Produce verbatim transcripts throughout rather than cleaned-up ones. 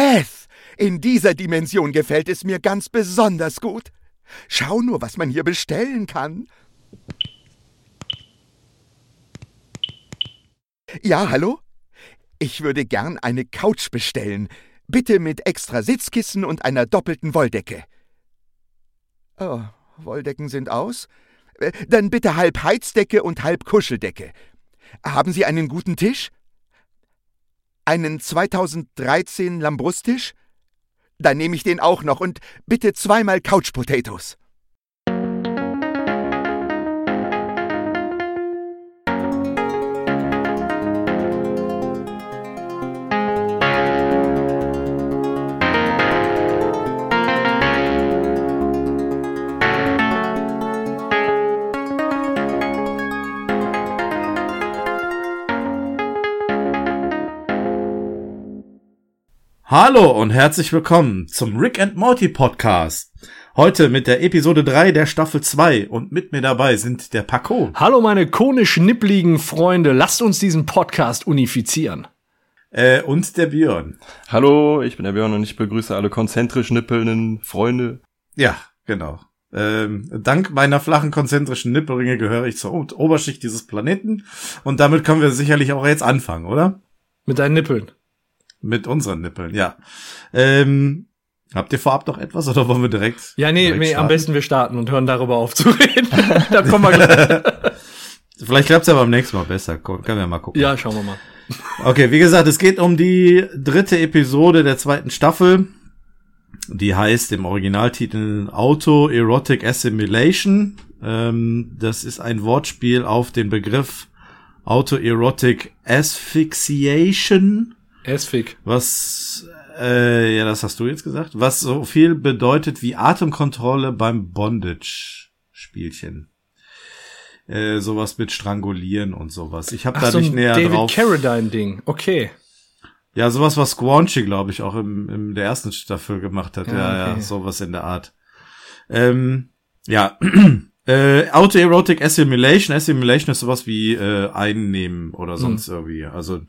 Beth, in dieser Dimension gefällt es mir ganz besonders gut. Schau nur, was man hier bestellen kann. Ja, hallo? Ich würde gern eine Couch bestellen. Bitte mit extra Sitzkissen und einer doppelten Wolldecke. Oh, Wolldecken sind aus? Dann bitte halb Heizdecke und halb Kuscheldecke. Haben Sie einen guten Tisch? Einen zweitausenddreizehn Lambrusstisch? Dann nehme ich den auch noch und bitte zweimal Couch Potatoes. Hallo und herzlich willkommen zum Rick and Morty Podcast. Heute mit der Episode drei der Staffel zwei und mit mir dabei sind der Paco. Hallo meine konisch-nippligen Freunde, lasst uns diesen Podcast unifizieren. Äh, und der Björn. Hallo, ich bin der Björn und ich begrüße alle konzentrisch nippelnden Freunde. Ja, genau. Ähm, dank meiner flachen konzentrischen Nippelringe gehöre ich zur o- Oberschicht dieses Planeten und damit können wir sicherlich auch jetzt anfangen, oder? Mit deinen Nippeln. Mit unseren Nippeln, ja. Ähm, habt ihr vorab noch etwas oder wollen wir direkt? Ja, nee, direkt nee starten? Am besten wir starten und hören darüber auf zu reden. Dann kommen wir gleich. Vielleicht klappt's ja beim nächsten Mal besser. Können wir mal gucken. Ja, schauen wir mal. Okay, wie gesagt, es geht um die dritte Episode der zweiten Staffel. Die heißt im Originaltitel Autoerotic Assimilation. Ähm, das ist ein Wortspiel auf den Begriff Autoerotic Asphyxiation. Esfig. Was, äh, ja, das hast du jetzt gesagt. Was so viel bedeutet wie Atemkontrolle beim Bondage-Spielchen. Äh, sowas mit Strangulieren und sowas. Ich habe da so nicht ein näher David drauf. Carradine-Ding, okay. Ja, sowas, was Squanchy, glaube ich, auch im, im der ersten Staffel gemacht hat. Ja, ja, okay. ja, sowas in der Art. Ähm, ja, äh, Autoerotic Assimilation. Assimilation ist sowas wie äh, Einnehmen oder sonst hm. irgendwie. Also,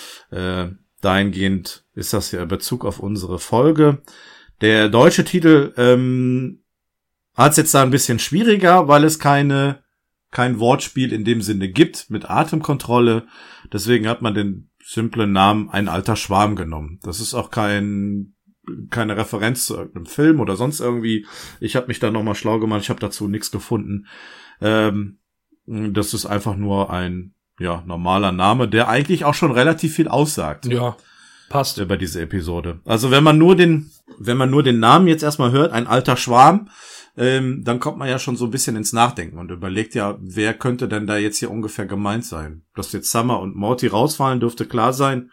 äh, dahingehend ist das ja in Bezug auf unsere Folge. Der deutsche Titel ähm, hat es jetzt da ein bisschen schwieriger, weil es keine kein Wortspiel in dem Sinne gibt mit Atemkontrolle. Deswegen hat man den simplen Namen Ein alter Schwarm genommen. Das ist auch kein keine Referenz zu irgendeinem Film oder sonst irgendwie. Ich habe mich da nochmal schlau gemacht. Ich habe dazu nichts gefunden. Ähm, das ist einfach nur ein ja, normaler Name, der eigentlich auch schon relativ viel aussagt. Ja, passt. Über diese Episode. Also wenn man nur den, wenn man nur den Namen jetzt erstmal hört, ein alter Schwarm, ähm, dann kommt man ja schon so ein bisschen ins Nachdenken und überlegt ja, wer könnte denn da jetzt hier ungefähr gemeint sein? Dass jetzt Summer und Morty rausfallen, dürfte klar sein.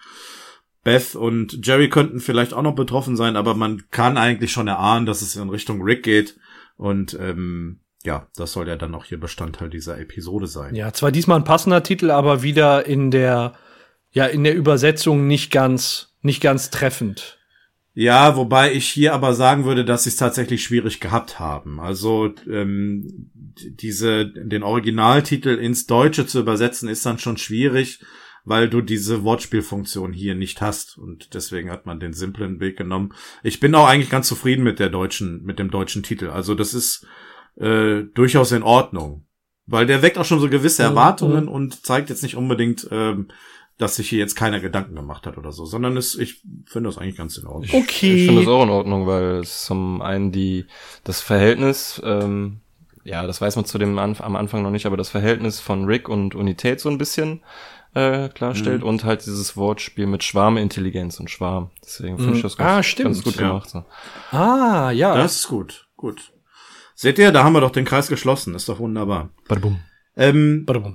Beth und Jerry könnten vielleicht auch noch betroffen sein, aber man kann eigentlich schon erahnen, dass es in Richtung Rick geht und, ähm, ja, das soll ja dann auch hier Bestandteil dieser Episode sein. Ja, zwar diesmal ein passender Titel, aber wieder in der, ja, in der Übersetzung nicht ganz, nicht ganz treffend. Ja, wobei ich hier aber sagen würde, dass sie es tatsächlich schwierig gehabt haben. Also ähm, diese den Originaltitel ins Deutsche zu übersetzen ist dann schon schwierig, weil du diese Wortspielfunktion hier nicht hast und deswegen hat man den simplen Weg genommen. Ich bin auch eigentlich ganz zufrieden mit der deutschen, mit dem deutschen Titel. Also das ist Äh, durchaus in Ordnung. Weil der weckt auch schon so gewisse Erwartungen mhm. und zeigt jetzt nicht unbedingt, ähm, dass sich hier jetzt keiner Gedanken gemacht hat oder so, sondern es, ich finde das eigentlich ganz in Ordnung. Okay. Ich, ich finde das auch in Ordnung, weil es zum einen die das Verhältnis, ähm, ja, das weiß man zu dem Anf- am Anfang noch nicht, aber das Verhältnis von Rick und Unität so ein bisschen äh, klarstellt mhm. und halt dieses Wortspiel mit Schwarmintelligenz und Schwarm. Deswegen finde ich das ganz, ah, stimmt. ganz gut ja. gemacht. So. Ah, ja. Das ist gut, gut. Seht ihr, da haben wir doch den Kreis geschlossen. Ist doch wunderbar. Badabum. Ähm, Badabum.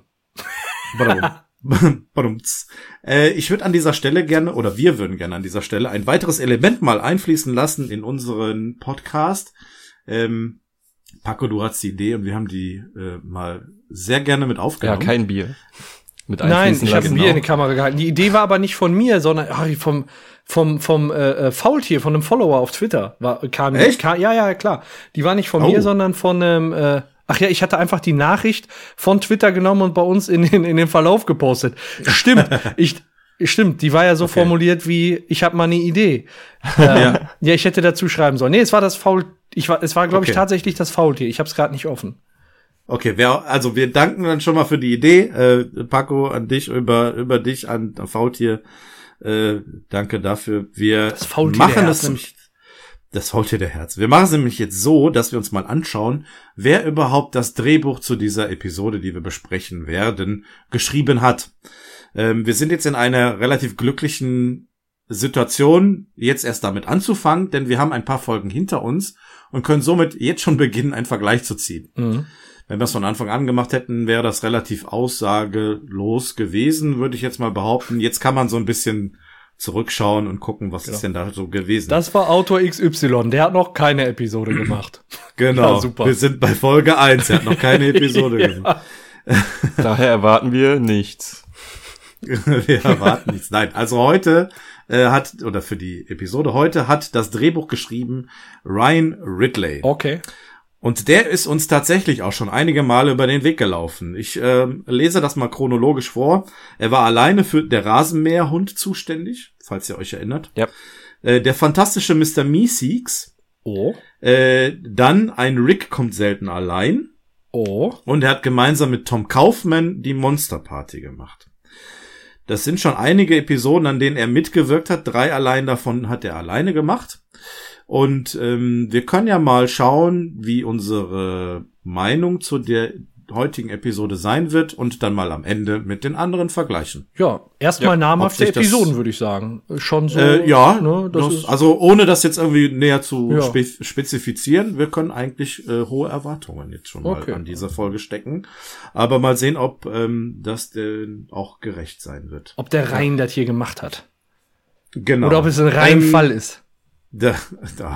Badabum. Badumts. Äh, ich würde an dieser Stelle gerne, oder wir würden gerne an dieser Stelle ein weiteres Element mal einfließen lassen in unseren Podcast. Ähm, Paco, du hast die Idee und wir haben die äh, mal sehr gerne mit aufgenommen. Ja, kein Bier. Mit Nein, ich habe ein Bier genau. in die Kamera gehalten. Die Idee war aber nicht von mir, sondern ach, vom vom vom äh, Faultier, von einem Follower auf Twitter. War, kam, Echt? Kam, ja, ja, klar. Die war nicht von Oh. mir, sondern von einem äh, ach ja, ich hatte einfach die Nachricht von Twitter genommen und bei uns in den in den Verlauf gepostet. Stimmt. ich Stimmt, die war ja so okay. formuliert wie, ich habe mal eine Idee. ähm, ja. ja, ich hätte dazu schreiben sollen. Nee, es war das Faul, ich war, es war, glaube okay. ich, tatsächlich das Faultier. Ich habe es gerade nicht offen. Okay, wer, also wir danken dann schon mal für die Idee. Äh, Paco, an dich, über, über dich, an Faultier. Äh, danke dafür. Wir das Faultier machen es nämlich, das Faultier der Herz. Wir machen es nämlich jetzt so, dass wir uns mal anschauen, wer überhaupt das Drehbuch zu dieser Episode, die wir besprechen werden, geschrieben hat. Ähm, wir sind jetzt in einer relativ glücklichen Situation, jetzt erst damit anzufangen, denn wir haben ein paar Folgen hinter uns und können somit jetzt schon beginnen, einen Vergleich zu ziehen. Mhm. Wenn wir es von Anfang an gemacht hätten, wäre das relativ aussagelos gewesen, würde ich jetzt mal behaupten. Jetzt kann man so ein bisschen zurückschauen und gucken, was genau. ist denn da so gewesen. Das war Autor X Y, der hat noch keine Episode gemacht. Genau, ja, super. Wir sind bei Folge eins, er hat noch keine Episode ja. gemacht. Daher erwarten wir nichts. Wir erwarten nichts. Nein, also heute äh, hat, oder für die Episode heute hat das Drehbuch geschrieben Ryan Ridley. Okay. Und der ist uns tatsächlich auch schon einige Male über den Weg gelaufen. Ich äh, lese das mal chronologisch vor. Er war alleine für der Rasenmäherhund zuständig, falls ihr euch erinnert. Ja. Äh, der fantastische Mister Meeseeks. Oh. Äh, dann ein Rick kommt selten allein. Oh. Und er hat gemeinsam mit Tom Kaufman die Monsterparty gemacht. Das sind schon einige Episoden, an denen er mitgewirkt hat. Drei allein davon hat er alleine gemacht. Und ähm, wir können ja mal schauen, wie unsere Meinung zu der heutigen Episode sein wird und dann mal am Ende mit den anderen vergleichen. Ja, erstmal ja, namhafte Episoden, würde ich sagen. Schon so. Äh, ja, ne, das das, ist also ohne das jetzt irgendwie näher zu ja. spe- spezifizieren, wir können eigentlich äh, hohe Erwartungen jetzt schon mal okay. an dieser Folge stecken. Aber mal sehen, ob ähm, das denn auch gerecht sein wird. Ob der Rhein ja. das hier gemacht hat. Genau. Oder ob es ein Rheinfall ähm, ist. Da, da,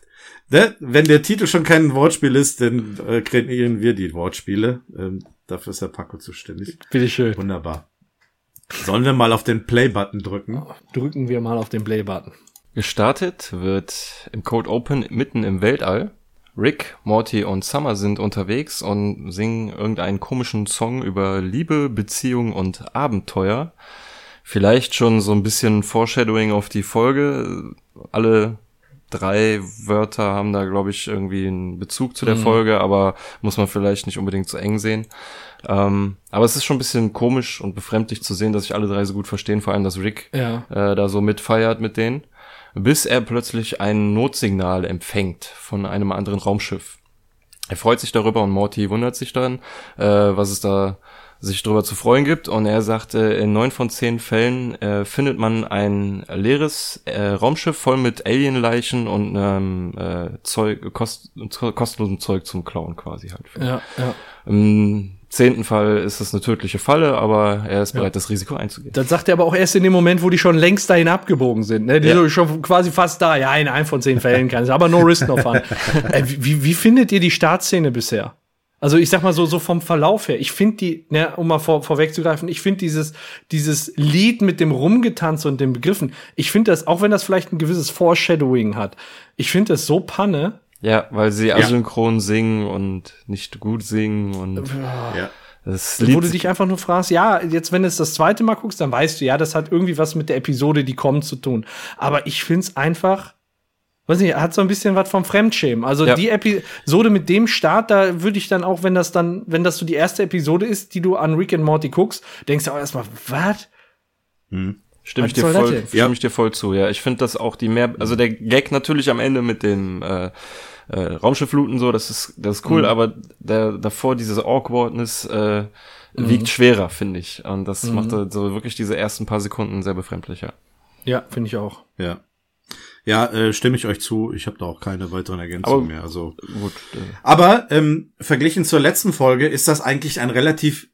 da, wenn der Titel schon kein Wortspiel ist, dann äh, kreieren wir die Wortspiele. Ähm, dafür ist der Paco zuständig. Bitteschön. Wunderbar. Sollen wir mal auf den Play-Button drücken? Drücken wir mal auf den Play-Button. Gestartet wird im Cold Open mitten im Weltall. Rick, Morty und Summer sind unterwegs und singen irgendeinen komischen Song über Liebe, Beziehung und Abenteuer. Vielleicht schon so ein bisschen Foreshadowing auf die Folge. Alle drei Wörter haben da, glaube ich, irgendwie einen Bezug zu der mhm. Folge, aber muss man vielleicht nicht unbedingt so eng sehen. Ähm, aber es ist schon ein bisschen komisch und befremdlich zu sehen, dass sich alle drei so gut verstehen, vor allem, dass Rick ja. äh, da so mitfeiert mit denen, bis er plötzlich ein Notsignal empfängt von einem anderen Raumschiff. Er freut sich darüber und Morty wundert sich dann, äh, was es da sich darüber zu freuen gibt, und er sagt, äh, in neun von zehn Fällen äh, findet man ein leeres äh, Raumschiff voll mit Alienleichen und ähm, äh, Zeug, kost, kostenlosem Zeug zum Klauen quasi halt. Ja, ja. Im zehnten Fall ist das eine tödliche Falle, aber er ist bereit, ja. das Risiko einzugehen. Das sagt er aber auch erst in dem Moment, wo die schon längst dahin abgebogen sind. Ne? Die ja. sind schon quasi fast da. Ja, in einem von zehn Fällen kann es, aber no risk, no fun. äh, wie, wie findet ihr die Startszene bisher? Also ich sag mal so so vom Verlauf her, ich finde die, ne, um mal vor, vorwegzugreifen, ich finde dieses dieses Lied mit dem Rumgetanz und den Begriffen, ich finde das, auch wenn das vielleicht ein gewisses Foreshadowing hat, ich finde das so Panne. Ja, weil sie asynchron ja. singen und nicht gut singen und ja. das Lied, wo du dich einfach nur fragst, ja, jetzt wenn du es das zweite Mal guckst, dann weißt du, ja, das hat irgendwie was mit der Episode, die kommt, zu tun. Aber ich find's einfach, weiß nicht, hat so ein bisschen was vom Fremdschämen. Also ja. die Episode mit dem Start, da würde ich dann auch, wenn das dann, wenn das so die erste Episode ist, die du an Rick and Morty guckst, denkst du auch erstmal, was? Hm. Stimme ich dir voll, stimme ich dir voll zu, ja. Ich finde das auch die mehr, also der Gag natürlich am Ende mit dem äh, äh, Raumschiffluten so, das ist, das ist cool, mhm. aber der, davor diese Awkwardness äh, mhm. wiegt schwerer, finde ich. Und das mhm. macht so wirklich diese ersten paar Sekunden sehr befremdlicher. Ja, finde ich auch. Ja. Ja, äh, stimme ich euch zu. Ich habe da auch keine weiteren Ergänzungen mehr. Also, gut, äh. Aber ähm, verglichen zur letzten Folge ist das eigentlich ein relativ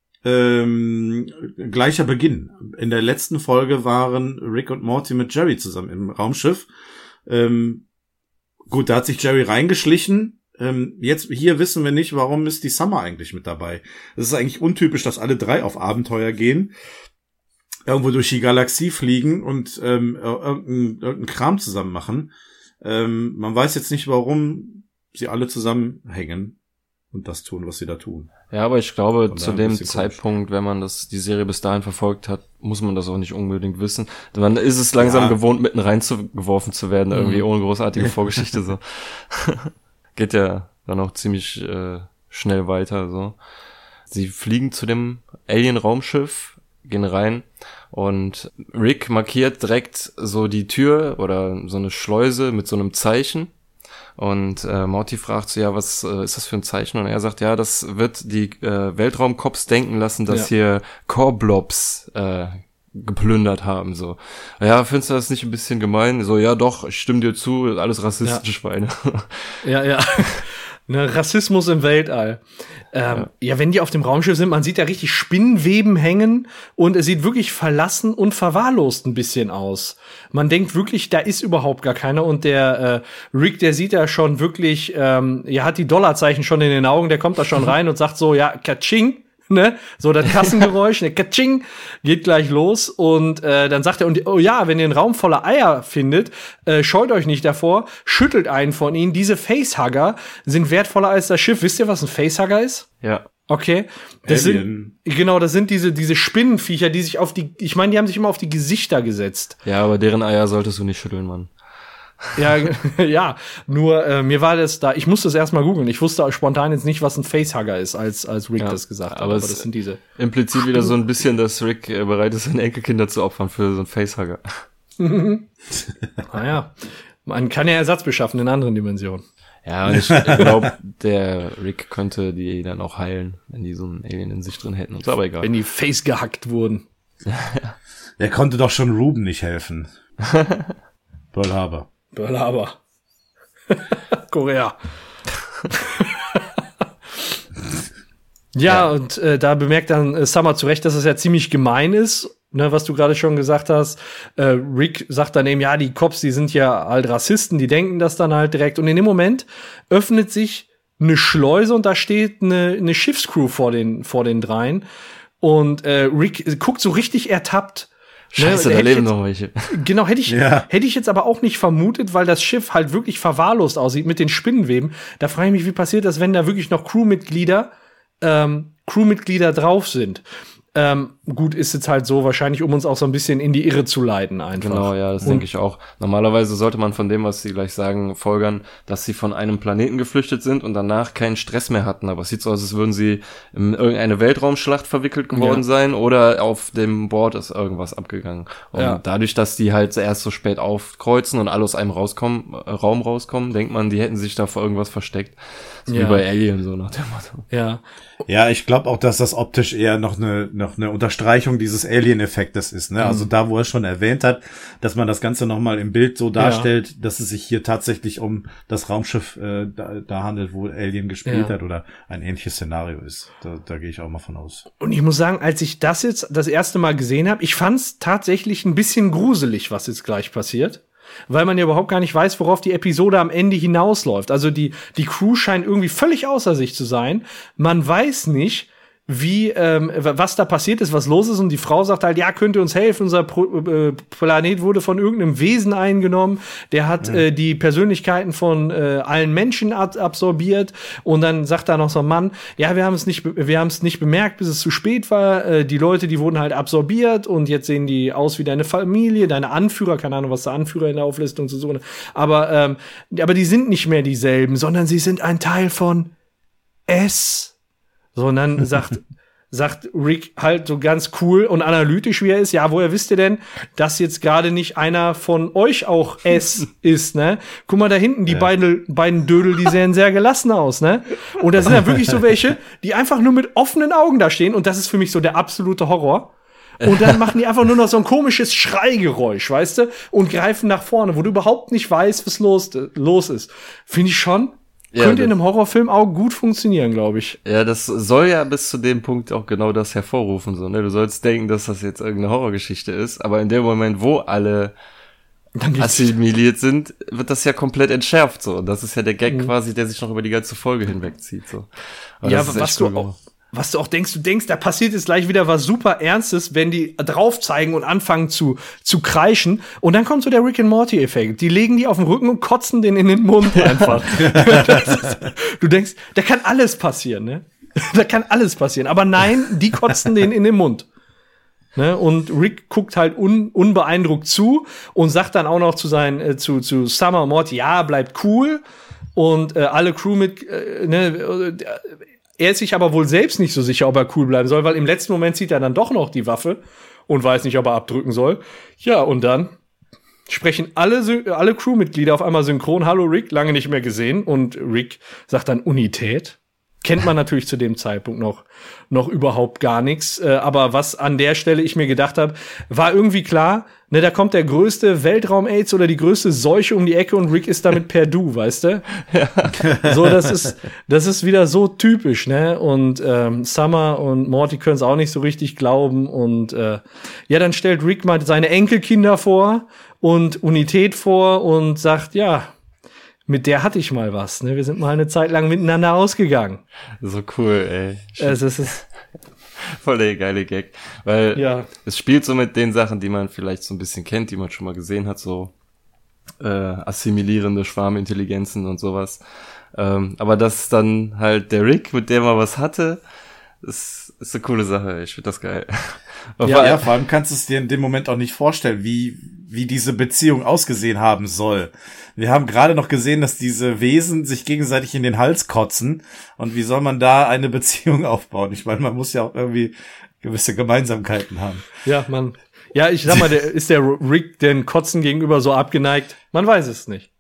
ähm, gleicher Beginn. In der letzten Folge waren Rick und Morty mit Jerry zusammen im Raumschiff. Ähm, gut, da hat sich Jerry reingeschlichen. Ähm, jetzt hier wissen wir nicht, warum ist die Summer eigentlich mit dabei. Es ist eigentlich untypisch, dass alle drei auf Abenteuer gehen, irgendwo durch die Galaxie fliegen und ähm, irgendeinen irgendein Kram zusammen machen. Ähm, man weiß jetzt nicht, warum sie alle zusammenhängen. und das tun, was sie da tun. Ja, aber ich glaube, Von zu daher ein dem bisschen Zeitpunkt, wenn man das die Serie bis dahin verfolgt hat, muss man das auch nicht unbedingt wissen. Man ist es langsam Ja. gewohnt, mitten reinzugeworfen zu werden, irgendwie ohne großartige Vorgeschichte. So geht ja dann auch ziemlich äh, schnell weiter. So, sie fliegen zu dem Alien-Raumschiff, gehen rein und Rick markiert direkt so die Tür oder so eine Schleuse mit so einem Zeichen. Und äh, Morty fragt so, ja, was äh, ist das für ein Zeichen? Und er sagt, ja, das wird die äh, Weltraumcops denken lassen, dass Ja. hier Core-Blobs äh, geplündert haben. So, ja, findest du das nicht ein bisschen gemein? So, ja, doch, ich stimme dir zu, alles rassistische Ja. Schweine. Ja, ja. Ne, Rassismus im Weltall. Ähm, ja. ja, wenn die auf dem Raumschiff sind, man sieht da richtig Spinnweben hängen und es sieht wirklich verlassen und verwahrlost ein bisschen aus. Man denkt wirklich, da ist überhaupt gar keiner und der äh, Rick, der sieht da schon wirklich, ähm, er hat die Dollarzeichen schon in den Augen, der kommt da schon rein und sagt so, ja, Katsching. Ne? So das Kassengeräusch, ne, Katsching, geht gleich los und äh, dann sagt er, und oh ja, wenn ihr einen Raum voller Eier findet, äh, scheut euch nicht davor, schüttelt einen von ihnen. Diese Facehugger sind wertvoller als das Schiff. Wisst ihr, was ein Facehugger ist? Ja. Okay. Das Alien. sind, genau, das sind diese, diese Spinnenviecher, die sich auf die, ich meine, die haben sich immer auf die Gesichter gesetzt. Ja, aber deren Eier solltest du nicht schütteln, Mann. Ja, ja, nur äh, mir war das da, ich musste es erstmal googeln. Ich wusste spontan jetzt nicht, was ein Facehugger ist, als als Rick Ja, das gesagt hat. aber Aber es das sind diese. Impliziert wieder so ein bisschen, dass Rick äh, bereit ist, seine Enkelkinder zu opfern für so einen Facehugger. Naja, man kann ja Ersatz beschaffen in anderen Dimensionen. Ja, und ich glaube, der Rick könnte die dann auch heilen, wenn die so einen Alien in sich drin hätten. Und so, aber egal. Wenn die face gehackt wurden. Der konnte doch schon Ruben nicht helfen. Pearl Harbor. Pearl Harbor. Korea. ja, ja, und äh, da bemerkt dann äh, Summer zu Recht, dass es ja ziemlich gemein ist, ne, was du gerade schon gesagt hast. Äh, Rick sagt dann eben, ja, die Cops, die sind ja halt Rassisten, die denken das dann halt direkt. Und in dem Moment öffnet sich eine Schleuse und da steht eine, eine Schiffscrew vor den, vor den dreien. Und äh, Rick guckt so richtig ertappt. Scheiße, ne, da leben jetzt, noch welche. Genau, hätte ich, ja. hätte ich jetzt aber auch nicht vermutet, weil das Schiff halt wirklich verwahrlost aussieht mit den Spinnenweben. Da frage ich mich, wie passiert das, wenn da wirklich noch Crewmitglieder, ähm, Crewmitglieder drauf sind. Ähm, gut, ist jetzt halt so, wahrscheinlich, um uns auch so ein bisschen in die Irre zu leiten einfach. Genau, ja, das denke ich auch. Normalerweise sollte man von dem, was sie gleich sagen, folgern, dass sie von einem Planeten geflüchtet sind und danach keinen Stress mehr hatten. Aber es sieht so aus, als würden sie in irgendeine Weltraumschlacht verwickelt geworden Ja. sein oder auf dem Board ist irgendwas abgegangen. Und Ja. dadurch, dass die halt erst so spät aufkreuzen und alle aus einem rauskommen, äh, Raum rauskommen, denkt man, die hätten sich da vor irgendwas versteckt. So Ja. wie bei Alien, so nach dem Motto. Ja. Ja, ich glaube auch, dass das optisch eher noch eine noch eine Unterstreichung dieses Alien-Effektes ist. Ne? Also da, wo er schon erwähnt hat, dass man das Ganze nochmal im Bild so darstellt, ja. dass es sich hier tatsächlich um das Raumschiff äh, da, da handelt, wo Alien gespielt Ja. hat oder ein ähnliches Szenario ist. Da, da gehe ich auch mal von aus. Und ich muss sagen, als ich das jetzt das erste Mal gesehen habe, ich fand es tatsächlich ein bisschen gruselig, was jetzt gleich passiert. Weil man ja überhaupt gar nicht weiß, worauf die Episode am Ende hinausläuft. Also die, die Crew scheint irgendwie völlig außer sich zu sein. Man weiß nicht, wie, ähm, was da passiert ist, was los ist. Und die Frau sagt halt, ja, könnt ihr uns helfen? Unser Pro- äh, Planet wurde von irgendeinem Wesen eingenommen. Der hat ja. äh, die Persönlichkeiten von äh, allen Menschen ab- absorbiert. Und dann sagt da noch so ein Mann, ja, wir haben es nicht, wir haben es nicht bemerkt, bis es zu spät war. Äh, die Leute, die wurden halt absorbiert und jetzt sehen die aus wie deine Familie, deine Anführer. Keine Ahnung, was der Anführer in der Auflistung zu suchen. Aber, ähm, aber die sind nicht mehr dieselben, sondern sie sind ein Teil von S. So, und dann sagt, sagt Rick halt so ganz cool und analytisch, wie er ist, ja, woher wisst ihr denn, dass jetzt gerade nicht einer von euch auch S ist, ne? Guck mal da hinten, die ja. beiden, beiden Dödel, die sehen sehr gelassen aus, ne? Und da sind ja wirklich so welche, die einfach nur mit offenen Augen da stehen und das ist für mich so der absolute Horror. Und dann machen die einfach nur noch so ein komisches Schreigeräusch, weißt du? Und greifen nach vorne, wo du überhaupt nicht weißt, was los, los ist. Finde ich schon. Ja, könnte in einem Horrorfilm auch gut funktionieren, glaube ich. Ja, das soll ja bis zu dem Punkt auch genau das hervorrufen, so, ne? Du sollst denken, dass das jetzt irgendeine Horrorgeschichte ist, aber in dem Moment, wo alle assimiliert sind, wird das ja komplett entschärft, so. Und das ist ja der Gag mhm. quasi, der sich noch über die ganze Folge hinwegzieht, so. Aber ja, was du cool auch, was du auch denkst, du denkst, da passiert jetzt gleich wieder was super Ernstes, wenn die drauf zeigen und anfangen zu, zu kreischen. Und dann kommt so der Rick and Morty-Effekt. Die legen die auf den Rücken und kotzen den in den Mund einfach. ist, du denkst, da kann alles passieren, ne? Da kann alles passieren. Aber nein, die kotzen den in den Mund. Ne? Und Rick guckt halt un, unbeeindruckt zu und sagt dann auch noch zu seinen, äh, zu, zu Summer und Morty, ja, bleibt cool. Und äh, alle Crew mit, äh, ne, äh, er ist sich aber wohl selbst nicht so sicher, ob er cool bleiben soll, weil im letzten Moment zieht er dann doch noch die Waffe und weiß nicht, ob er abdrücken soll. Ja, und dann sprechen alle, alle Crewmitglieder auf einmal synchron, hallo Rick, lange nicht mehr gesehen. Und Rick sagt dann Unität. Kennt man natürlich zu dem Zeitpunkt noch, noch überhaupt gar nichts. Äh, aber was an der Stelle ich mir gedacht habe, war irgendwie klar, ne, da kommt der größte Weltraum-Aids oder die größte Seuche um die Ecke und Rick ist damit per Du, weißt du? Ja. So, das ist, das ist wieder so typisch, ne? Und ähm, Summer und Morty können es auch nicht so richtig glauben. Und äh, ja, dann stellt Rick mal seine Enkelkinder vor und Unität vor und sagt, ja, mit der hatte ich mal was, ne? Wir sind mal eine Zeit lang miteinander ausgegangen. So cool, ey. Also, es ist voll der geile Gag. Weil ja. es spielt so mit den Sachen, die man vielleicht so ein bisschen kennt, die man schon mal gesehen hat, so äh, assimilierende Schwarmintelligenzen und sowas. Ähm, aber dass dann halt der Rick, mit dem er was hatte, ist, ist eine coole Sache. Ich finde das geil. Ja, ja, vor allem kannst du es dir in dem Moment auch nicht vorstellen, wie wie diese Beziehung ausgesehen haben soll. Wir haben gerade noch gesehen, dass diese Wesen sich gegenseitig in den Hals kotzen. Und wie soll man da eine Beziehung aufbauen? Ich meine, man muss ja auch irgendwie gewisse Gemeinsamkeiten haben. Ja, man. Ja, ich sag mal, der, ist der Rick den Kotzen gegenüber so abgeneigt? Man weiß es nicht.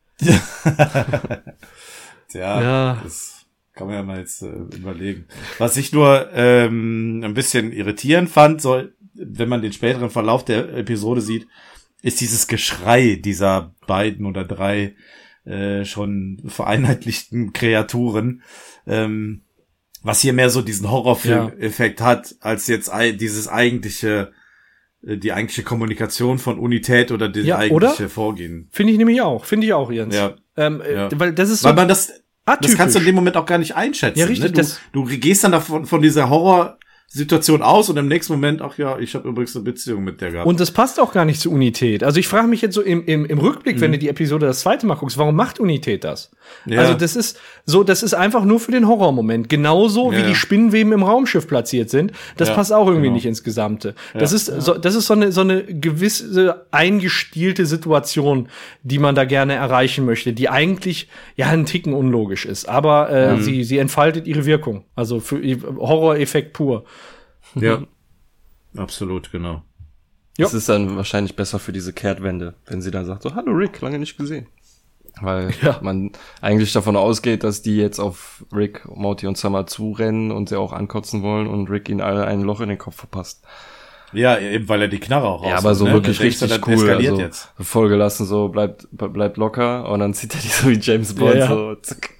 Tja, ja. Das kann man ja mal jetzt äh, überlegen. Was ich nur ähm, ein bisschen irritierend fand, soll, wenn man den späteren Verlauf der Episode sieht, ist dieses Geschrei dieser beiden oder drei äh, schon vereinheitlichten Kreaturen, ähm, was hier mehr so diesen Horrorfilm-Effekt ja. hat, als jetzt dieses eigentliche, äh, die eigentliche Kommunikation von Unität oder das ja, eigentliche oder? Vorgehen. Finde ich nämlich auch, finde ich auch, Jens. Ja. Ähm, ja. Weil das ist so weil man das, atypisch. das kannst du in dem Moment auch gar nicht einschätzen. Ja, richtig. Ne? Du, du gehst dann davon von dieser Horror Situation aus und im nächsten Moment, ach ja, ich habe übrigens eine Beziehung mit der gehabt. Und das passt auch gar nicht zur Unität. Also ich frage mich jetzt so im, im, im Rückblick, mhm. wenn du die Episode das zweite Mal guckst, warum macht Unität das? Ja. Also das ist so, das ist einfach nur für den Horrormoment. Genauso ja, wie ja. die Spinnenweben im Raumschiff platziert sind. Das ja, passt auch irgendwie genau. nicht ins Gesamte. Das ja. ist so, das ist so eine, so eine gewisse eingestielte Situation, die man da gerne erreichen möchte, die eigentlich ja einen Ticken unlogisch ist. Aber äh, mhm. sie, sie entfaltet ihre Wirkung. Also für Horror-Effekt pur. Ja, absolut, genau. Es ist dann wahrscheinlich besser für diese Kehrtwende, wenn sie dann sagt, so, hallo Rick, lange nicht gesehen. Weil ja. man eigentlich davon ausgeht, dass die jetzt auf Rick, Morty und Summer zurennen und sie auch ankotzen wollen und Rick ihnen alle ein Loch in den Kopf verpasst. Ja, eben weil er die Knarre auch raus Ja, aber so ne? wirklich richtig denkst, cool. Eskaliert also jetzt. voll gelassen, so bleibt bleibt locker und dann zieht er die so wie James Bond, ja, ja. so zack.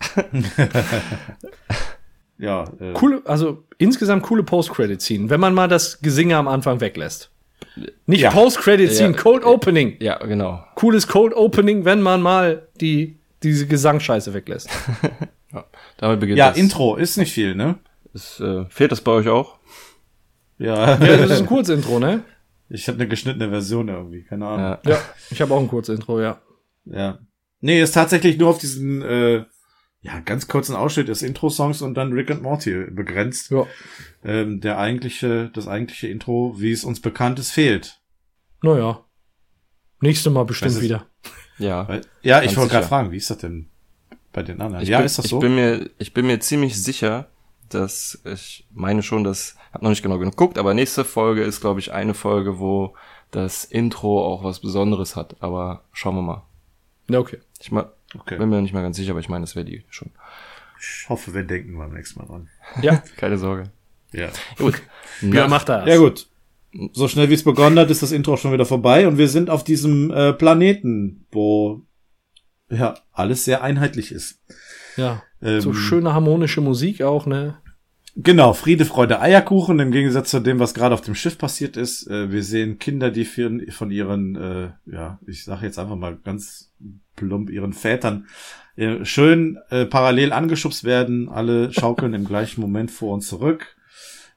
Ja, äh. coole, also insgesamt coole Post-Credit-Scene, wenn man mal das Gesinge am Anfang weglässt. Nicht ja. Post-Credit-Scene, Ja. Cold Opening. Ja, genau. Cooles Cold Opening, wenn man mal die diese Gesangsscheiße weglässt. Ja, damit beginnt Ja, das. Intro ist nicht viel, ne? Ist, äh, fehlt das bei euch auch? Ja. Ja, das ist ein Kurzintro, ne? Ich habe eine geschnittene Version irgendwie, keine Ahnung. Ja. Ja, ich habe auch ein Kurzintro, ja. Ja. Nee, ist tatsächlich nur auf diesen äh, ja, ganz kurzen Ausschnitt des Intro-Songs und dann Rick and Morty begrenzt. Ja. Ähm, der eigentliche, das eigentliche Intro, wie es uns bekannt ist, fehlt. Naja. Nächstes Mal bestimmt Was ist- wieder. Ja. Weil, ja, ich Ganz wollte gerade sicher. fragen, wie ist das denn bei den anderen? Ich ja, bin, ist das so? Ich bin mir, ich bin mir ziemlich sicher, dass ich meine schon, dass, hab noch nicht genau geguckt, aber nächste Folge ist, glaube ich, eine Folge, wo das Intro auch was Besonderes hat. Aber schauen wir mal. Ja, okay. Ich mal, Okay. bin mir nicht mehr ganz sicher, aber ich meine, das wäre die schon. Ich hoffe, wir denken beim nächsten Mal dran. Ja, Keine Sorge. Ja. Gut. ja, Nach- macht das. Ja gut. So schnell wie es begonnen hat, ist das Intro schon wieder vorbei und wir sind auf diesem äh, Planeten, wo ja alles sehr einheitlich ist. Ja. Ähm, So schöne harmonische Musik auch, ne? Genau, Friede, Freude, Eierkuchen, im Gegensatz zu dem, was gerade auf dem Schiff passiert ist. Äh, wir sehen Kinder, die für, von ihren, äh, ja, ich sage jetzt einfach mal ganz plump, ihren Vätern äh, schön äh, parallel angeschubst werden. Alle schaukeln im gleichen Moment vor und zurück.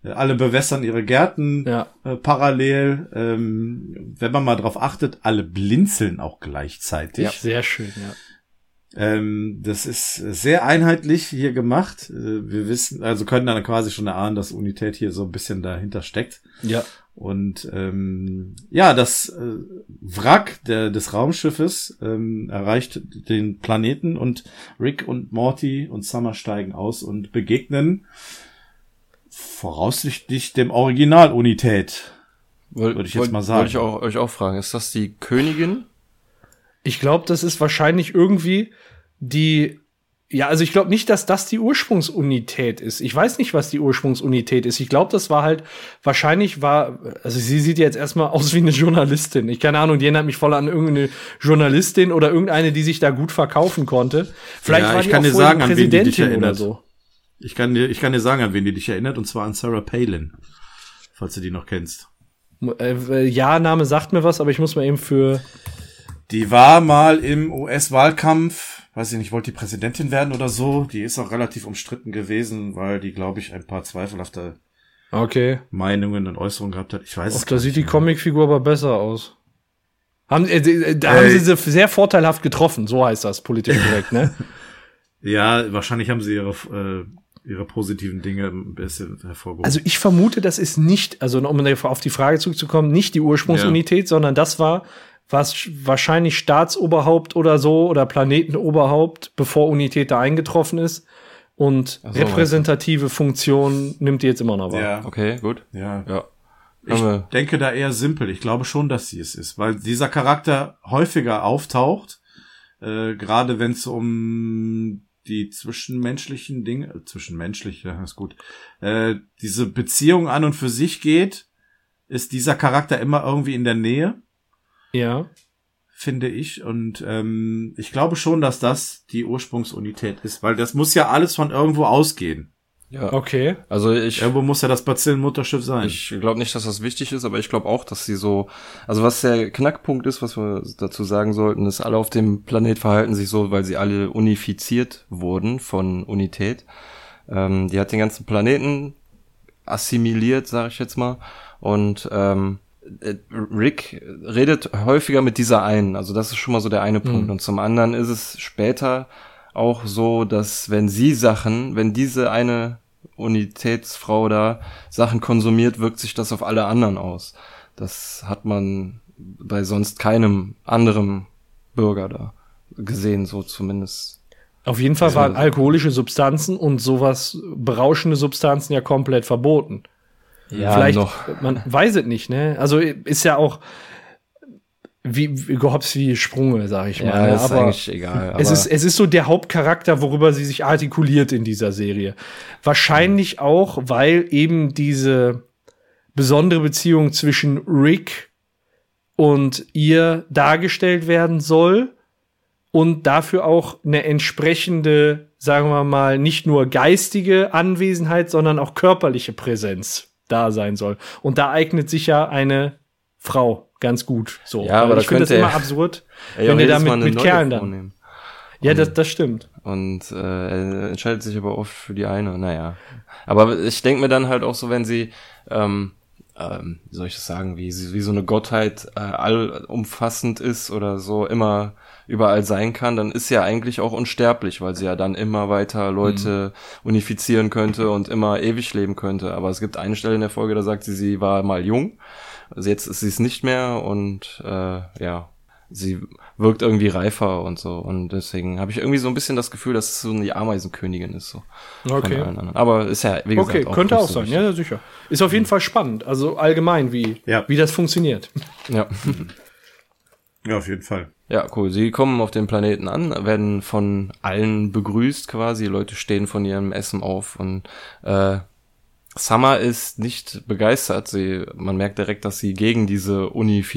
Alle bewässern ihre Gärten Ja. äh, parallel. Ähm, wenn man mal drauf achtet, alle blinzeln auch gleichzeitig. Ja, sehr schön, ja. Ähm, das ist sehr einheitlich hier gemacht. Äh, wir wissen, also können dann quasi schon erahnen, dass Unität hier so ein bisschen dahinter steckt. Ja. Und ähm, ja, das äh, Wrack der, des Raumschiffes ähm, erreicht den Planeten und Rick und Morty und Summer steigen aus und begegnen voraussichtlich dem Original Unität. Würde ich jetzt mal sagen. Wollte ich auch, euch auch fragen, ist das die Königin? Ich glaube, das ist wahrscheinlich irgendwie die, ja, also ich glaube nicht, dass das die Ursprungsunität ist. Ich weiß nicht, was die Ursprungsunität ist. Ich glaube, das war halt, wahrscheinlich war, also sie sieht jetzt erstmal aus wie eine Journalistin. Ich keine Ahnung, die erinnert mich voll an irgendeine Journalistin oder irgendeine, die sich da gut verkaufen konnte. Vielleicht Ja, war ich die kann auch dir vorher sagen, die an wen die dich Präsidentin oder erinnert. so. Ich kann dir, ich kann dir sagen, an wen die dich erinnert, und zwar an Sarah Palin, falls du die noch kennst. Äh, ja, Name sagt mir was, aber ich muss mal eben für Die war mal im U S-Wahlkampf, weiß ich nicht, wollte die Präsidentin werden oder so. Die ist auch relativ umstritten gewesen, weil die, glaube ich, ein paar zweifelhafte okay. Meinungen und Äußerungen gehabt hat. Ich weiß Och, es da gar sieht nicht die mehr. Comicfigur aber besser aus. Haben, äh, äh, da Ey. haben sie sie sehr vorteilhaft getroffen, so heißt das politisch korrekt, ne? Ja, wahrscheinlich haben sie ihre, äh, ihre positiven Dinge ein bisschen hervorgehoben. Also ich vermute, das ist nicht, also um auf die Frage zurückzukommen, nicht die Ursprungsunität, sondern das war was wahrscheinlich Staatsoberhaupt oder so oder Planetenoberhaupt, bevor Unität da eingetroffen ist. Und Ach so, repräsentative Funktion nimmt die jetzt immer noch wahr. ja, Okay, gut. ja. Ja. Ich Haben wir- denke da eher simpel. Ich glaube schon, dass sie es ist, weil dieser Charakter häufiger auftaucht, äh, gerade wenn es um die zwischenmenschlichen Dinge, äh, zwischenmenschlich, ja, ist gut, äh, diese Beziehung an und für sich geht, ist dieser Charakter immer irgendwie in der Nähe, Ja. finde ich. Und ähm, ich glaube schon, dass das die Ursprungsunität ist, weil das muss ja alles von irgendwo ausgehen. Ja. Okay. Also ich, Irgendwo muss ja das Bazillenmutterschiff sein. ich glaube nicht, dass das wichtig ist, aber ich glaube auch, dass sie so, also was der Knackpunkt ist, was wir dazu sagen sollten, ist, alle auf dem Planet verhalten sich so, weil sie alle unifiziert wurden von Unität. Ähm, die hat den ganzen Planeten assimiliert, sage ich jetzt mal. Und ähm, äh, Rick redet häufiger mit dieser einen, also das ist schon mal so der eine Punkt. Mhm. Und zum anderen ist es später auch so, dass wenn sie Sachen, wenn diese eine Unitätsfrau da Sachen konsumiert, wirkt sich das auf alle anderen aus. Das hat man bei sonst keinem anderen Bürger da gesehen, so zumindest. Auf jeden Fall waren alkoholische Substanzen und sowas berauschende Substanzen ja komplett verboten. Ja, Vielleicht, noch. man weiß es nicht, ne? Also ist ja auch wie, wie Gehops wie Sprunge, sag ich mal. Ja, ne? ist Aber eigentlich egal. Aber es ist, es ist so der Hauptcharakter, worüber sie sich artikuliert in dieser Serie. Wahrscheinlich auch, weil eben diese besondere Beziehung zwischen Rick und ihr dargestellt werden soll und dafür auch eine entsprechende, sagen wir mal, nicht nur geistige Anwesenheit, sondern auch körperliche Präsenz da sein soll. Und da eignet sich ja eine Frau ganz gut. So. Ja, aber Weil da ich finde das könnte immer er- absurd, Ey, wenn auch ihr da jedes Mal mit, eine mit neue Kerlen Frau dann. nehmen. Ja, das, das stimmt. Und äh, er entscheidet sich aber oft für die eine, naja. Aber ich denke mir dann halt auch so, wenn sie, ähm, ähm, wie soll ich das sagen, wie, sie- wie so eine Gottheit äh, allumfassend ist oder so immer überall sein kann, dann ist sie ja eigentlich auch unsterblich, weil sie ja dann immer weiter Leute Mhm. unifizieren könnte und immer ewig leben könnte. Aber es gibt eine Stelle in der Folge, da sagt sie, sie war mal jung, also jetzt ist sie es nicht mehr und äh, ja, sie wirkt irgendwie reifer und so. Und deswegen habe ich irgendwie so ein bisschen das Gefühl, dass es so eine Ameisenkönigin ist. So von Okay. allen anderen. Aber ist ja, wie gesagt, Okay, auch könnte nicht auch so sein, wichtig. ja, sicher. Ist auf jeden Fall spannend, also allgemein, wie, Ja. wie das funktioniert. Ja. Ja, auf jeden Fall. Ja, cool. Sie kommen auf dem Planeten an, werden von allen begrüßt quasi. Leute stehen von ihrem Essen auf und äh, Summer ist nicht begeistert. Sie, man merkt direkt, dass sie gegen diese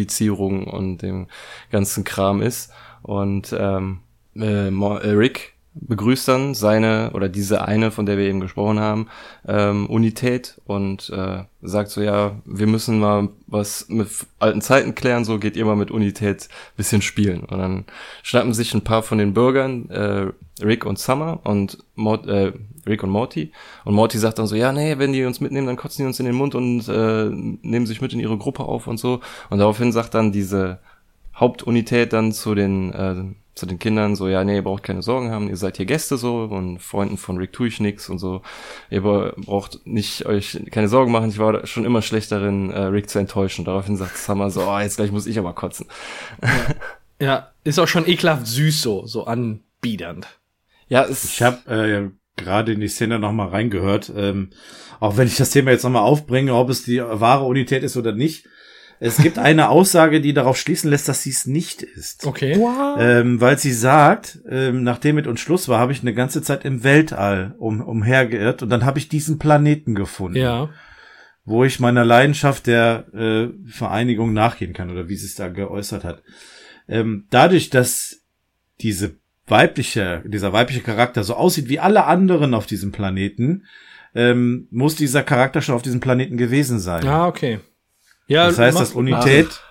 Unifizierung und dem ganzen Kram ist. Und ähm, äh, Mo- äh, Rick begrüßt dann seine, oder diese eine, von der wir eben gesprochen haben, ähm, Unität und äh, sagt so, ja, wir müssen mal was mit alten Zeiten klären, so geht ihr mal mit Unität bisschen spielen. Und dann schnappen sich ein paar von den Bürgern, äh, Rick und Summer und Mort, äh, Rick und Morty. Und Morty sagt dann so, ja, nee, wenn die uns mitnehmen, dann kotzen die uns in den Mund und äh, nehmen sich mit in ihre Gruppe auf und so. Und daraufhin sagt dann diese Hauptunität dann zu den äh, zu den Kindern so, ja, nee, ihr braucht keine Sorgen haben, ihr seid hier Gäste so und Freunden von Rick tue ich nix und so. Ihr braucht nicht euch keine Sorgen machen, ich war schon immer schlecht darin, äh, Rick zu enttäuschen. Daraufhin sagt Summer so, oh, jetzt gleich muss ich aber kotzen. Ja, ja, ist auch schon ekelhaft süß so, so anbiedernd. Ja, es ich habe äh, gerade in die Szene nochmal reingehört, ähm, auch wenn ich das Thema jetzt nochmal aufbringe, ob es die wahre Unität ist oder nicht. Es gibt eine Aussage, die darauf schließen lässt, dass sie es nicht ist. Okay. Wow. Ähm, weil sie sagt, ähm, nachdem mit uns Schluss war, habe ich eine ganze Zeit im Weltall um, umhergeirrt und dann habe ich diesen Planeten gefunden. Ja. Wo ich meiner Leidenschaft der äh, Vereinigung nachgehen kann oder wie sie es da geäußert hat. Ähm, dadurch, dass diese weibliche, dieser weibliche Charakter so aussieht wie alle anderen auf diesem Planeten, ähm, muss dieser Charakter schon auf diesem Planeten gewesen sein. Ah, okay. Ja, das heißt, dass Unität Ach.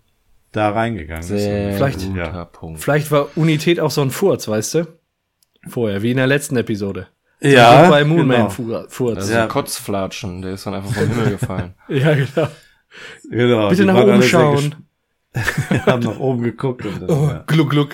da reingegangen Sehr ist. Vielleicht, guter ja. Punkt. vielleicht war Unität auch so ein Furz, weißt du? Vorher, wie in der letzten Episode. Ja, bei Moonman genau. Furz. Also Ja. Kotzflatschen, der ist dann einfach vom Himmel gefallen. Ja, genau. Genau. Bitte die nach waren oben alle sehr schauen. gesch- Wir haben nach oben geguckt. Und das, Oh, ja. gluck, gluck.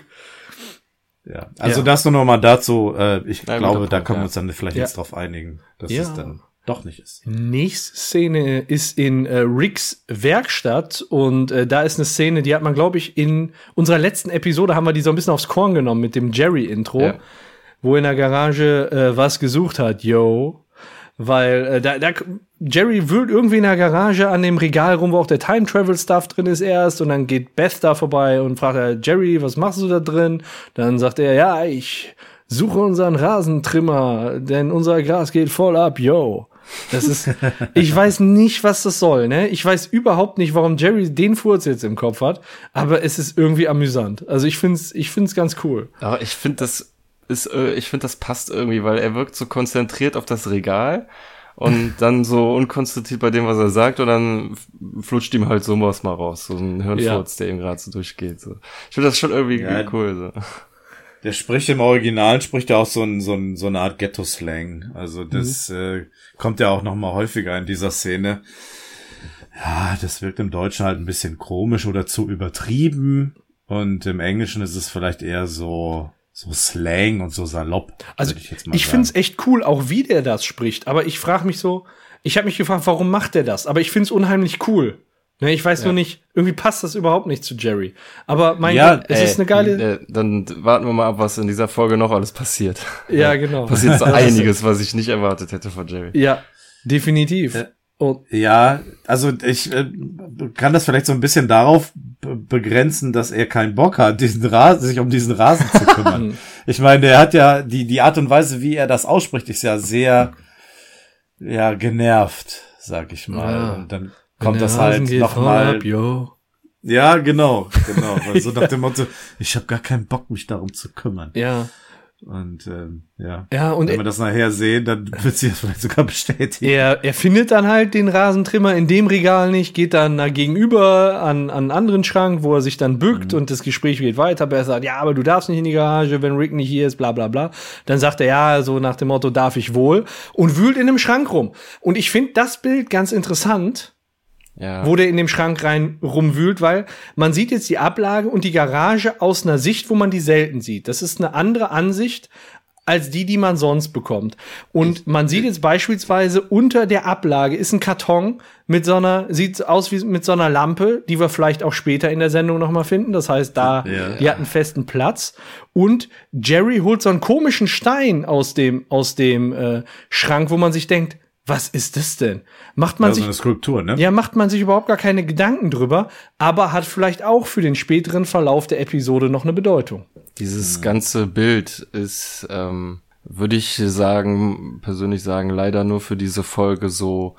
Ja. Also Ja. das nur noch mal dazu. Äh, ich Ja, glaube, guter da Punkt, können wir ja. uns dann vielleicht Ja. jetzt drauf einigen, dass Ja. es dann doch nicht ist. Nächste Szene ist in äh, Ricks Werkstatt und äh, da ist eine Szene, die hat man, glaube ich, in unserer letzten Episode haben wir die so ein bisschen aufs Korn genommen mit dem Jerry-Intro, Ja. wo in der Garage äh, was gesucht hat, yo. Weil äh, da, da Jerry wühlt irgendwie in der Garage an dem Regal rum, wo auch der Time-Travel-Stuff drin ist erst und dann geht Beth da vorbei und fragt er, Jerry, was machst du da drin? Dann sagt er, ja, ich suche unseren Rasentrimmer, denn unser Gras geht voll ab, yo. Das ist, ich weiß nicht, was das soll, ne? Ich weiß überhaupt nicht, warum Jerry den Furz jetzt im Kopf hat, aber es ist irgendwie amüsant. Also ich find's, ich find's ganz cool. Aber ich finde, das ist, äh, ich finde, das passt irgendwie, weil er wirkt so konzentriert auf das Regal und dann so unkonzentriert bei dem, was er sagt und dann f- flutscht ihm halt sowas mal raus, so ein Hirnfurz, der ihm gerade so durchgeht, so. Ich finde das schon irgendwie Ja. cool, so. Der spricht im Original, spricht ja auch so, ein, so, ein, so eine Art Ghetto-Slang. Also das mhm. äh, kommt ja auch noch mal häufiger in dieser Szene. Ja, das wirkt im Deutschen halt ein bisschen komisch oder zu übertrieben. Und im Englischen ist es vielleicht eher so so Slang und so salopp. Also ich, jetzt mal ich find's echt cool, auch wie der das spricht. Aber ich frage mich so, ich habe mich gefragt, warum macht der das? Aber ich find's unheimlich cool. Ne, ich weiß Ja. nur nicht, irgendwie passt das überhaupt nicht zu Jerry. Aber mein Ja, Gott, es Ey, ist eine geile. äh, dann warten wir mal ab, was in dieser Folge noch alles passiert. Ja, genau. Passiert so einiges, was ich nicht erwartet hätte von Jerry. Ja, definitiv. Ja. Und Ja, also ich äh, kann das vielleicht so ein bisschen darauf be- begrenzen, dass er keinen Bock hat, diesen Rasen, sich um diesen Rasen zu kümmern. Ich meine, der hat ja die die Art und Weise, wie er das ausspricht, ist ja sehr ja genervt, sag ich mal. Ja. Und dann kommt das halt nochmal. Ja, genau, genau. Weil so nach dem Motto, ich habe gar keinen Bock, mich darum zu kümmern. Ja. Und ähm, ja, Ja, und wenn wir das nachher sehen, dann wird sie das vielleicht sogar bestätigen. er, er findet dann halt den Rasentrimmer in dem Regal nicht, geht dann da gegenüber an, an einen anderen Schrank, wo er sich dann bückt und das Gespräch geht weiter. Aber er sagt, ja, aber du darfst nicht in die Garage, wenn Rick nicht hier ist, bla bla bla. Dann sagt er, ja, so nach dem Motto, darf ich wohl. Und wühlt in einem Schrank rum. Und ich finde das Bild ganz interessant, Ja. wo der in dem Schrank rein rumwühlt, weil man sieht jetzt die Ablage und die Garage aus einer Sicht, wo man die selten sieht. Das ist eine andere Ansicht als die, die man sonst bekommt. Und man sieht jetzt beispielsweise unter der Ablage ist ein Karton mit so einer, sieht aus wie mit so einer Lampe, die wir vielleicht auch später in der Sendung noch mal finden. Das heißt, da, Ja. die hat einen festen Platz. Und Jerry holt so einen komischen Stein aus dem, aus dem äh, Schrank, wo man sich denkt, was ist das denn? Macht man Also sich eine Skulptur, ne? ja, macht man sich überhaupt gar keine Gedanken drüber, aber hat vielleicht auch für den späteren Verlauf der Episode noch eine Bedeutung. Dieses ganze Bild ist, ähm, würde ich sagen, persönlich sagen, leider nur für diese Folge so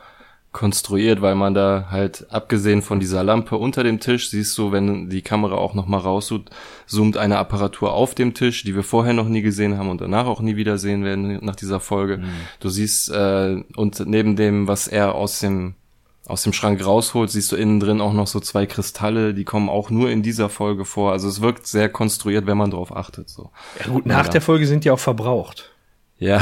konstruiert, weil man da halt, abgesehen von dieser Lampe unter dem Tisch, siehst du, wenn die Kamera auch nochmal rauszoomt, zoomt eine Apparatur auf dem Tisch, die wir vorher noch nie gesehen haben und danach auch nie wieder sehen werden nach dieser Folge. Mhm. Du siehst, äh, und neben dem, was er aus dem aus dem Schrank rausholt, siehst du innen drin auch noch so zwei Kristalle, die kommen auch nur in dieser Folge vor. Also es wirkt sehr konstruiert, wenn man drauf achtet. So. Ja gut, nach ja. der Folge sind die auch verbraucht. Ja.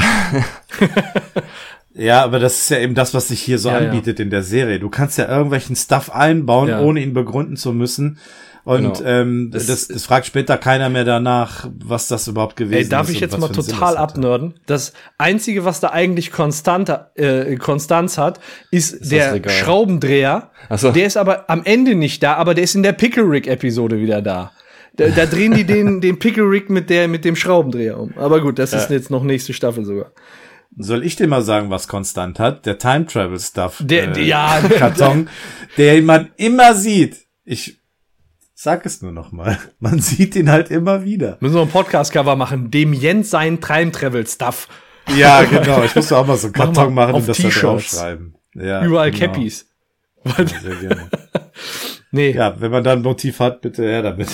Ja, aber das ist ja eben das, was sich hier so ja, anbietet ja. in der Serie. Du kannst ja irgendwelchen Stuff einbauen, ja. ohne ihn begründen zu müssen. Und genau. ähm, das, das, das fragt später keiner mehr danach, was das überhaupt gewesen ist. Ey, darf ich jetzt mal total abnörden? Das Einzige, was da eigentlich Konstant, äh, Konstanz hat, ist, ist der Schraubendreher. Ach so. Der ist aber am Ende nicht da, aber der ist in der Pickle Rick-Episode wieder da. Da, da drehen die den, den Pickle Rick mit, der, mit dem Schraubendreher um. Aber gut, das ja. ist jetzt noch nächste Staffel sogar. Soll ich dir mal sagen, was konstant hat? Der Time Travel Stuff. Der, äh, ja, Karton, der man immer sieht. Ich sag es nur noch mal. Man sieht ihn halt immer wieder. Müssen wir ein Podcast-Cover machen. Dem Jens sein Time Travel Stuff. Ja, genau. Ich muss auch mal so einen Karton machen und das da draufschreiben. Ja, überall genau. Cappies. Ja, sehr gerne. Nee. Ja, wenn man da ein Motiv hat, bitte her damit.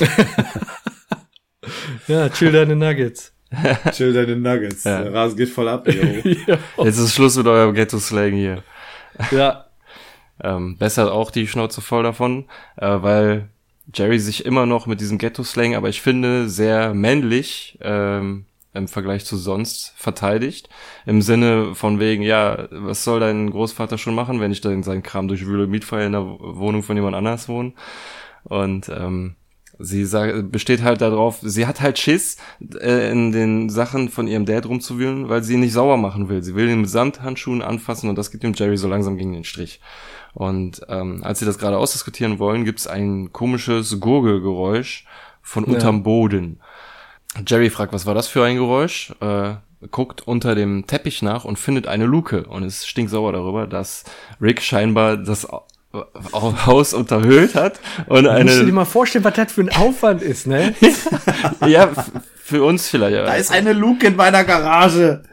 Ja, chill deine Nuggets. Chill deine Nuggets. Ja. Der Rasen geht voll ab hier. Ja. Jetzt ist Schluss mit eurem Ghetto-Slang hier. Ja. ähm, besser auch die Schnauze voll davon, äh, weil Jerry sich immer noch mit diesem Ghetto-Slang, aber ich finde, sehr männlich ähm, im Vergleich zu sonst verteidigt. Im Sinne von wegen, ja, was soll dein Großvater schon machen, wenn ich da in seinen Kram durchwühle, Mietfeier in der Wohnung von jemand anders wohnen. Und ähm, sie sagt, besteht halt darauf, sie hat halt Schiss, äh, in den Sachen von ihrem Dad rumzuwühlen, weil sie ihn nicht sauer machen will. Sie will ihn mit Samthandschuhen anfassen und das gibt dem Jerry so langsam gegen den Strich. Und ähm, als sie das gerade ausdiskutieren wollen, gibt's ein komisches Gurgelgeräusch von ja. unterm Boden. Jerry fragt, was war das für ein Geräusch? Äh, guckt unter dem Teppich nach und findet eine Luke und ist stinksauer darüber, dass Rick scheinbar das Haus unterhöhlt hat und eine. Musst du dir mal vorstellen, was das für ein Aufwand ist, ne? Ja, f- für uns vielleicht. Da ist eine Luke in meiner Garage.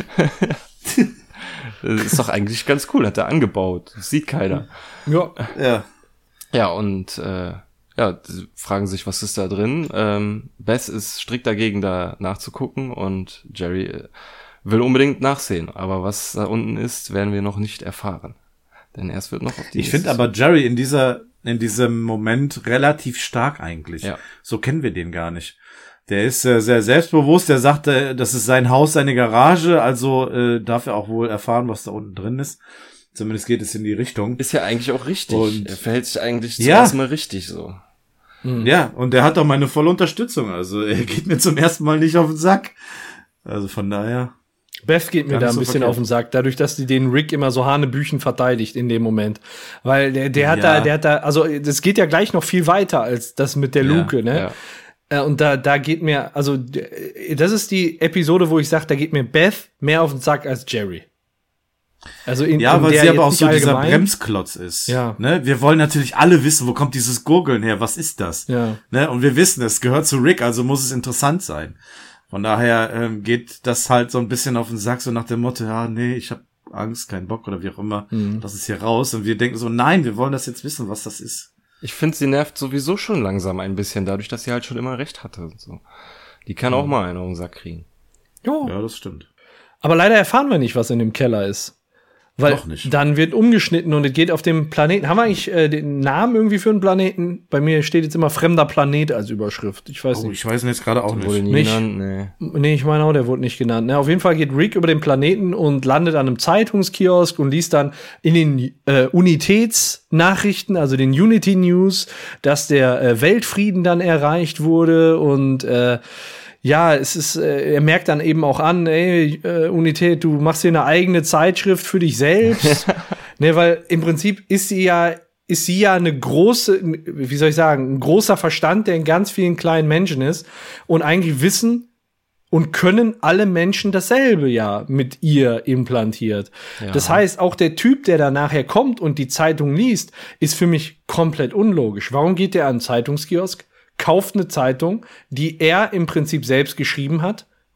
Das ist doch eigentlich ganz cool, hat er angebaut. Das sieht keiner. Ja. Ja. Ja, und äh, ja, die fragen sich, was ist da drin? Ähm, Beth ist strikt dagegen, da nachzugucken und Jerry äh, will unbedingt nachsehen. Aber was da unten ist, werden wir noch nicht erfahren. Denn erst wird noch auf die. Ich finde aber Jerry in dieser, in diesem Moment relativ stark eigentlich. Ja. So kennen wir den gar nicht. Der ist äh, sehr selbstbewusst, der sagt, äh, das ist sein Haus, seine Garage, also äh, darf er auch wohl erfahren, was da unten drin ist. Zumindest geht es in die Richtung. Ist ja eigentlich auch richtig. Und er verhält sich eigentlich ja. zuerst mal richtig so. Mhm. Ja, und der hat auch meine volle Unterstützung. Also er geht mir zum ersten Mal nicht auf den Sack. Also von daher. Beth geht mir da ein so bisschen verkehrt. auf den Sack, dadurch, dass die den Rick immer so hanebüchen verteidigt in dem Moment. Weil der, der hat ja. da, der hat da, also das geht ja gleich noch viel weiter als das mit der Luke, ja, ne? Ja. Und da, da geht mir, also das ist die Episode, wo ich sage, da geht mir Beth mehr auf den Sack als Jerry. Also in, ja, in weil der sie aber auch so allgemein. dieser Bremsklotz ist. Ja. Ne? Wir wollen natürlich alle wissen, wo kommt dieses Gurgeln her, was ist das? Ja. Ne? Und wir wissen, es gehört zu Rick, also muss es interessant sein. Von daher ähm, geht das halt so ein bisschen auf den Sack, so nach dem Motto, ja, nee, ich habe Angst, keinen Bock oder wie auch immer, mhm. das ist hier raus. Und wir denken so, nein, wir wollen das jetzt wissen, was das ist. Ich finde, sie nervt sowieso schon langsam ein bisschen, dadurch, dass sie halt schon immer recht hatte. Und so. Die kann mhm. auch mal einen auf den Sack kriegen. Jo. Ja, das stimmt. Aber leider erfahren wir nicht, was in dem Keller ist. Weil dann wird umgeschnitten und es geht auf dem Planeten. Haben wir eigentlich äh, den Namen irgendwie für einen Planeten? Bei mir steht jetzt immer fremder Planet als Überschrift. Ich weiß oh, nicht. Ich weiß ihn jetzt gerade auch nicht. Wurde nie nicht. Genannt, nee. nee, ich meine auch, der wurde nicht genannt. Na, auf jeden Fall geht Rick über den Planeten und landet an einem Zeitungskiosk und liest dann in den äh, Unitätsnachrichten, also den Unity News, dass der äh, Weltfrieden dann erreicht wurde und äh, ja, es ist, äh, er merkt dann eben auch an, ey, äh, Unität, du machst hier eine eigene Zeitschrift für dich selbst. Ne, weil im Prinzip ist sie ja, ist sie ja eine große, wie soll ich sagen, ein großer Verstand, der in ganz vielen kleinen Menschen ist. Und eigentlich wissen und können alle Menschen dasselbe ja mit ihr implantiert. Ja. Das heißt, auch der Typ, der da nachher kommt und die Zeitung liest, ist für mich komplett unlogisch. Warum geht der an einen Zeitungskiosk? Kauft eine Zeitung, die er im Prinzip selbst geschrieben hat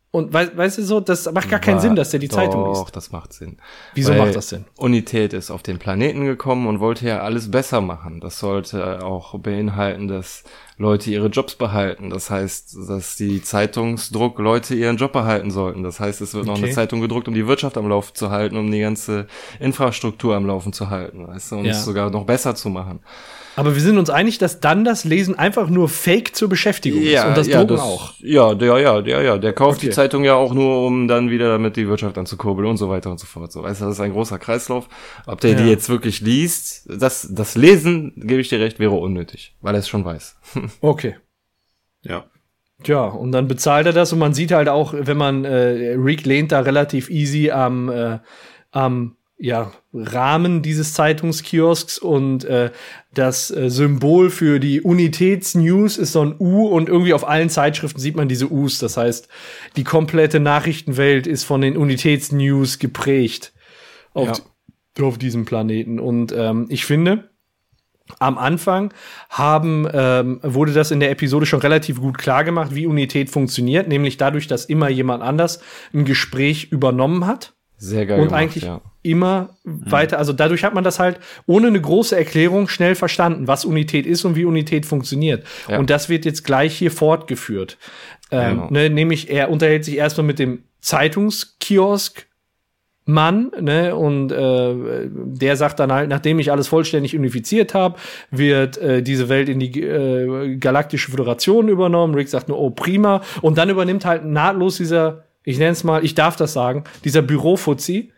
Und we- weißt du so, das macht gar keinen War- Sinn, dass der die Zeitung liest. Doch, das macht Sinn. Wieso Weil macht das Sinn? Unität ist auf den Planeten gekommen und wollte ja alles besser machen. Das sollte auch beinhalten, dass Leute ihre Jobs behalten. Das heißt, dass die Zeitungsdruck Leute ihren Job behalten sollten. Das heißt, es wird noch Okay. eine Zeitung gedruckt, um die Wirtschaft am Laufen zu halten, um die ganze Infrastruktur am Laufen zu halten, weißt du, und Ja. es sogar noch besser zu machen. Aber wir sind uns einig, dass dann das Lesen einfach nur Fake zur Beschäftigung ist. Und das Drucken auch. Ja, der, ja, der, ja, der kauft Okay. die Zeitung ja auch nur, um dann wieder damit die Wirtschaft anzukurbeln und so weiter und so fort. So, weißt du, das ist ein großer Kreislauf. Ob der Ja. die jetzt wirklich liest, das, das Lesen, gebe ich dir recht, wäre unnötig, weil er es schon weiß. Okay. Ja. Tja, und dann bezahlt er das und man sieht halt auch, wenn man, äh, Rick lehnt da relativ easy am, äh, am, ja, Rahmen dieses Zeitungskiosks und äh, das äh, Symbol für die Unitätsnews ist so ein U und irgendwie auf allen Zeitschriften sieht man diese U's. Das heißt, die komplette Nachrichtenwelt ist von den Unitätsnews geprägt auf, Ja. auf diesem Planeten. Und ähm, ich finde, am Anfang haben, ähm, wurde das in der Episode schon relativ gut klar gemacht, wie Unität funktioniert, nämlich dadurch, dass immer jemand anders ein Gespräch übernommen hat. Sehr geil Und gemacht, eigentlich ja. immer weiter, also dadurch hat man das halt ohne eine große Erklärung schnell verstanden, was Unität ist und wie Unität funktioniert. Ja. Und das wird jetzt gleich hier fortgeführt. Ähm, Genau. ne, nämlich er unterhält sich erstmal mit dem Zeitungskiosk Mann, ne, und äh, der sagt dann halt, nachdem ich alles vollständig unifiziert habe, wird äh, diese Welt in die äh, Galaktische Föderation übernommen. Rick sagt nur, oh prima, und dann übernimmt halt nahtlos dieser, ich nenne es mal, ich darf das sagen, dieser Bürofuzzi,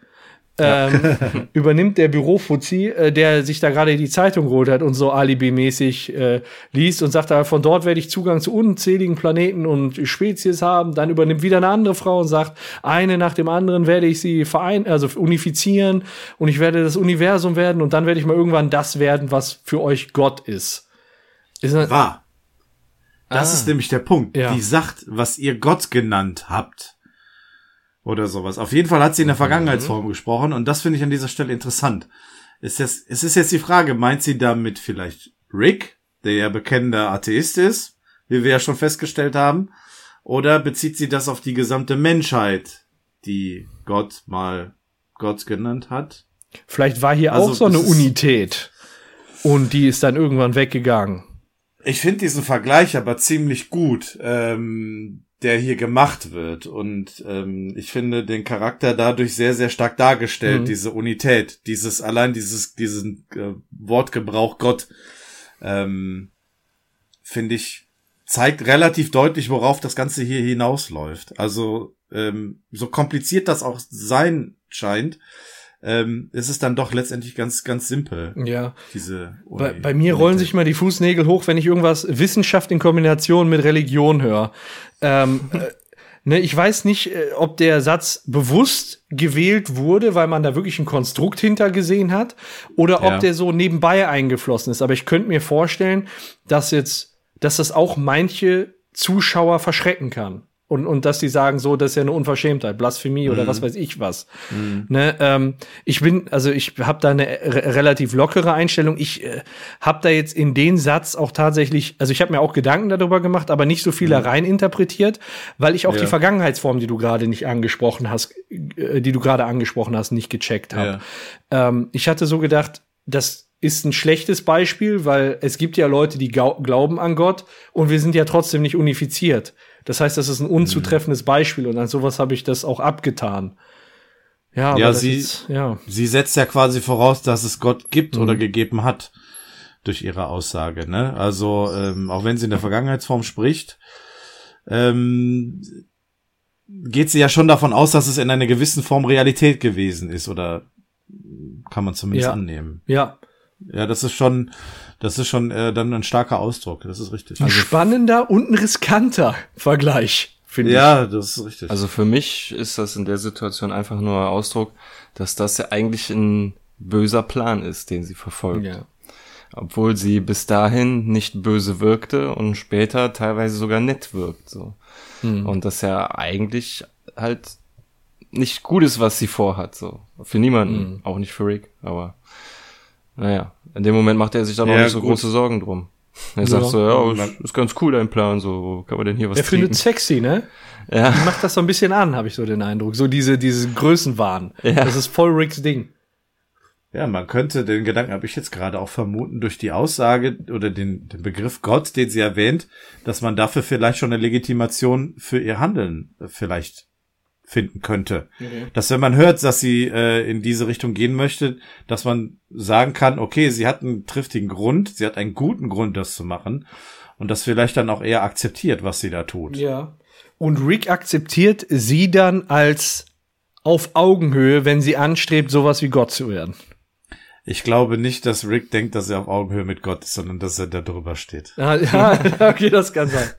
ähm, übernimmt der Bürofuzzi, äh, der sich da gerade die Zeitung geholt hat und so alibimäßig äh, liest und sagt, da, von dort werde ich Zugang zu unzähligen Planeten und Spezies haben. Dann übernimmt wieder eine andere Frau und sagt, eine nach dem anderen werde ich sie verein, also unifizieren und ich werde das Universum werden und dann werde ich mal irgendwann das werden, was für euch Gott ist. Ist das, Wahr. Das Ah. ist nämlich der Punkt. Ja. Die sagt, was ihr Gott genannt habt. Oder sowas. Auf jeden Fall hat sie in der Vergangenheitsform gesprochen und das finde ich an dieser Stelle interessant. Ist jetzt, es ist jetzt die Frage, meint sie damit vielleicht Rick, der ja bekennender Atheist ist, wie wir ja schon festgestellt haben, oder bezieht sie das auf die gesamte Menschheit, die Gott mal Gott genannt hat? vielleicht war hier Also, auch so eine das ist- Unität und die ist dann irgendwann weggegangen. Ich finde diesen Vergleich aber ziemlich gut, ähm, der hier gemacht wird. Und ähm, ich finde den Charakter dadurch sehr, sehr stark dargestellt, Mhm. diese Unität, dieses, allein dieses, diesen äh, Wortgebrauch Gott, ähm, finde ich, zeigt relativ deutlich, worauf das Ganze hier hinausläuft. Also, ähm, so kompliziert das auch sein scheint, ähm, ist es dann doch letztendlich ganz, ganz simpel, Ja. diese Bei, Uni- bei mir rollen Unität. sich mal die Fußnägel hoch, wenn ich irgendwas Wissenschaft in Kombination mit Religion höre. Ähm, äh, ne, ich weiß nicht, äh, ob der Satz bewusst gewählt wurde, weil man da wirklich ein Konstrukt hinter gesehen hat, oder ob Ja. der so nebenbei eingeflossen ist. Aber ich könnte mir vorstellen, dass jetzt, dass das auch manche Zuschauer verschrecken kann. Und, und dass die sagen, so, das ist ja eine Unverschämtheit, Blasphemie oder was weiß ich was. Ne, ähm, ich bin, also ich habe da eine re relativ lockere Einstellung. Ich äh, habe da jetzt in den Satz auch tatsächlich, also ich habe mir auch Gedanken darüber gemacht, aber nicht so viel da rein interpretiert, weil ich auch Ja. die Vergangenheitsform, die du gerade nicht angesprochen hast, äh, die du gerade angesprochen hast, nicht gecheckt habe. Ähm, ich hatte so gedacht, das ist ein schlechtes Beispiel, weil es gibt ja Leute, die gau- glauben an Gott und wir sind ja trotzdem nicht unifiziert. Das heißt, das ist ein unzutreffendes Beispiel und an sowas habe ich das auch abgetan. Ja, aber Ja, das sie- ist, ja. Sie setzt ja quasi voraus, dass es Gott gibt Mhm. oder gegeben hat durch ihre Aussage, ne? Also, ähm, auch wenn sie in der Vergangenheitsform spricht, ähm, geht sie ja schon davon aus, dass es in einer gewissen Form Realität gewesen ist, oder kann man zumindest Ja. annehmen. Ja, Ja, das ist schon, das ist schon äh, dann ein starker Ausdruck, das ist richtig. ein spannender und ein riskanter Vergleich, finde ja, das ist richtig. Also für mich ist das in der Situation einfach nur Ausdruck, dass das ja eigentlich ein böser Plan ist, den sie ich. verfolgt. Ja. Obwohl sie bis dahin nicht böse wirkte und später teilweise sogar nett wirkt, so. Hm. Und das ja eigentlich halt nicht gut ist, was sie vorhat, so. Für niemanden, Mhm. auch nicht für Rick, aber naja, in dem Moment macht er sich dann auch Ja, nicht so gut. große Sorgen drum. Er sagt so, ja, ist, ist ganz cool, dein Plan, so, wo kann man denn hier was Er trinken? findet sexy, ne? Ja. Die macht das so ein bisschen an, habe ich so den Eindruck. So diese, diese Größenwahn. Ja. Das ist voll Ricks Ding. Ja, man könnte, den Gedanken habe ich jetzt gerade auch vermuten, durch die Aussage oder den, den Begriff Gott, den sie erwähnt, dass man dafür vielleicht schon eine Legitimation für ihr Handeln vielleicht finden könnte. Okay. Dass wenn man hört, dass sie äh, in diese Richtung gehen möchte, dass man sagen kann, okay, sie hat einen triftigen Grund, sie hat einen guten Grund, das zu machen und das vielleicht dann auch eher akzeptiert, was sie da tut. Ja. Und Rick akzeptiert sie dann als auf Augenhöhe, wenn sie anstrebt, sowas wie Gott zu werden. Ich glaube nicht, dass Rick denkt, dass er auf Augenhöhe mit Gott ist, sondern dass er da drüber steht. Ja, ja, okay, das kann sein.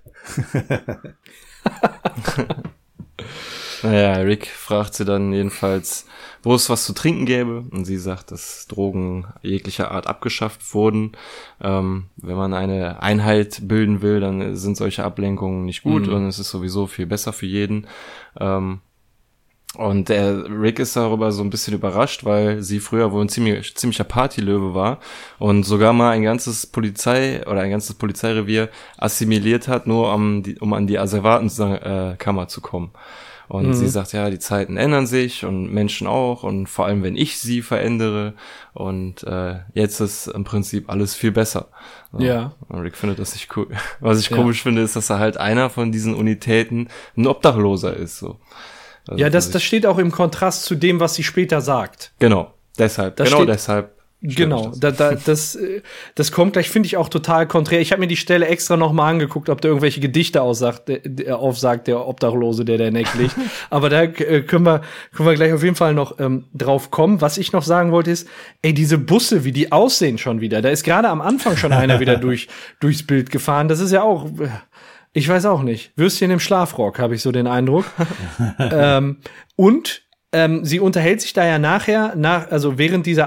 Naja, Rick fragt sie dann jedenfalls, wo es was zu trinken gäbe. Und sie sagt, dass Drogen jeglicher Art abgeschafft wurden. Ähm, wenn man eine Einheit bilden will, dann sind solche Ablenkungen nicht gut mhm. und es ist sowieso viel besser für jeden. Ähm, Und der Rick ist darüber so ein bisschen überrascht, weil sie früher wohl ein ziemlich, ziemlicher Partylöwe war und sogar mal ein ganzes Polizei oder ein ganzes Polizeirevier assimiliert hat, nur um, die, um an die Asservatenkammer zu kommen. Und mhm. sie sagt, ja, die Zeiten ändern sich und Menschen auch und vor allem, wenn ich sie verändere und äh, jetzt ist im Prinzip alles viel besser. So. Ja. Und Rick findet das nicht cool. Was ich ja. komisch finde, ist, dass er halt einer von diesen Unitäten ein Obdachloser ist, so. Also ja, das, das steht auch im Kontrast zu dem, was sie später sagt. Genau, deshalb, das genau steht, deshalb. Genau, das. Da, da, das, das kommt gleich, finde ich auch total konträr. Ich habe mir die Stelle extra noch mal angeguckt, ob der irgendwelche Gedichte aussagt, der, aufsagt, der Obdachlose, der da in der Ecke liegt. Aber da äh, können wir können wir gleich auf jeden Fall noch ähm, drauf kommen. Was ich noch sagen wollte ist, ey, diese Busse, wie die aussehen schon wieder. Da ist gerade am Anfang schon einer wieder durch durchs Bild gefahren. Das ist ja auch... Ich weiß auch nicht. Würstchen im Schlafrock, habe ich so den Eindruck. ähm, und ähm, sie unterhält sich da ja nachher, nach, also während dieser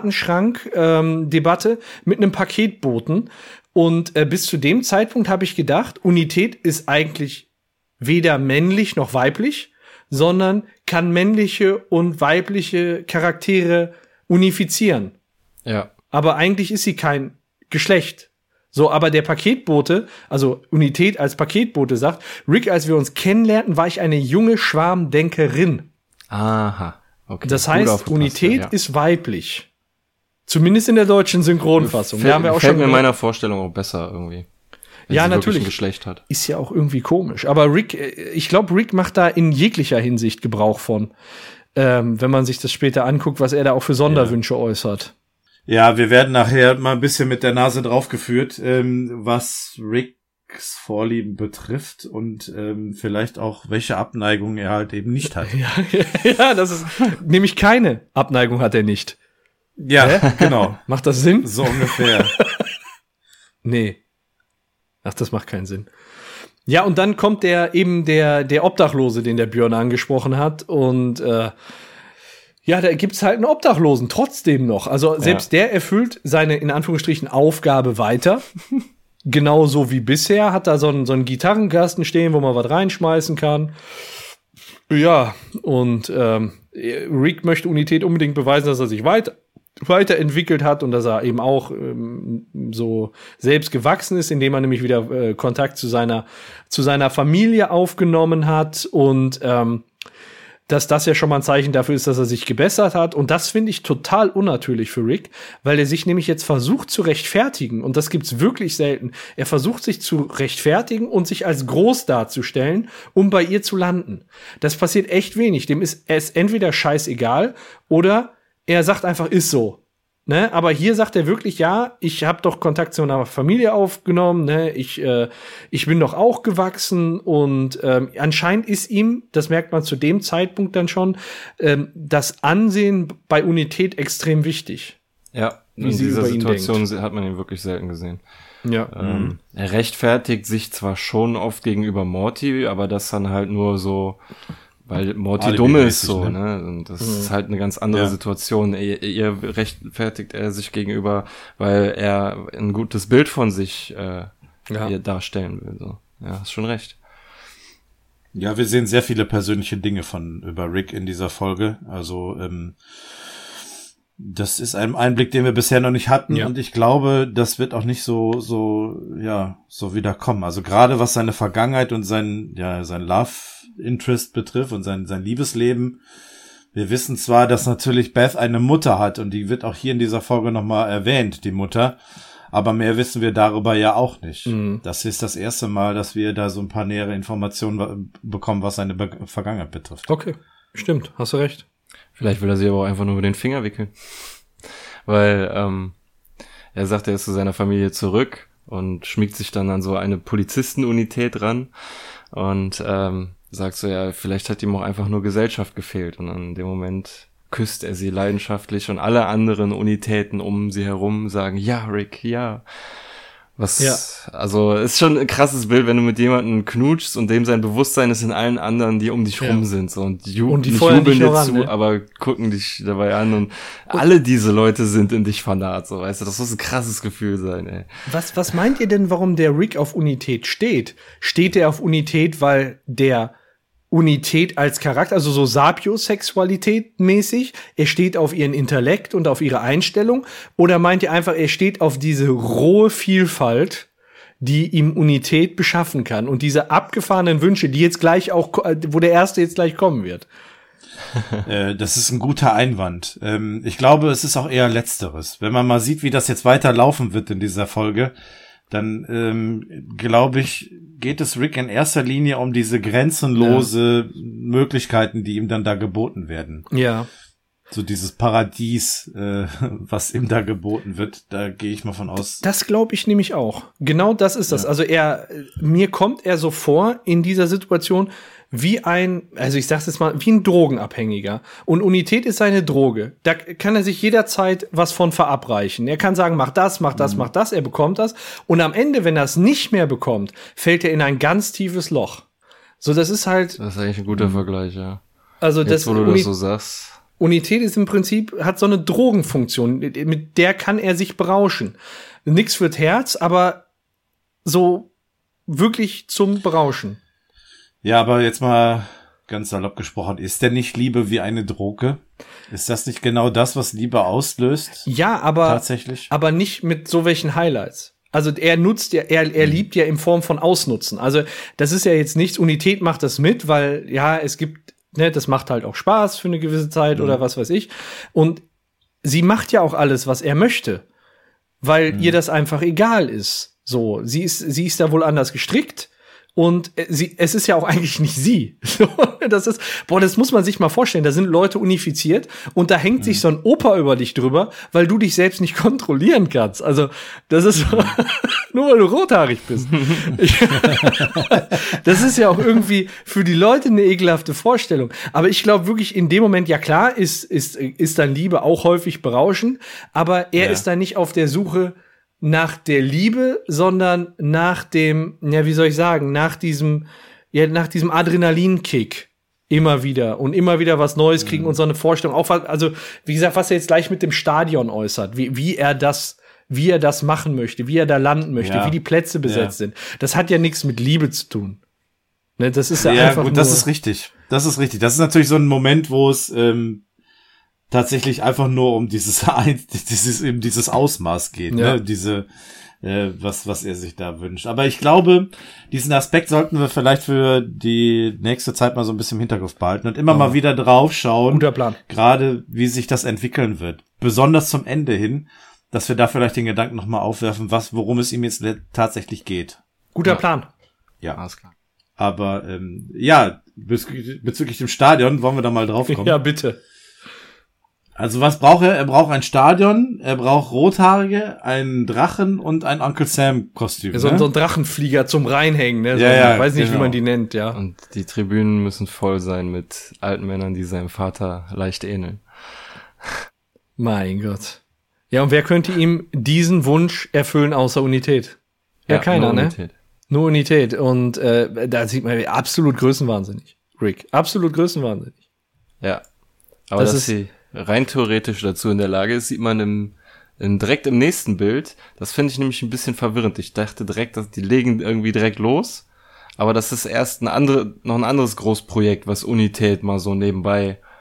Asservatenschrank-Debatte ähm, mit einem Paketboten. Und äh, bis zu dem Zeitpunkt habe ich gedacht, Unität ist eigentlich weder männlich noch weiblich, sondern kann männliche und weibliche Charaktere unifizieren. Ja. Aber eigentlich ist sie kein Geschlecht. So, aber der Paketbote, also Unität als Paketbote sagt, Rick, als wir uns kennenlernten, war ich eine junge Schwarmdenkerin. Aha, okay. Das heißt, Unität ja. ist weiblich. Zumindest in der deutschen Synchronfassung. Fällt, da haben wir auch fällt schon mir in meiner Vorstellung auch besser irgendwie. Ja, natürlich. Ein Geschlecht hat. Ist ja auch irgendwie komisch. Aber Rick, ich glaube, Rick macht da in jeglicher Hinsicht Gebrauch von. Ähm, wenn man sich das später anguckt, was er da auch für Sonderwünsche ja. äußert. Ja, wir werden nachher mal ein bisschen mit der Nase draufgeführt, ähm, was Ricks Vorlieben betrifft und ähm, vielleicht auch, welche Abneigung er halt eben nicht hat. Ja, ja, das ist nämlich keine Abneigung hat er nicht. Ja, Hä? Genau. Macht das Sinn? So ungefähr. Nee. Ach, das macht keinen Sinn. Ja, und dann kommt der eben der der Obdachlose, den der Björn angesprochen hat und äh, ja, da gibt's halt einen Obdachlosen trotzdem noch. Also selbst ja. der erfüllt seine, in Anführungsstrichen, Aufgabe weiter. Genauso wie bisher. Hat da so einen, so einen Gitarrenkasten stehen, wo man was reinschmeißen kann. Ja, und ähm, Rick möchte Unität unbedingt beweisen, dass er sich weiter, weiterentwickelt hat und dass er eben auch ähm, so selbst gewachsen ist, indem er nämlich wieder äh, Kontakt zu seiner, zu seiner Familie aufgenommen hat und ähm, dass das ja schon mal ein Zeichen dafür ist, dass er sich gebessert hat. Und das finde ich total unnatürlich für Rick, weil er sich nämlich jetzt versucht zu rechtfertigen. Und das gibt's wirklich selten. Er versucht sich zu rechtfertigen und sich als groß darzustellen, um bei ihr zu landen. Das passiert echt wenig. Dem ist es entweder scheißegal oder er sagt einfach, ist so. Ne, aber hier sagt er wirklich, ja, ich habe doch Kontakt zu einer Familie aufgenommen, ne, ich äh, ich bin doch auch gewachsen und ähm, anscheinend ist ihm, das merkt man zu dem Zeitpunkt dann schon, ähm, das Ansehen bei Unität extrem wichtig. Ja, in dieser Situation hat man ihn wirklich selten gesehen. Ja. Ähm, mhm. Er rechtfertigt sich zwar schon oft gegenüber Morty, aber das dann halt nur so, weil Morty dumm ist, so, ne? ne? Und das mhm. ist halt eine ganz andere ja. Situation. Ihr, ihr rechtfertigt er sich gegenüber, weil er ein gutes Bild von sich äh, ja. ihr darstellen will. So. Ja, hast schon recht. Ja, wir sehen sehr viele persönliche Dinge von über Rick in dieser Folge. Also ähm, Das ist ein Einblick, den wir bisher noch nicht hatten, ja. und ich glaube, das wird auch nicht so, so, ja, so wieder kommen. Also gerade was seine Vergangenheit und sein, ja, sein Love Interest betrifft und sein, sein Liebesleben. Wir wissen zwar, dass natürlich Beth eine Mutter hat, und die wird auch hier in dieser Folge nochmal erwähnt, die Mutter, aber mehr wissen wir darüber ja auch nicht. Mhm. Das ist das erste Mal, dass wir da so ein paar nähere Informationen bekommen, was seine Be- Vergangenheit betrifft. Okay, stimmt, hast du recht. Vielleicht will er sich aber auch einfach nur über den Finger wickeln. Weil ähm, er sagt, er ist zu seiner Familie zurück und schmiegt sich dann an so eine Polizistenunität ran und ähm, sagt so, ja, vielleicht hat ihm auch einfach nur Gesellschaft gefehlt. Und in dem Moment küsst er sie leidenschaftlich und alle anderen Unitäten um sie herum sagen, ja, Rick, ja. Was, ja. Also, ist schon ein krasses Bild, wenn du mit jemandem knutschst und dem sein Bewusstsein ist in allen anderen, die um dich ja. rum sind, so. Und die, ju- und die nicht jubeln dir zu, ne? aber gucken dich dabei an, und, und alle diese Leute sind in dich vernarrt, so, weißt du. Das muss ein krasses Gefühl sein, ey. Was, was meint ihr denn, warum der Rick auf Unität steht? Steht er auf Unität, weil der Unität als Charakter, also so Sapiosexualität mäßig, er steht auf ihren Intellekt und auf ihre Einstellung, oder meint ihr einfach, er steht auf diese rohe Vielfalt, die ihm Unität beschaffen kann, und diese abgefahrenen Wünsche, die jetzt gleich auch, wo der erste jetzt gleich kommen wird? äh, das ist ein guter Einwand. Ähm, ich glaube, es ist auch eher Letzteres. Wenn man mal sieht, wie das jetzt weiter laufen wird in dieser Folge, dann ähm, glaube ich, geht es Rick in erster Linie um diese grenzenlose ja. Möglichkeiten, die ihm dann da geboten werden. Ja. So dieses Paradies, äh, was ihm da geboten wird, da gehe ich mal von aus. Das glaube ich nämlich auch. Genau das ist das. Ja. Also er, mir kommt er so vor in dieser Situation wie ein, also ich sag's jetzt mal, wie ein Drogenabhängiger. Und Unität ist seine Droge. Da kann er sich jederzeit was von verabreichen. Er kann sagen, mach das, mach das, mhm. mach das, er bekommt das. Und am Ende, wenn er es nicht mehr bekommt, fällt er in ein ganz tiefes Loch. So, das ist halt. Das ist eigentlich ein guter Vergleich, ja. Also Jetzt, das, wo du Uni- das so sagst. Unität ist im Prinzip, hat so eine Drogenfunktion, mit der kann er sich berauschen. Nix fürs Herz, aber so wirklich zum Berauschen. Ja, aber jetzt mal ganz salopp gesprochen, ist denn nicht Liebe wie eine Droge? Ist das nicht genau das, was Liebe auslöst? Ja, aber tatsächlich, aber nicht mit so welchen Highlights. Also er nutzt ja, er, er liebt ja in Form von Ausnutzen. Also das ist ja jetzt nichts, Unität macht das mit, weil ja, es gibt, ne, das macht halt auch Spaß für eine gewisse Zeit mhm. oder was weiß ich. Und sie macht ja auch alles, was er möchte, weil mhm. ihr das einfach egal ist. So, sie ist, sie ist da wohl anders gestrickt. Und sie, es ist ja auch eigentlich nicht sie. Das ist, boah, das muss man sich mal vorstellen. Da sind Leute unifiziert und da hängt mhm. sich so ein Opa über dich drüber, weil du dich selbst nicht kontrollieren kannst. Also, das ist so, nur weil du rothaarig bist. Ich, das ist ja auch irgendwie für die Leute eine ekelhafte Vorstellung. Aber ich glaube wirklich in dem Moment, ja klar, ist, ist, ist dann Liebe auch häufig berauschend, aber er ja. ist da nicht auf der Suche nach der Liebe, sondern nach dem, ja, wie soll ich sagen, nach diesem, ja, nach diesem Adrenalinkick. Immer wieder und immer wieder was Neues kriegen mhm. und so eine Vorstellung. Auch, also, wie gesagt, was er jetzt gleich mit dem Stadion äußert, wie, wie er das, wie er das machen möchte, wie er da landen möchte, ja. wie die Plätze besetzt ja. sind. Das hat ja nichts mit Liebe zu tun. Ne, das ist ja, ja einfach gut, nur. Das ist richtig. Das ist richtig. Das ist natürlich so ein Moment, wo es, ähm, tatsächlich einfach nur um dieses dieses eben dieses Ausmaß geht, ja. ne, diese äh, was was er sich da wünscht. Aber ich glaube, diesen Aspekt sollten wir vielleicht für die nächste Zeit mal so ein bisschen im Hinterkopf behalten und immer ja. mal wieder drauf schauen. Guter Plan. Gerade wie sich das entwickeln wird, besonders zum Ende hin, dass wir da vielleicht den Gedanken noch mal aufwerfen, was worum es ihm jetzt tatsächlich geht. Guter ja. Plan. Ja, alles klar. Aber ähm, ja, bezü- bezüglich dem Stadion wollen wir da mal drauf kommen. Ja, bitte. Also was braucht er? Er braucht ein Stadion, er braucht Rothaarige, einen Drachen und ein Uncle Sam Kostüm. Ja, so, ne? so ein Drachenflieger zum Reinhängen, ne? So, ja, ja, ich weiß nicht, genau. wie man die nennt, ja. Und die Tribünen müssen voll sein mit alten Männern, die seinem Vater leicht ähneln. Mein Gott. Ja, und wer könnte ihm diesen Wunsch erfüllen außer Unität? Ja, ja keiner, nur Unität. ne? Nur Unität. Und äh, da sieht man absolut größenwahnsinnig. Rick, absolut größenwahnsinnig. Ja. Aber das dass sie rein theoretisch dazu in der Lage ist, sieht man im, im direkt im nächsten Bild. Das finde ich nämlich ein bisschen verwirrend. Ich dachte direkt, dass die legen irgendwie direkt los, aber das ist erst ein andere, noch ein anderes Großprojekt, was Unität mal so nebenbei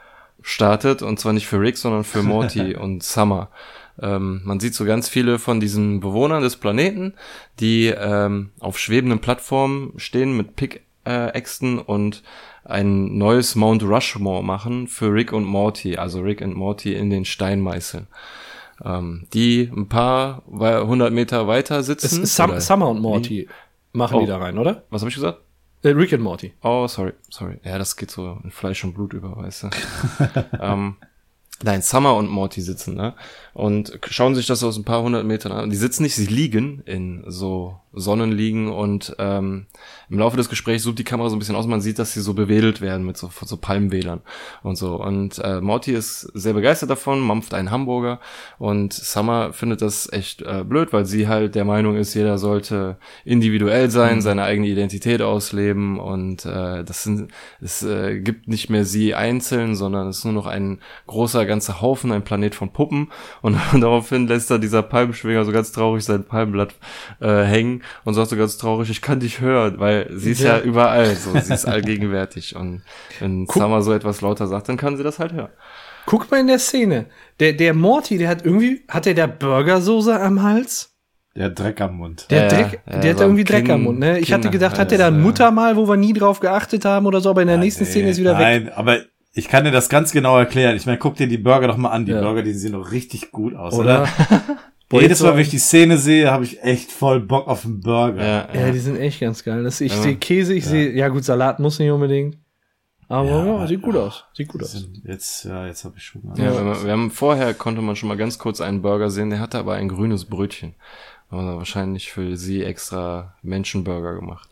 startet, und zwar nicht für Rick, sondern für Morty und Summer. Ähm, man sieht so ganz viele von diesen Bewohnern des Planeten, die ähm, auf schwebenden Plattformen stehen mit Pickaxen und ein neues Mount Rushmore machen für Rick und Morty, also Rick und Morty in den Stein meißeln. Ähm, die ein paar hundert Meter weiter sitzen. Es Sum- Summer und Morty machen oh. die da rein, oder? Was habe ich gesagt? Äh, Rick und Morty. Oh, sorry, sorry. Ja, das geht so in Fleisch und Blut über, weißt du. ähm, Nein, Summer und Morty sitzen, ne? Und schauen sich das aus ein paar hundert Metern an. Die sitzen nicht, sie liegen in so Sonnenliegen, und ähm, im Laufe des Gesprächs zoomt die Kamera so ein bisschen aus, man sieht, dass sie so bewedelt werden mit so, so Palmwedern und so. Und äh, Morty ist sehr begeistert davon, mampft einen Hamburger, und Summer findet das echt äh, blöd, weil sie halt der Meinung ist, jeder sollte individuell sein, mhm. seine eigene Identität ausleben, und äh, das sind, es äh, gibt nicht mehr sie einzeln, sondern es ist nur noch ein großer ganzer Haufen, ein Planet von Puppen, und, und daraufhin lässt da dieser Palmschwinger so ganz traurig sein Palmblatt äh, hängen und sagt so ganz traurig, ich kann dich hören, weil sie ist ja, ja überall so, sie ist allgegenwärtig, und wenn Guck. Summer so etwas lauter sagt, dann kann sie das halt hören. Guck mal in der Szene, der, der Morty, der hat irgendwie, hat der der Burgersoße am Hals? Der hat Dreck am Mund. Der, ja, Dreck, ja, der hat so irgendwie Dreck Kinder, am Mund, ne? Ich Kinder, hatte gedacht, ja, hat der da ein ja. Muttermal, wo wir nie drauf geachtet haben oder so, aber in der ja, nächsten nee, Szene ist wieder nein, weg. Nein, aber ich kann dir das ganz genau erklären. Ich meine, guck dir die Burger doch mal an. Die ja. Burger, die sehen doch richtig gut aus, oder? oder? Boah, jedes Mal, wenn ich die Szene sehe, habe ich echt voll Bock auf einen Burger. Ja, ja. ja die sind echt ganz geil. Das, ich ja. sehe Käse, ich ja. sehe, ja gut, Salat muss nicht unbedingt. Aber ja, ja sieht gut ja. aus. Sieht gut aus. Jetzt, ja, jetzt habe ich schon mal. Ja, ja. Wir, wir haben vorher konnte man schon mal ganz kurz einen Burger sehen, der hatte aber ein grünes Brötchen. Also wahrscheinlich für sie extra Menschenburger gemacht.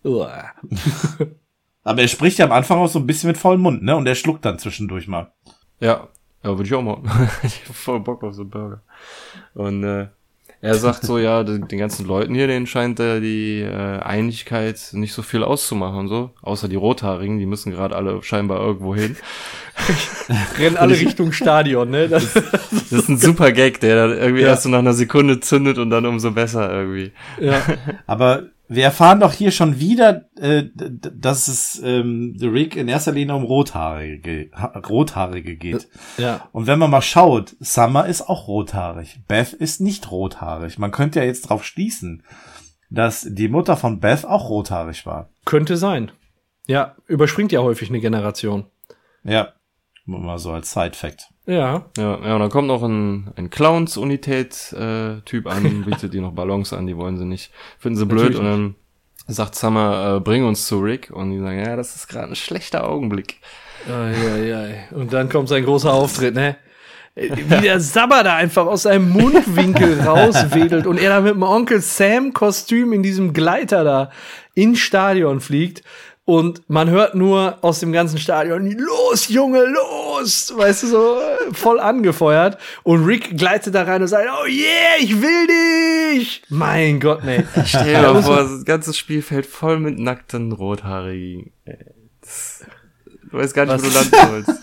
Aber er spricht ja am Anfang auch so ein bisschen mit vollem Mund, ne? Und er schluckt dann zwischendurch mal. Ja, ja, würde ich auch machen. Ich hab voll Bock auf so einen Burger. Und äh, er sagt so, ja, den, den ganzen Leuten hier, denen scheint äh, die äh, Einigkeit nicht so viel auszumachen und so. Außer die Rothaarigen, die müssen gerade alle scheinbar irgendwo hin. Rennen alle Richtung Stadion, ne? Das, das ist ein super Gag, der dann irgendwie ja. erst so nach einer Sekunde zündet und dann umso besser irgendwie. Ja. Aber wir erfahren doch hier schon wieder, äh, dass es ähm, Rick in erster Linie um Rothaarige, Rothaarige geht. Ja. Und wenn man mal schaut, Summer ist auch rothaarig. Beth ist nicht rothaarig. Man könnte ja jetzt drauf schließen, dass die Mutter von Beth auch rothaarig war. Könnte sein. Ja, überspringt ja häufig eine Generation. Ja, mal so als Side-Fact. Ja. Ja, ja, und dann kommt noch ein, ein Clowns-Unität-Typ äh, an, bietet die noch Ballons an, die wollen sie nicht, finden sie blöd, und dann sagt Summer, äh, bring uns zu Rick, und die sagen, ja, das ist gerade ein schlechter Augenblick. Ai, ai, ai. Und dann kommt sein großer Auftritt, ne? Wie der Sabber da einfach aus seinem Mundwinkel rauswedelt und er da mit dem Onkel Sam-Kostüm in diesem Gleiter da ins Stadion fliegt. Und man hört nur aus dem ganzen Stadion, los, Junge, los! Weißt du, so voll angefeuert. Und Rick gleitet da rein und sagt, oh yeah, ich will dich! Mein Gott, nee. Stell dir mal vor, das ganze Spielfeld voll mit nackten Rothaarigen. Das, du weißt gar nicht, wo du landen sollst.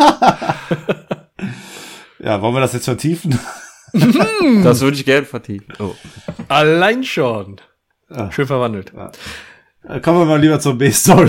Ja, wollen wir das jetzt vertiefen? Das würde ich gerne vertiefen. Oh. Allein schon. Ja. Schön verwandelt. Ja. Kommen wir mal lieber zur B-Story.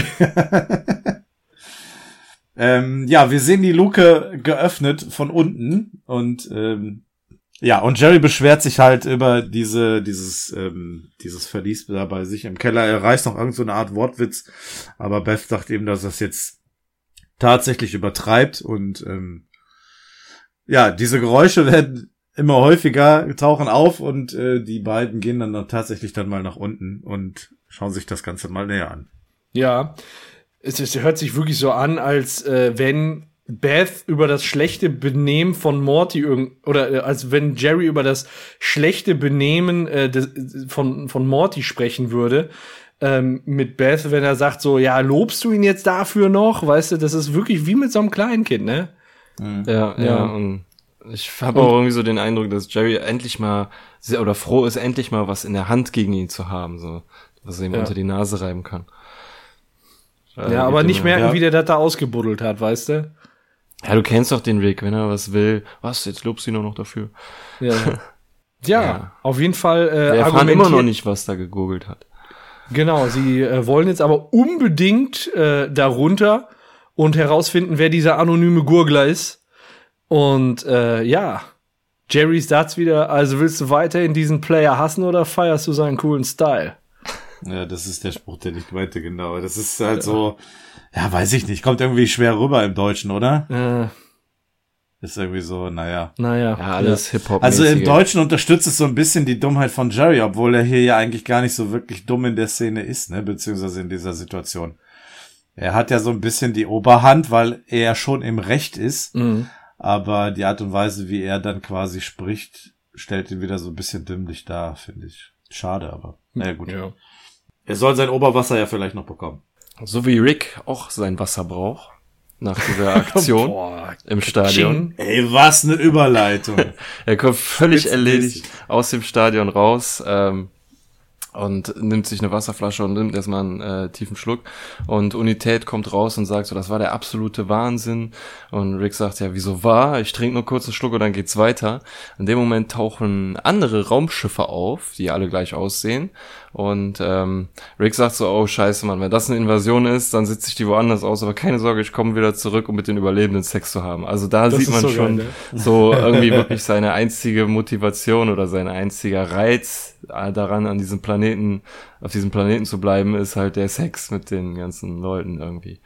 ähm, ja, wir sehen die Luke geöffnet von unten, und ähm, ja, und Jerry beschwert sich halt über diese dieses ähm, dieses Verlies da bei sich im Keller. Er reißt noch irgend so eine Art Wortwitz, aber Beth sagt ihm, dass das jetzt tatsächlich übertreibt, und ähm, ja, diese Geräusche werden immer häufiger, tauchen auf, und äh, die beiden gehen dann, dann tatsächlich dann mal nach unten und schauen sich das Ganze mal näher an. Ja, es, es hört sich wirklich so an, als äh, wenn Beth über das schlechte Benehmen von Morty irgend oder äh, als wenn Jerry über das schlechte Benehmen äh, des, von von Morty sprechen würde ähm, mit Beth, wenn er sagt so, ja, lobst du ihn jetzt dafür noch? Weißt du, das ist wirklich wie mit so einem Kleinkind, ne? Mhm. Ja, ja, ja, und ich habe auch irgendwie so den Eindruck, dass Jerry endlich mal sehr, oder froh ist, endlich mal was in der Hand gegen ihn zu haben, so, was er ihm ja. unter die Nase reiben kann. Ja, ja, aber nicht merken, ja. wie der das da ausgebuddelt hat, weißt du? Ja, du kennst doch den Rick, wenn er was will. Was, jetzt lobst du ihn nur noch dafür. Ja, ja, ja. Auf jeden Fall äh, Wir erfahren immer noch nicht, was da gegoogelt hat. Genau, sie äh, wollen jetzt aber unbedingt äh, darunter und herausfinden, wer dieser anonyme Gurgler ist. Und äh, ja, Jerry's Satz wieder, also willst du weiterhin diesen Player hassen oder feierst du seinen coolen Style? Ja, das ist der Spruch, den ich meinte, genau. Das ist halt ja. so, ja, weiß ich nicht, kommt irgendwie schwer rüber im Deutschen, oder? Ja. Ist irgendwie so, naja. Naja. Ja, alles ja. Hip-Hop. Also im Deutschen unterstützt es so ein bisschen die Dummheit von Jerry, obwohl er hier ja eigentlich gar nicht so wirklich dumm in der Szene ist, ne, beziehungsweise in dieser Situation. Er hat ja so ein bisschen die Oberhand, weil er schon im Recht ist, Mhm. aber die Art und Weise, wie er dann quasi spricht, stellt ihn wieder so ein bisschen dümmlich dar, finde ich. Schade, aber naja, gut. Ja. Er soll sein Oberwasser ja vielleicht noch bekommen. So wie Rick auch sein Wasser braucht. Nach dieser Aktion Boah, im Stadion. Ey, was eine Überleitung. Er kommt völlig Spitzenmäßig. erledigt aus dem Stadion raus ähm, und nimmt sich eine Wasserflasche und nimmt erstmal einen äh, tiefen Schluck. Und Unität kommt raus und sagt so, das war der absolute Wahnsinn. Und Rick sagt, ja, wieso war? Ich trinke nur kurz einen Schluck und dann geht's weiter. In dem Moment tauchen andere Raumschiffe auf, die alle gleich aussehen. Und ähm, Rick sagt so, oh scheiße, Mann, wenn das eine Invasion ist, dann sitze ich die woanders aus, aber keine Sorge, ich komme wieder zurück, um mit den Überlebenden Sex zu haben. Also da Das sieht ist man so schon geil, ne? so irgendwie wirklich seine einzige Motivation oder sein einziger Reiz äh, daran, an diesem Planeten, auf diesem Planeten zu bleiben, ist halt der Sex mit den ganzen Leuten irgendwie.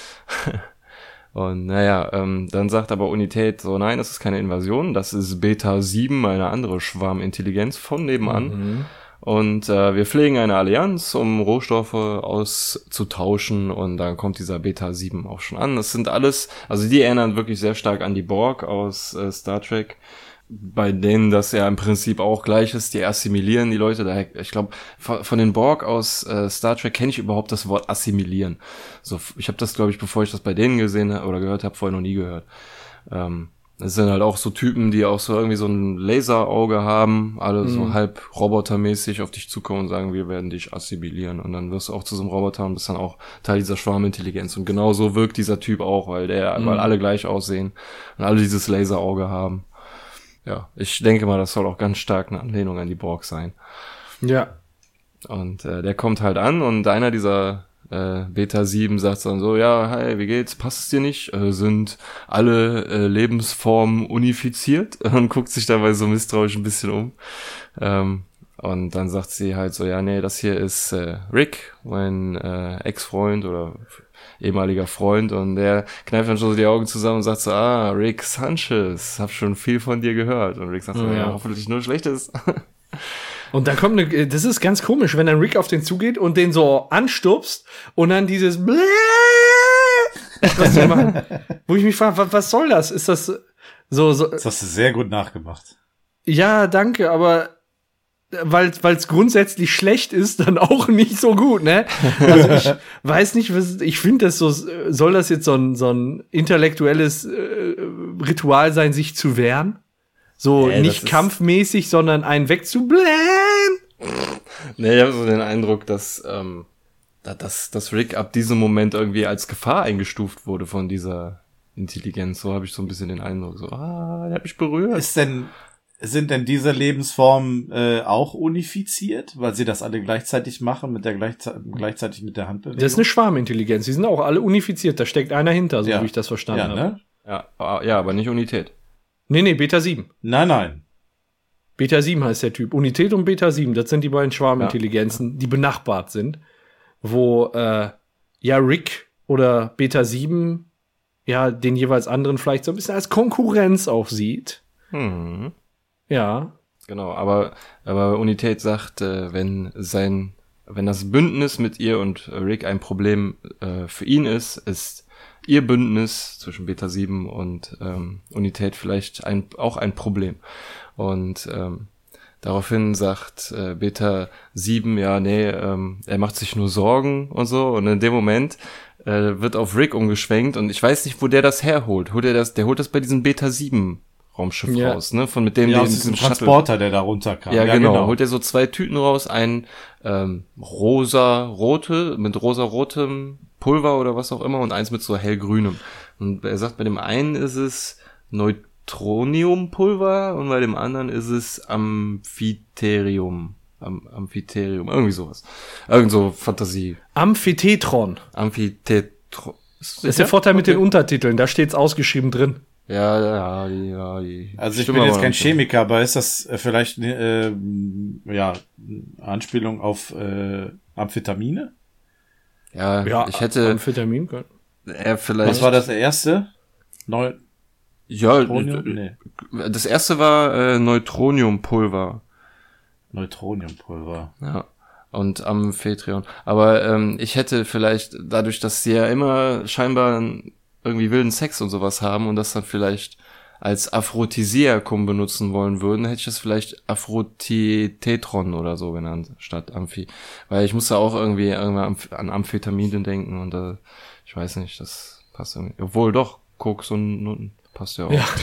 Und naja, ähm, dann sagt aber Unität so, nein, das ist keine Invasion, das ist Beta sieben, eine andere Schwarmintelligenz von nebenan. Mhm. Und äh, wir pflegen eine Allianz, um Rohstoffe auszutauschen, und dann kommt dieser Beta sieben auch schon an. Das sind alles, also die erinnern wirklich sehr stark an die Borg aus äh, Star Trek, bei denen das ja im Prinzip auch gleich ist, die assimilieren die Leute. Daher, ich glaube, von, von den Borg aus äh, Star Trek kenne ich überhaupt das Wort assimilieren. So, ich habe das, glaube ich, bevor ich das bei denen gesehen oder gehört habe, vorher noch nie gehört. Ähm, Das sind halt auch so Typen, die auch so irgendwie so ein Laserauge haben, alle so Mhm. halb robotermäßig auf dich zukommen und sagen, wir werden dich assimilieren. Und dann wirst du auch zu so einem Roboter und bist dann auch Teil dieser Schwarmintelligenz. Und genau so wirkt dieser Typ auch, weil der, Mhm. weil alle gleich aussehen und alle dieses Laserauge haben. Ja, ich denke mal, das soll auch ganz stark eine Anlehnung an die Borg sein. Ja. Und äh, der kommt halt an und einer dieser äh, Beta sieben sagt dann so, ja, hi, wie geht's, passt es dir nicht? Äh, sind alle äh, Lebensformen unifiziert? Und guckt sich dabei so misstrauisch ein bisschen um. Ähm, und dann sagt sie halt so, ja, nee, das hier ist äh, Rick, mein äh, Ex-Freund oder ehemaliger Freund, und der kneift dann schon so die Augen zusammen und sagt so, ah, Rick Sanchez, hab schon viel von dir gehört. Und Rick sagt so, Ja. ja, hoffentlich nur Schlechtes. Und dann kommt eine, das ist ganz komisch, wenn dann Rick auf den zugeht und den so anstupst und dann dieses Bläh, was die machen, wo ich mich frage, was, was soll das? Ist das so, so, Das hast du sehr gut nachgemacht. ja, danke, aber weil es grundsätzlich schlecht ist, dann auch nicht so gut, ne? Also ich weiß nicht, was, ich finde das so, soll das jetzt so ein, so ein intellektuelles äh, Ritual sein, sich zu wehren? So Nee, das nicht ist- kampfmäßig, sondern einen wegzublähen? Nee, ich habe so den Eindruck, dass, ähm, da- dass, dass Rick ab diesem Moment irgendwie als Gefahr eingestuft wurde von dieser Intelligenz. So habe ich so ein bisschen den Eindruck. So, ah, der hat mich berührt. Ist denn, sind denn diese Lebensformen äh, auch unifiziert, weil sie das alle gleichzeitig machen, mit der gleichze- gleichzeitig mit der Handbewegung? Das ist eine Schwarmintelligenz. Die sind auch alle unifiziert. Da steckt einer hinter, so Ja. wie ich das verstanden ja, habe. ne? Ja, ah, ja, aber nicht Unität. Nee, nee, Beta sieben. Nein, nein. Beta sieben heißt der Typ. Unität und Beta sieben, das sind die beiden Schwarmintelligenzen, die benachbart sind. Wo, äh, ja, Rick oder Beta sieben ja den jeweils anderen vielleicht so ein bisschen als Konkurrenz auch sieht. Hm. Ja. Genau, aber, aber Unität sagt, äh, wenn sein, wenn das Bündnis mit ihr und Rick ein Problem äh, für ihn ist, ist ihr Bündnis zwischen Beta sieben und ähm, Unität vielleicht ein, auch ein Problem. Und ähm, daraufhin sagt äh, Beta sieben, ja, nee, ähm, er macht sich nur Sorgen und so. Und in dem Moment äh, wird auf Rick umgeschwenkt und ich weiß nicht, wo der das herholt. Holt er das, der holt das bei diesem Beta sieben Raumschiff Ja. raus, ne? Von mit dem, Ja, den, aus diesem Shuttle- Transporter, der da runterkam. ja, genau. Holt er so zwei Tüten raus, ein ähm, rosa-rote, mit rosa-rotem Pulver oder was auch immer und eins mit so hellgrünem. Und er sagt, bei dem einen ist es Neutroniumpulver und bei dem anderen ist es Amphiterium. Am Amphiterium, irgendwie sowas. Irgend so Fantasie. Amphitetron. Amphitetro. Das ist der Vorteil mit den Untertiteln. Da steht's ausgeschrieben drin. Ja, ja, die, ja, die. Also ich Stimme bin jetzt aber kein nicht so. Chemiker, aber ist das äh, vielleicht äh, ja Anspielung auf äh, Amphetamine? Ja, Ja, ich hätte Amphetamin können. er vielleicht. Was war das erste? Neu Ja, Neutronium? d- Nee. das erste war äh, Neutroniumpulver. Neutroniumpulver. Ja. Und Amphetrion. Aber ähm, ich hätte vielleicht, dadurch, dass sie ja immer scheinbar irgendwie wilden Sex und sowas haben und das dann vielleicht als Aphrodisiakum benutzen wollen würden, hätte ich das vielleicht Aphrodithetron oder so genannt, statt Amphi. Weil ich musste auch irgendwie irgendwann an Amphetamine denken und äh, ich weiß nicht, das passt irgendwie. Obwohl doch, Koks und Nutten passt ja auch. Ja.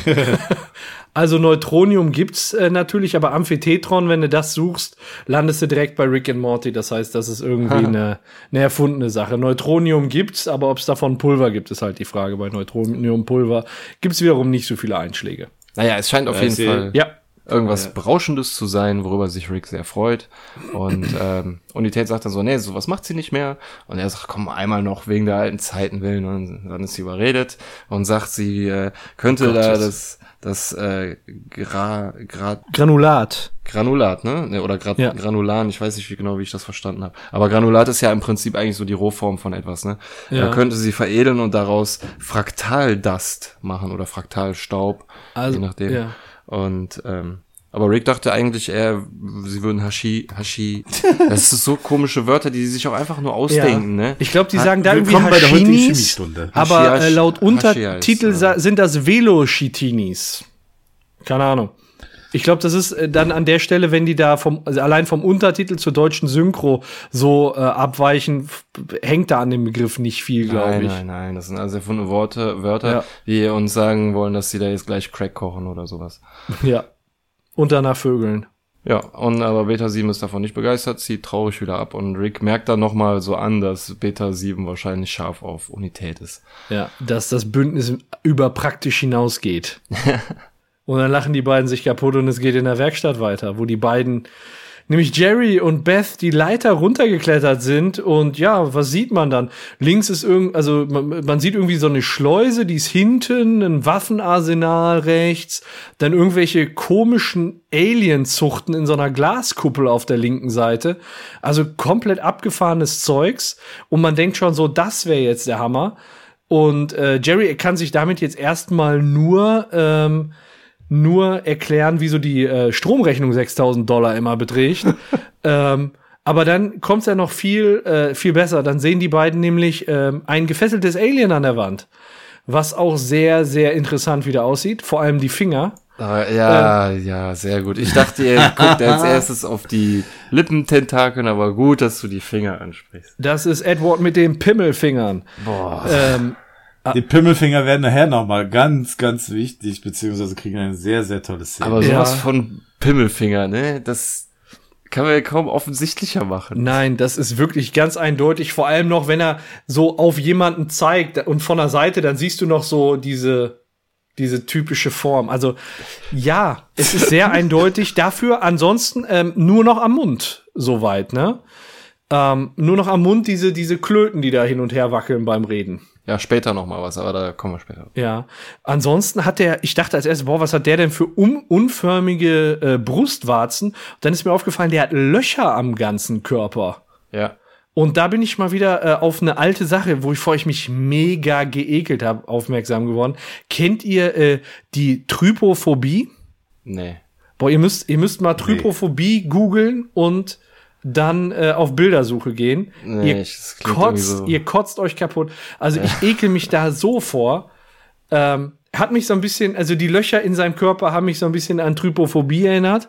Also Neutronium gibt's äh, natürlich, aber Amphitetron, wenn du das suchst, landest du direkt bei Rick and Morty. Das heißt, das ist irgendwie eine, eine erfundene Sache. Neutronium gibt's, aber ob es davon Pulver gibt, ist halt die Frage. Bei Neutroniumpulver gibt's wiederum nicht so viele Einschläge. Naja, es scheint auf Ja, jeden sie- Fall Ja, irgendwas Ja. Berauschendes zu sein, worüber sich Rick sehr freut. Und ähm, Unität sagt dann so, nee, sowas macht sie nicht mehr. Und er sagt, komm, einmal noch wegen der alten Zeiten willen. Und dann ist sie überredet und sagt, sie äh, könnte Oh da Gott, das das äh, Gra, Gra, Granulat. Granulat, ne? Ne, Oder Gra, Ja. Granulan, ich weiß nicht wie genau, wie ich das verstanden habe. Aber Granulat ist ja im Prinzip eigentlich so die Rohform von etwas, ne? Ja. Da könnte sie veredeln und daraus Fraktaldust machen oder Fraktalstaub, Also, je nachdem. ja. Und ähm, aber Rick dachte eigentlich, er, sie würden Hashi, Hashi, das ist so komische Wörter, die sie sich auch einfach nur ausdenken, ne? Ich glaube, die sagen da irgendwie Willkommen bei der heutigen Haschinis, Chemiestunde. aber Hashi- äh, laut Hashi Untertitel heißt, sa- ja. sind das Velochitinis. Keine Ahnung. Ich glaube, das ist äh, dann an der Stelle, wenn die da vom also allein vom Untertitel zur deutschen Synchro so äh, abweichen, f- hängt da an dem Begriff nicht viel, glaube Nein, ich. nein, nein, das sind also erfundene Worte, Wörter, Ja. die uns sagen wollen, dass sie da jetzt gleich Crack kochen oder sowas. Ja. Und danach Vögeln. Ja, und aber Beta sieben ist davon nicht begeistert, zieht traurig wieder ab und Rick merkt dann nochmal so an, dass Beta sieben wahrscheinlich scharf auf Unität ist. Ja, dass das Bündnis über praktisch hinausgeht. Und dann lachen die beiden sich kaputt und es geht in der Werkstatt weiter, wo die beiden, nämlich Jerry und Beth, die Leiter runtergeklettert sind und ja, was sieht man dann? Links ist irgend, also man, man sieht irgendwie so eine Schleuse, die ist hinten, ein Waffenarsenal rechts, dann irgendwelche komischen Alienzuchten in so einer Glaskuppel auf der linken Seite. Also komplett abgefahrenes Zeugs und man denkt schon so, das wäre jetzt der Hammer. Und äh, Jerry kann sich damit jetzt erstmal nur ähm, nur erklären, wieso die äh, Stromrechnung sechstausend Dollar immer beträgt. ähm, aber dann kommt's ja noch viel äh, viel besser. Dann sehen die beiden nämlich ähm, ein gefesseltes Alien an der Wand, was auch sehr, sehr interessant wieder aussieht. Vor allem die Finger. Ah, ja, ja, sehr gut. Ich dachte, er guckt als erstes auf die Lippententakeln, aber gut, dass du die Finger ansprichst. Das ist Edward mit den Pimmelfingern. Boah. Ähm, Die Pimmelfinger werden nachher nochmal ganz, ganz wichtig, beziehungsweise kriegen eine sehr, sehr tolle Szene. Aber sowas Ja. von Pimmelfinger, ne? Das kann man ja kaum offensichtlicher machen. Nein, das ist wirklich ganz eindeutig. Vor allem noch, wenn er so auf jemanden zeigt und von der Seite, dann siehst du noch so diese, diese typische Form. Also, ja, es ist sehr eindeutig. Dafür ansonsten ähm, nur noch am Mund soweit, ne? Ähm, nur noch am Mund diese, diese Klöten, die da hin und her wackeln beim Reden. Ja, später noch mal was, aber da kommen wir später. Ja. Ansonsten hat der, ich dachte als erstes, boah, was hat der denn für un unförmige äh, Brustwarzen? Dann ist mir aufgefallen, der hat Löcher am ganzen Körper. Ja. Und da bin ich mal wieder äh, auf eine alte Sache, wo ich vor ich mich mega geekelt habe, aufmerksam geworden. Kennt ihr äh, die Trypophobie? Nee. Boah, ihr müsst, ihr müsst mal Trypophobie googeln und dann äh, auf Bildersuche gehen. Nee, ihr, ich- das klingt irgendwie kotzt, so- ihr kotzt euch kaputt. Also ich ekel mich da so vor. Ähm, hat mich so ein bisschen, also die Löcher in seinem Körper haben mich so ein bisschen an Trypophobie erinnert.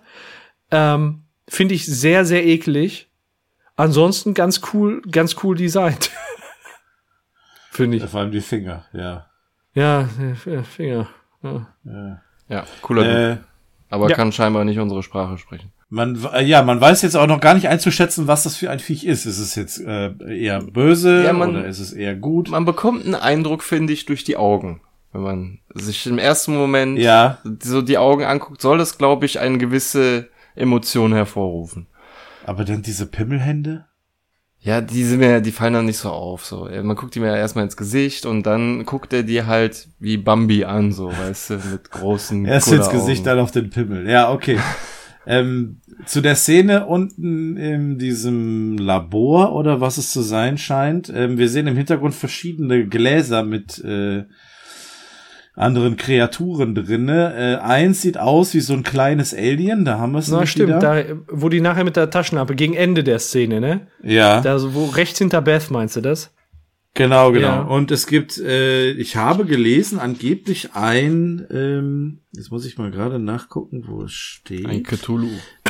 Ähm, Finde ich sehr, sehr eklig. Ansonsten ganz cool, ganz cool designt. Finde ich. Vor allem die Finger, ja. Ja, äh, Finger. Ja. ja. Ja, cooler Dude. Äh, Aber ja. kann scheinbar nicht unsere Sprache sprechen. man, äh, ja, man weiß jetzt auch noch gar nicht einzuschätzen, was das für ein Viech ist. Ist es jetzt äh, eher böse Ja, man- oder ist es eher gut? Man bekommt einen Eindruck, finde ich, durch die Augen. Wenn man sich im ersten Moment Ja. so die Augen anguckt, soll das, glaube ich, eine gewisse Emotion hervorrufen. Aber dann diese Pimmelhände? Ja, die sind mir, die fallen dann nicht so auf, so. Man guckt die mir erstmal ins Gesicht und dann guckt er die halt wie Bambi an, so, weißt du, mit großen Erst ins Gesicht, dann auf den Pimmel. Ja, okay. ähm, zu der Szene unten in diesem Labor oder was es zu sein scheint. Ähm, wir sehen im Hintergrund verschiedene Gläser mit, äh, anderen Kreaturen drinne. Äh, eins sieht aus wie so ein kleines Alien, da haben wir es Na, nicht stimmt, wieder. da, wo die nachher mit der Taschenlampe, gegen Ende der Szene, ne? Ja. Da, so, wo rechts hinter Beth, meinst du das? Genau, genau. Ja. Und es gibt, äh, ich habe gelesen, angeblich ein, ähm, jetzt muss ich mal gerade nachgucken, wo es steht. Ein Cthulhu.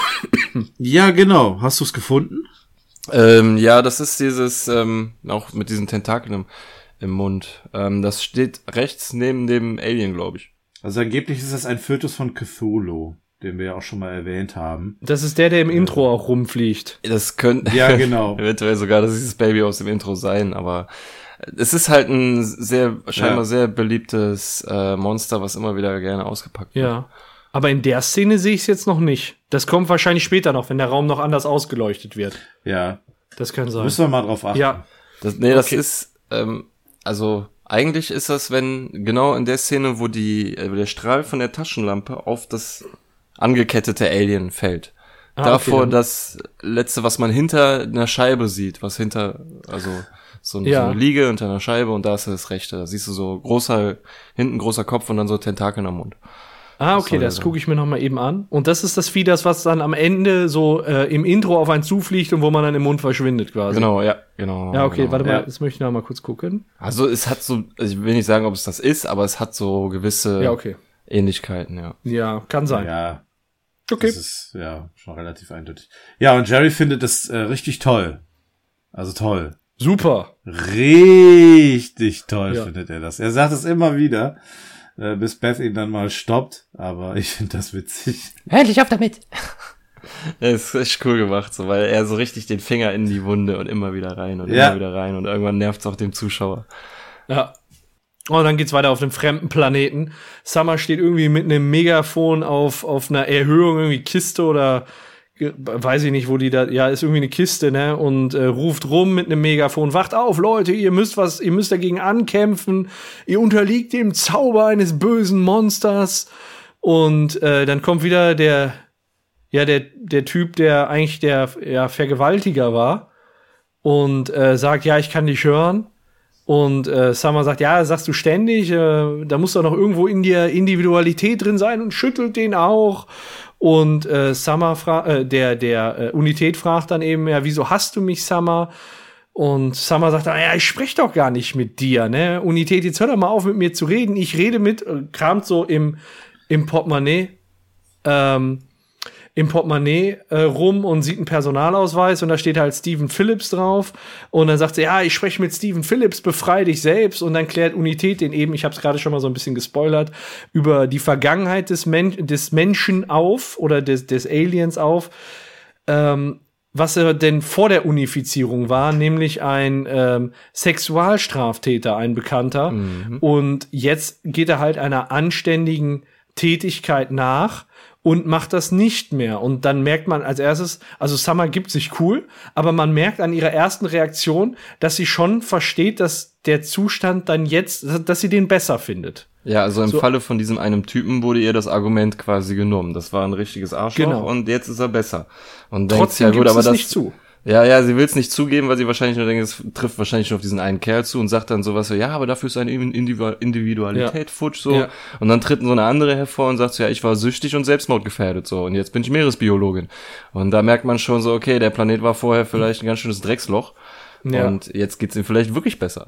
Ja, genau. Hast du es gefunden? Ähm, ja, das ist dieses, ähm, auch mit diesen Tentakeln im, im Mund. Ähm, das steht rechts neben dem Alien, glaube ich. Also angeblich ist das ein Fötus von Cthulhu, den wir ja auch schon mal erwähnt haben. Das ist der, der im Intro auch rumfliegt. Das könnte Ja, genau. eventuell sogar das dieses Baby aus dem Intro sein, aber es ist halt ein sehr, scheinbar Ja. sehr beliebtes äh, Monster, was immer wieder gerne ausgepackt wird. Ja. Aber in der Szene sehe ich es jetzt noch nicht. Das kommt wahrscheinlich später noch, wenn der Raum noch anders ausgeleuchtet wird. Ja. Das kann sein. Müssen wir mal drauf achten. Ja. Das, nee, das Okay. ist, ähm, also eigentlich ist das, wenn genau in der Szene, wo die äh, wo der Strahl von der Taschenlampe auf das angekettete Alien fällt. Ah, Davor okay, dann- das letzte, was man hinter einer Scheibe sieht, was hinter, also so, ein- Ja. so eine Liege unter einer Scheibe und da ist das rechte. Da siehst du so großer, hinten großer Kopf und dann so Tentakeln am Mund. Ah, okay, soll das sein. gucke ich mir noch mal eben an. Und das ist das Vieh, das was dann am Ende so äh, im Intro auf einen zufliegt und wo man dann im Mund verschwindet quasi. Genau, ja, genau. Ja, okay, genau. warte mal, Ja. jetzt möchte ich noch mal kurz gucken. Also es hat so, also ich will nicht sagen, ob es das ist, aber es hat so gewisse Ja, okay. Ähnlichkeiten, ja. Ja, kann sein. Ja. Okay. Das ist ja schon relativ eindeutig. Ja, und Jerry findet das äh, richtig toll. Also toll. Super. Richtig toll Ja. findet er das. Er sagt es immer wieder, äh, bis Beth ihn dann mal stoppt. Aber ich finde das witzig. Hör endlich auf damit. Ja, ist echt cool gemacht, so, weil er so richtig den Finger in die Wunde und immer wieder rein und Ja. immer wieder rein und irgendwann nervt's auch dem Zuschauer. Ja. Und dann geht's weiter auf dem fremden Planeten. Summer steht irgendwie mit einem Megafon auf, auf einer Erhöhung, irgendwie Kiste oder ge- weiß ich nicht, wo die da, ja, ist irgendwie eine Kiste, ne, und äh, ruft rum mit einem Megafon, wacht auf, Leute, ihr müsst was, ihr müsst dagegen ankämpfen, ihr unterliegt dem Zauber eines bösen Monsters. Und äh, dann kommt wieder der, ja, der, der Typ, der eigentlich der ja, Vergewaltiger war und äh, sagt, ja, ich kann dich hören. Und äh, Summer sagt, ja, sagst du ständig, äh, da muss doch noch irgendwo in dir Individualität drin sein und schüttelt den auch. Und äh, Summer fra- äh, der der äh, Unität fragt dann eben, ja, wieso hast du mich, Summer? Und Summer sagt dann, ja, ich sprech doch gar nicht mit dir, ne? Unität, jetzt hör doch mal auf, mit mir zu reden. Ich rede mit, äh, kramt so im im Portemonnaie, ähm, im Portemonnaie äh, rum und sieht einen Personalausweis und da steht halt Stephen Phillips drauf und dann sagt sie, ja, ich spreche mit Stephen Phillips, befreie dich selbst und dann klärt Unität den eben, ich habe es gerade schon mal so ein bisschen gespoilert, über die Vergangenheit des, Men- des Menschen auf oder des, des Aliens auf, ähm, was er denn vor der Unifizierung war, nämlich ein ähm, Sexualstraftäter, ein Bekannter und jetzt geht er halt einer anständigen Tätigkeit nach und macht das nicht mehr. Und dann merkt man als erstes, also Summer gibt sich cool, aber man merkt an ihrer ersten Reaktion, dass sie schon versteht, dass der Zustand dann jetzt, dass sie den besser findet. Ja, also im So. Falle von diesem einem Typen wurde ihr das Argument quasi genommen. Das war ein richtiges Arschloch Genau. und jetzt ist er besser. Und denkt, Trotzdem ja gut, gibt aber es das nicht zu. Ja, ja, sie will es nicht zugeben, weil sie wahrscheinlich nur denkt, es trifft wahrscheinlich nur auf diesen einen Kerl zu und sagt dann sowas so, ja, aber dafür ist seine Individu- Individualität Ja. futsch so. Ja. Und dann tritt so eine andere hervor und sagt so, ja, ich war süchtig und selbstmordgefährdet so und jetzt bin ich Meeresbiologin. Und da merkt man schon so, okay, der Planet war vorher vielleicht ein ganz schönes Drecksloch Ja. und jetzt geht's ihm vielleicht wirklich besser.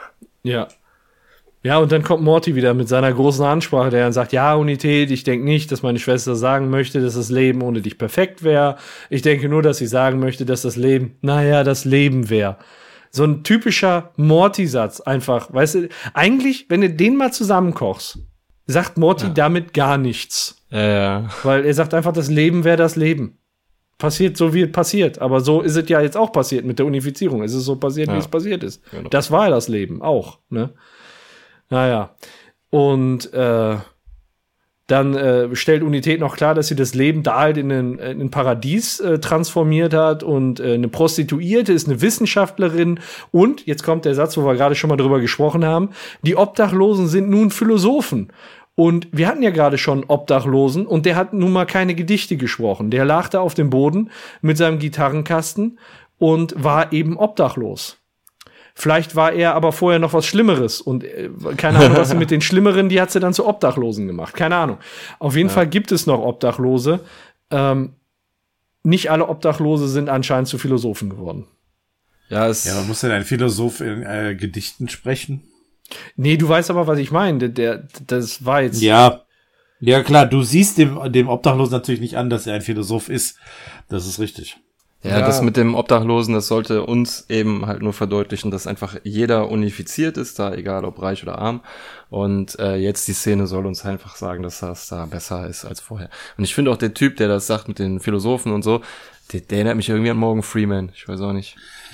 Ja. Ja, und dann kommt Morty wieder mit seiner großen Ansprache, der dann sagt, ja, Unität, ich denke nicht, dass meine Schwester sagen möchte, dass das Leben ohne dich perfekt wäre. Ich denke nur, dass sie sagen möchte, dass das Leben, naja, das Leben wäre. So ein typischer Morty-Satz einfach, weißt du, eigentlich, wenn du den mal zusammenkochst, sagt Morty Ja. damit gar nichts. Ja, ja. Weil er sagt einfach, das Leben wäre das Leben. Passiert so, wie es passiert. Aber so ist es ja jetzt auch passiert mit der Unifizierung. Es ist so passiert, Ja. wie es passiert ist. Genau. Das war ja das Leben auch, ne? Naja. Und äh, Dann äh, stellt Unität noch klar, dass sie das Leben da halt in ein, in ein Paradies äh, transformiert hat und äh, eine Prostituierte ist eine Wissenschaftlerin und, jetzt kommt der Satz, wo wir gerade schon mal drüber gesprochen haben, die Obdachlosen sind nun Philosophen. Und wir hatten ja gerade schon Obdachlosen und der hat nun mal keine Gedichte gesprochen. Der lag da auf dem Boden mit seinem Gitarrenkasten und war eben obdachlos. Vielleicht war er aber vorher noch was Schlimmeres und äh, keine Ahnung, was sie mit den Schlimmeren, die hat sie dann zu Obdachlosen gemacht. Keine Ahnung. Auf jeden ja. Fall gibt es noch Obdachlose. Ähm, nicht alle Obdachlose sind anscheinend zu Philosophen geworden. Ja, es ja, man muss ja ein Philosoph in äh, Gedichten sprechen. Nee, du weißt aber, was ich meine. Der, das war jetzt. Ja, ja klar, du siehst dem, dem Obdachlosen natürlich nicht an, dass er ein Philosoph ist. Das ist richtig. Ja, ja, das mit dem Obdachlosen, das sollte uns eben halt nur verdeutlichen, dass einfach jeder unifiziert ist, da egal ob reich oder arm. Und äh, jetzt die Szene soll uns einfach sagen, dass das da besser ist als vorher. Und ich finde auch der Typ, der das sagt mit den Philosophen und so, der, der erinnert mich irgendwie an Morgan Freeman. Ich weiß auch nicht.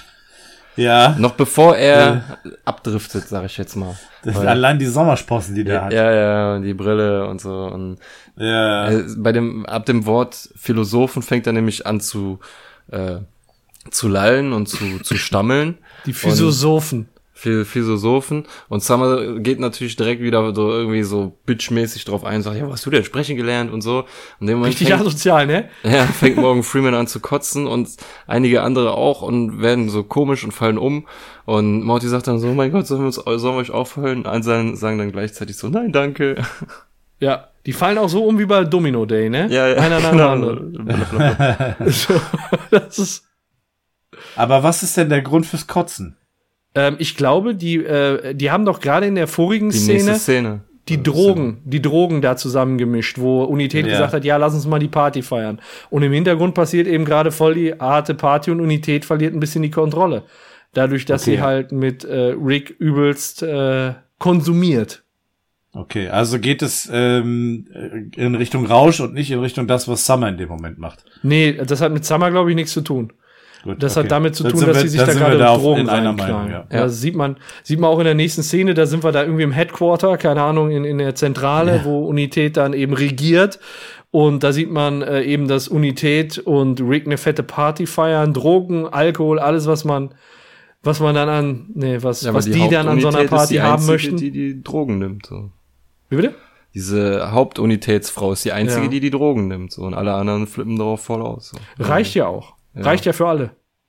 Ja. Noch bevor er äh, abdriftet, sag ich jetzt mal. Das sind allein die Sommersprossen, die der ja, hat. Ja, ja, und die Brille und so. Und ja. äh, bei dem, ab dem Wort Philosophen fängt er nämlich an zu Äh, zu lallen und zu zu stammeln. Die Philosophen. Viel Philosophen. Und Summer geht natürlich direkt wieder so irgendwie so bitchmäßig drauf ein, sagt, ja, was hast du denn sprechen gelernt und so. Und dem Richtig asozial, ne? Ja, fängt Morgan Freeman an zu kotzen und einige andere auch und werden so komisch und fallen um. Und Morty sagt dann so, oh mein Gott, sollen wir uns, sollen wir euch auffallen? Andere sagen dann gleichzeitig so, nein, danke. Ja, die fallen auch so um wie bei Domino Day, ne? Ja, ja. Einer nach dem anderen. So, das ist. Aber was ist denn der Grund fürs Kotzen? Ähm, ich glaube, die, äh, die haben doch gerade in der vorigen die Szene, Szene die Drogen, die Drogen da zusammengemischt, wo Unität ja. gesagt hat, ja, lass uns mal die Party feiern. Und im Hintergrund passiert eben gerade voll die harte Party und Unität verliert ein bisschen die Kontrolle. Dadurch, dass okay. sie halt mit äh, Rick übelst äh, konsumiert. Okay, also geht es ähm, in Richtung Rausch und nicht in Richtung das, was Summer in dem Moment macht. Nee, das hat mit Summer, glaube ich, nichts zu tun. Gut, das okay. hat damit zu dann tun, dass wir, sie sich da gerade Drogen reinknallen. Ja. Ja, das sieht man, sieht man auch in der nächsten Szene, da sind wir da irgendwie im Headquarter, keine Ahnung, in, in der Zentrale, ja. wo Unität dann eben regiert. Und da sieht man äh, eben, dass Unität und Rick eine fette Party feiern, Drogen, Alkohol, alles, was man was man dann an, nee, was, ja, was die, die dann an so einer Party haben einzige, möchten. Die die Drogen nimmt, so. Wie bitte? Diese Hauptunitätsfrau ist die einzige, ja. die die Drogen nimmt, so. Und alle anderen flippen darauf voll aus, so. Reicht ja auch. Ja. Reicht ja für alle.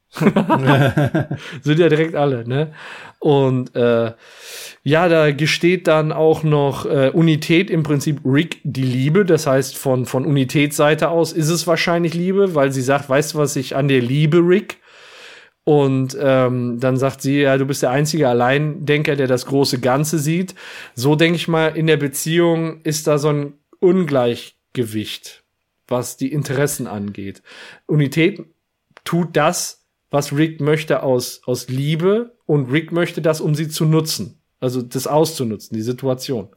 Sind ja direkt alle, ne? Und äh, ja, da gesteht dann auch noch äh, Unität im Prinzip Rick die Liebe. Das heißt, von, von Unitätsseite aus ist es wahrscheinlich Liebe, weil sie sagt, weißt du, was ich an dir liebe, Rick? Und ähm, dann sagt sie, ja, du bist der einzige Alleindenker, der das große Ganze sieht. So denke ich mal, in der Beziehung ist da so ein Ungleichgewicht, was die Interessen angeht. Unität tut das, was Rick möchte aus, aus Liebe, und Rick möchte das, um sie zu nutzen. Also das auszunutzen, die Situation.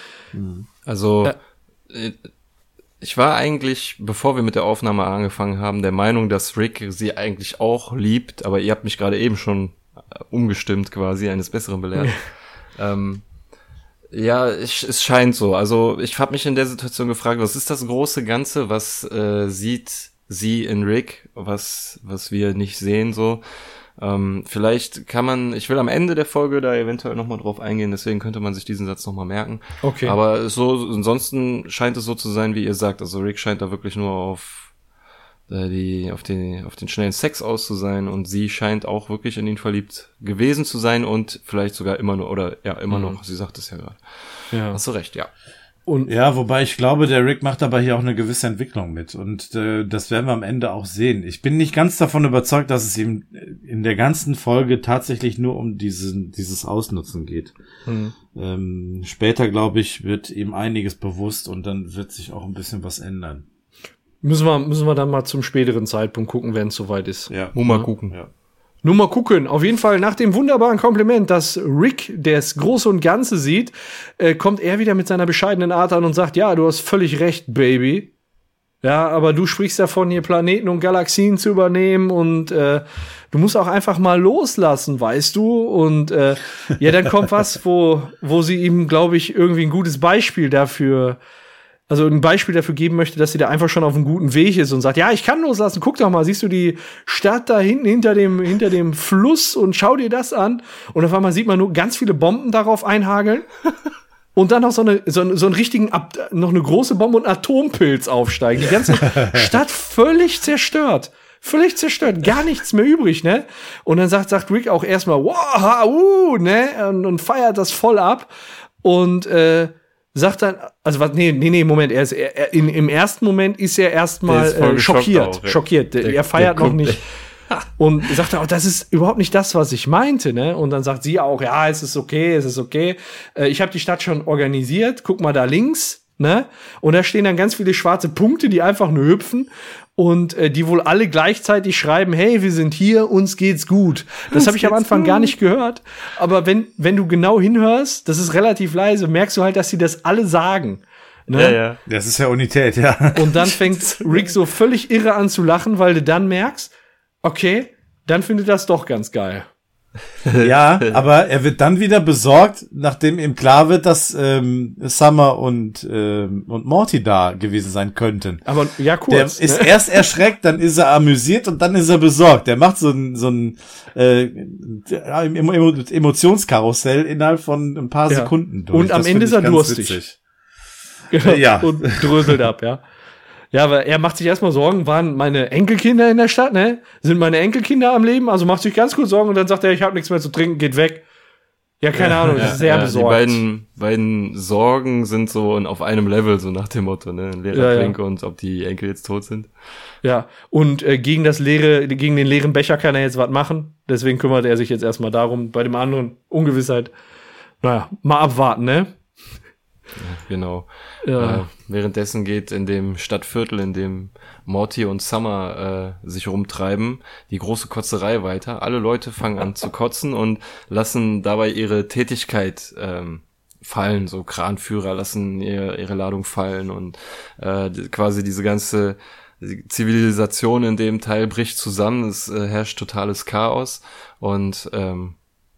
Also äh, ich war eigentlich, bevor wir mit der Aufnahme angefangen haben, der Meinung, dass Rick sie eigentlich auch liebt, aber ihr habt mich gerade eben schon umgestimmt quasi, eines Besseren belehrt. ähm, ja, ich, es scheint so. Also ich habe mich in der Situation gefragt, was ist das große Ganze, was äh, sieht sie in Rick, was was wir nicht sehen so. Ähm, vielleicht kann man, ich will am Ende der Folge da eventuell nochmal drauf eingehen, deswegen könnte man sich diesen Satz nochmal merken. Okay. Aber so, ansonsten scheint es so zu sein, wie ihr sagt. Also Rick scheint da wirklich nur auf äh, die, auf den, auf den schnellen Sex aus zu sein, und sie scheint auch wirklich in ihn verliebt gewesen zu sein und vielleicht sogar immer noch, oder ja, immer mhm. noch, sie sagt es ja gerade. Ja. Hast du recht, ja. Und ja, wobei ich glaube, der Rick macht aber hier auch eine gewisse Entwicklung mit, und äh, das werden wir am Ende auch sehen. Ich bin nicht ganz davon überzeugt, dass es ihm in der ganzen Folge tatsächlich nur um diesen, dieses Ausnutzen geht. Mhm. Ähm, später, glaube ich, wird ihm einiges bewusst, und dann wird sich auch ein bisschen was ändern. Müssen wir, müssen wir dann mal zum späteren Zeitpunkt gucken, wenn es soweit ist. Ja, nur mal gucken. Ja. Nur mal gucken. Auf jeden Fall nach dem wunderbaren Kompliment, dass Rick das Große und Ganze sieht, äh, kommt er wieder mit seiner bescheidenen Art an und sagt, ja, du hast völlig recht, Baby. Ja, aber du sprichst davon, hier Planeten und Galaxien zu übernehmen, und äh, du musst auch einfach mal loslassen, weißt du? Und äh, ja, dann kommt was, wo wo sie ihm, glaube ich, irgendwie ein gutes Beispiel dafür also ein Beispiel dafür geben möchte, dass sie da einfach schon auf einem guten Weg ist und sagt, ja, ich kann loslassen, guck doch mal, siehst du die Stadt da hinten hinter dem, hinter dem Fluss und schau dir das an. Und auf einmal sieht man nur ganz viele Bomben darauf einhageln. Und dann noch so eine, so, so einen richtigen, noch eine große Bombe und einen Atompilz aufsteigen. Die ganze Stadt völlig zerstört. Völlig zerstört. Gar nichts mehr übrig, ne? Und dann sagt, sagt Rick auch erstmal, wow, uh, ne? Und, und feiert das voll ab. Und, äh, sagt dann, also was, nee, nee, nee, Moment, er ist, er, er, in, im ersten Moment ist er erstmal äh, schockiert. Auch, schockiert. Der, er feiert noch nicht. Und sagt dann auch, das ist überhaupt nicht das, was ich meinte, ne? Und dann sagt sie auch, ja, es ist okay, es ist okay. Äh, ich habe die Stadt schon organisiert, guck mal da links, ne? Und da stehen dann ganz viele schwarze Punkte, die einfach nur hüpfen und äh, die wohl alle gleichzeitig schreiben, hey, wir sind hier, uns geht's gut. Das habe ich am Anfang gut. gar nicht gehört, aber wenn wenn du genau hinhörst, das ist relativ leise, merkst du halt, dass sie das alle sagen. Ne? Ja, ja. Das ist ja Unität, ja. Und dann fängt Rick so völlig irre an zu lachen, weil du dann merkst, okay, dann findet das doch ganz geil. Ja, aber er wird dann wieder besorgt, nachdem ihm klar wird, dass ähm, Summer und ähm, und Morty da gewesen sein könnten. Aber ja, kurz. Der ist ne? erst erschreckt, dann ist er amüsiert und dann ist er besorgt. Der macht so ein so ein äh, ja, Emotionskarussell innerhalb von ein paar ja. Sekunden durch. Und am das Ende ist er durstig. Genau. Ja. Und dröselt ab, ja. Ja, aber er macht sich erstmal Sorgen, waren meine Enkelkinder in der Stadt, ne? Sind meine Enkelkinder am Leben? Also macht sich ganz kurz Sorgen und dann sagt er, ich habe nichts mehr zu trinken, geht weg. Ja, keine ja, Ahnung, ja, ist sehr ja, besorgt. Die beiden, beiden Sorgen sind so auf einem Level, so nach dem Motto, ne? Ein leerer ja, Trink ja. und ob die Enkel jetzt tot sind. Ja, und äh, gegen das leere, gegen den leeren Becher kann er jetzt was machen. Deswegen kümmert er sich jetzt erstmal darum. Bei dem anderen Ungewissheit. Naja, mal abwarten, ne? Ja, genau. Ja. Äh, währenddessen geht in dem Stadtviertel, in dem Morty und Summer äh, sich rumtreiben, die große Kotzerei weiter. Alle Leute fangen an zu kotzen und lassen dabei ihre Tätigkeit ähm, fallen. So Kranführer lassen ihr, ihre Ladung fallen und äh, quasi diese ganze Zivilisation in dem Teil bricht zusammen. Es äh, herrscht totales Chaos und ähm,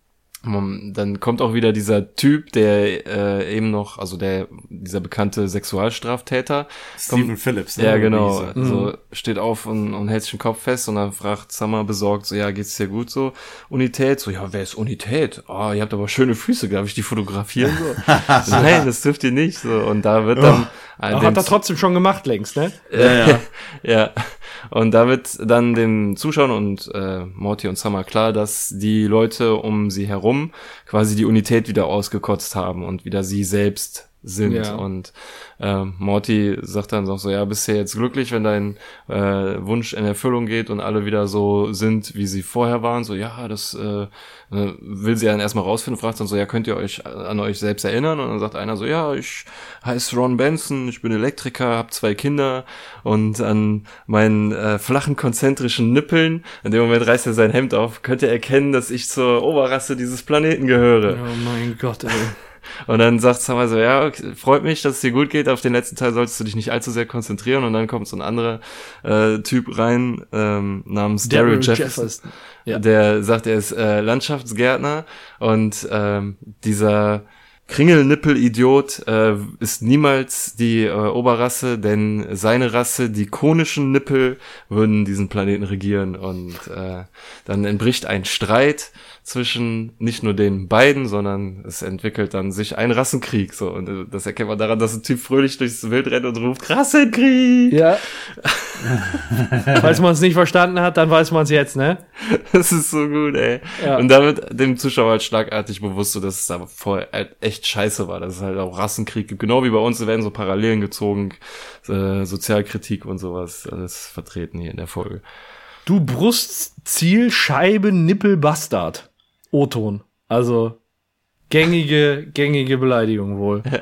dann kommt auch wieder dieser Typ, der äh, eben noch, also der dieser bekannte Sexualstraftäter. Stephen kommt, Phillips. Ne? Ja, genau. Mhm. So steht auf und, und hält sich den Kopf fest und dann fragt Summer besorgt, so, ja, geht's dir gut so? Unität? So, ja, wer ist Unität? Oh, ihr habt aber schöne Füße, darf ich die fotografieren? So. Nein, das dürft ihr nicht. So. Und da wird dann... Oh. Äh, hat er trotzdem schon gemacht längst, ne? Ja, ja. Ja. Und da wird dann dem Zuschauern und äh, Morty und Summer klar, dass die Leute um sie herum quasi die Unität wieder ausgekotzt haben und wieder sie selbst sind. Ja. Und äh, Morty sagt dann auch so, ja, bist du jetzt glücklich, wenn dein äh, Wunsch in Erfüllung geht und alle wieder so sind, wie sie vorher waren? So, ja, das äh, will sie dann erstmal rausfinden, fragt dann so, ja, könnt ihr euch an euch selbst erinnern? Und dann sagt einer so, ja, ich heiße Ron Benson, ich bin Elektriker, habe zwei Kinder und an meinen äh, flachen, konzentrischen Nippeln, in dem Moment reißt er sein Hemd auf, könnt ihr erkennen, dass ich zur Oberrasse dieses Planeten gehöre. Oh mein Gott, ey. Und dann sagt Summer so, ja, okay, freut mich, dass es dir gut geht, auf den letzten Teil solltest du dich nicht allzu sehr konzentrieren. Und dann kommt so ein anderer äh, Typ rein, ähm, namens Daryl Jefferson, Jefferson. Ja. Der sagt, er ist äh, Landschaftsgärtner und ähm, dieser Kringelnippel-Idiot äh, ist niemals die äh, Oberrasse, denn seine Rasse, die konischen Nippel, würden diesen Planeten regieren. Und äh, dann entbricht ein Streit zwischen nicht nur den beiden, sondern es entwickelt dann sich ein Rassenkrieg. So, und äh, das erkennt man daran, dass ein Typ fröhlich durchs Wild rennt und ruft, Rassenkrieg! Ja. Falls man es nicht verstanden hat, dann weiß man es jetzt, ne? Das ist so gut, ey. Ja. Und damit dem Zuschauer halt schlagartig bewusst, so, dass es aber vorher halt echt scheiße war, dass es halt auch Rassenkrieg gibt. Genau wie bei uns, da werden so Parallelen gezogen, äh, Sozialkritik und sowas, alles vertreten hier in der Folge. Du Brustziel, Scheibe, Nippel, Bastard. O-Ton. Also gängige, gängige Beleidigung wohl. Ja.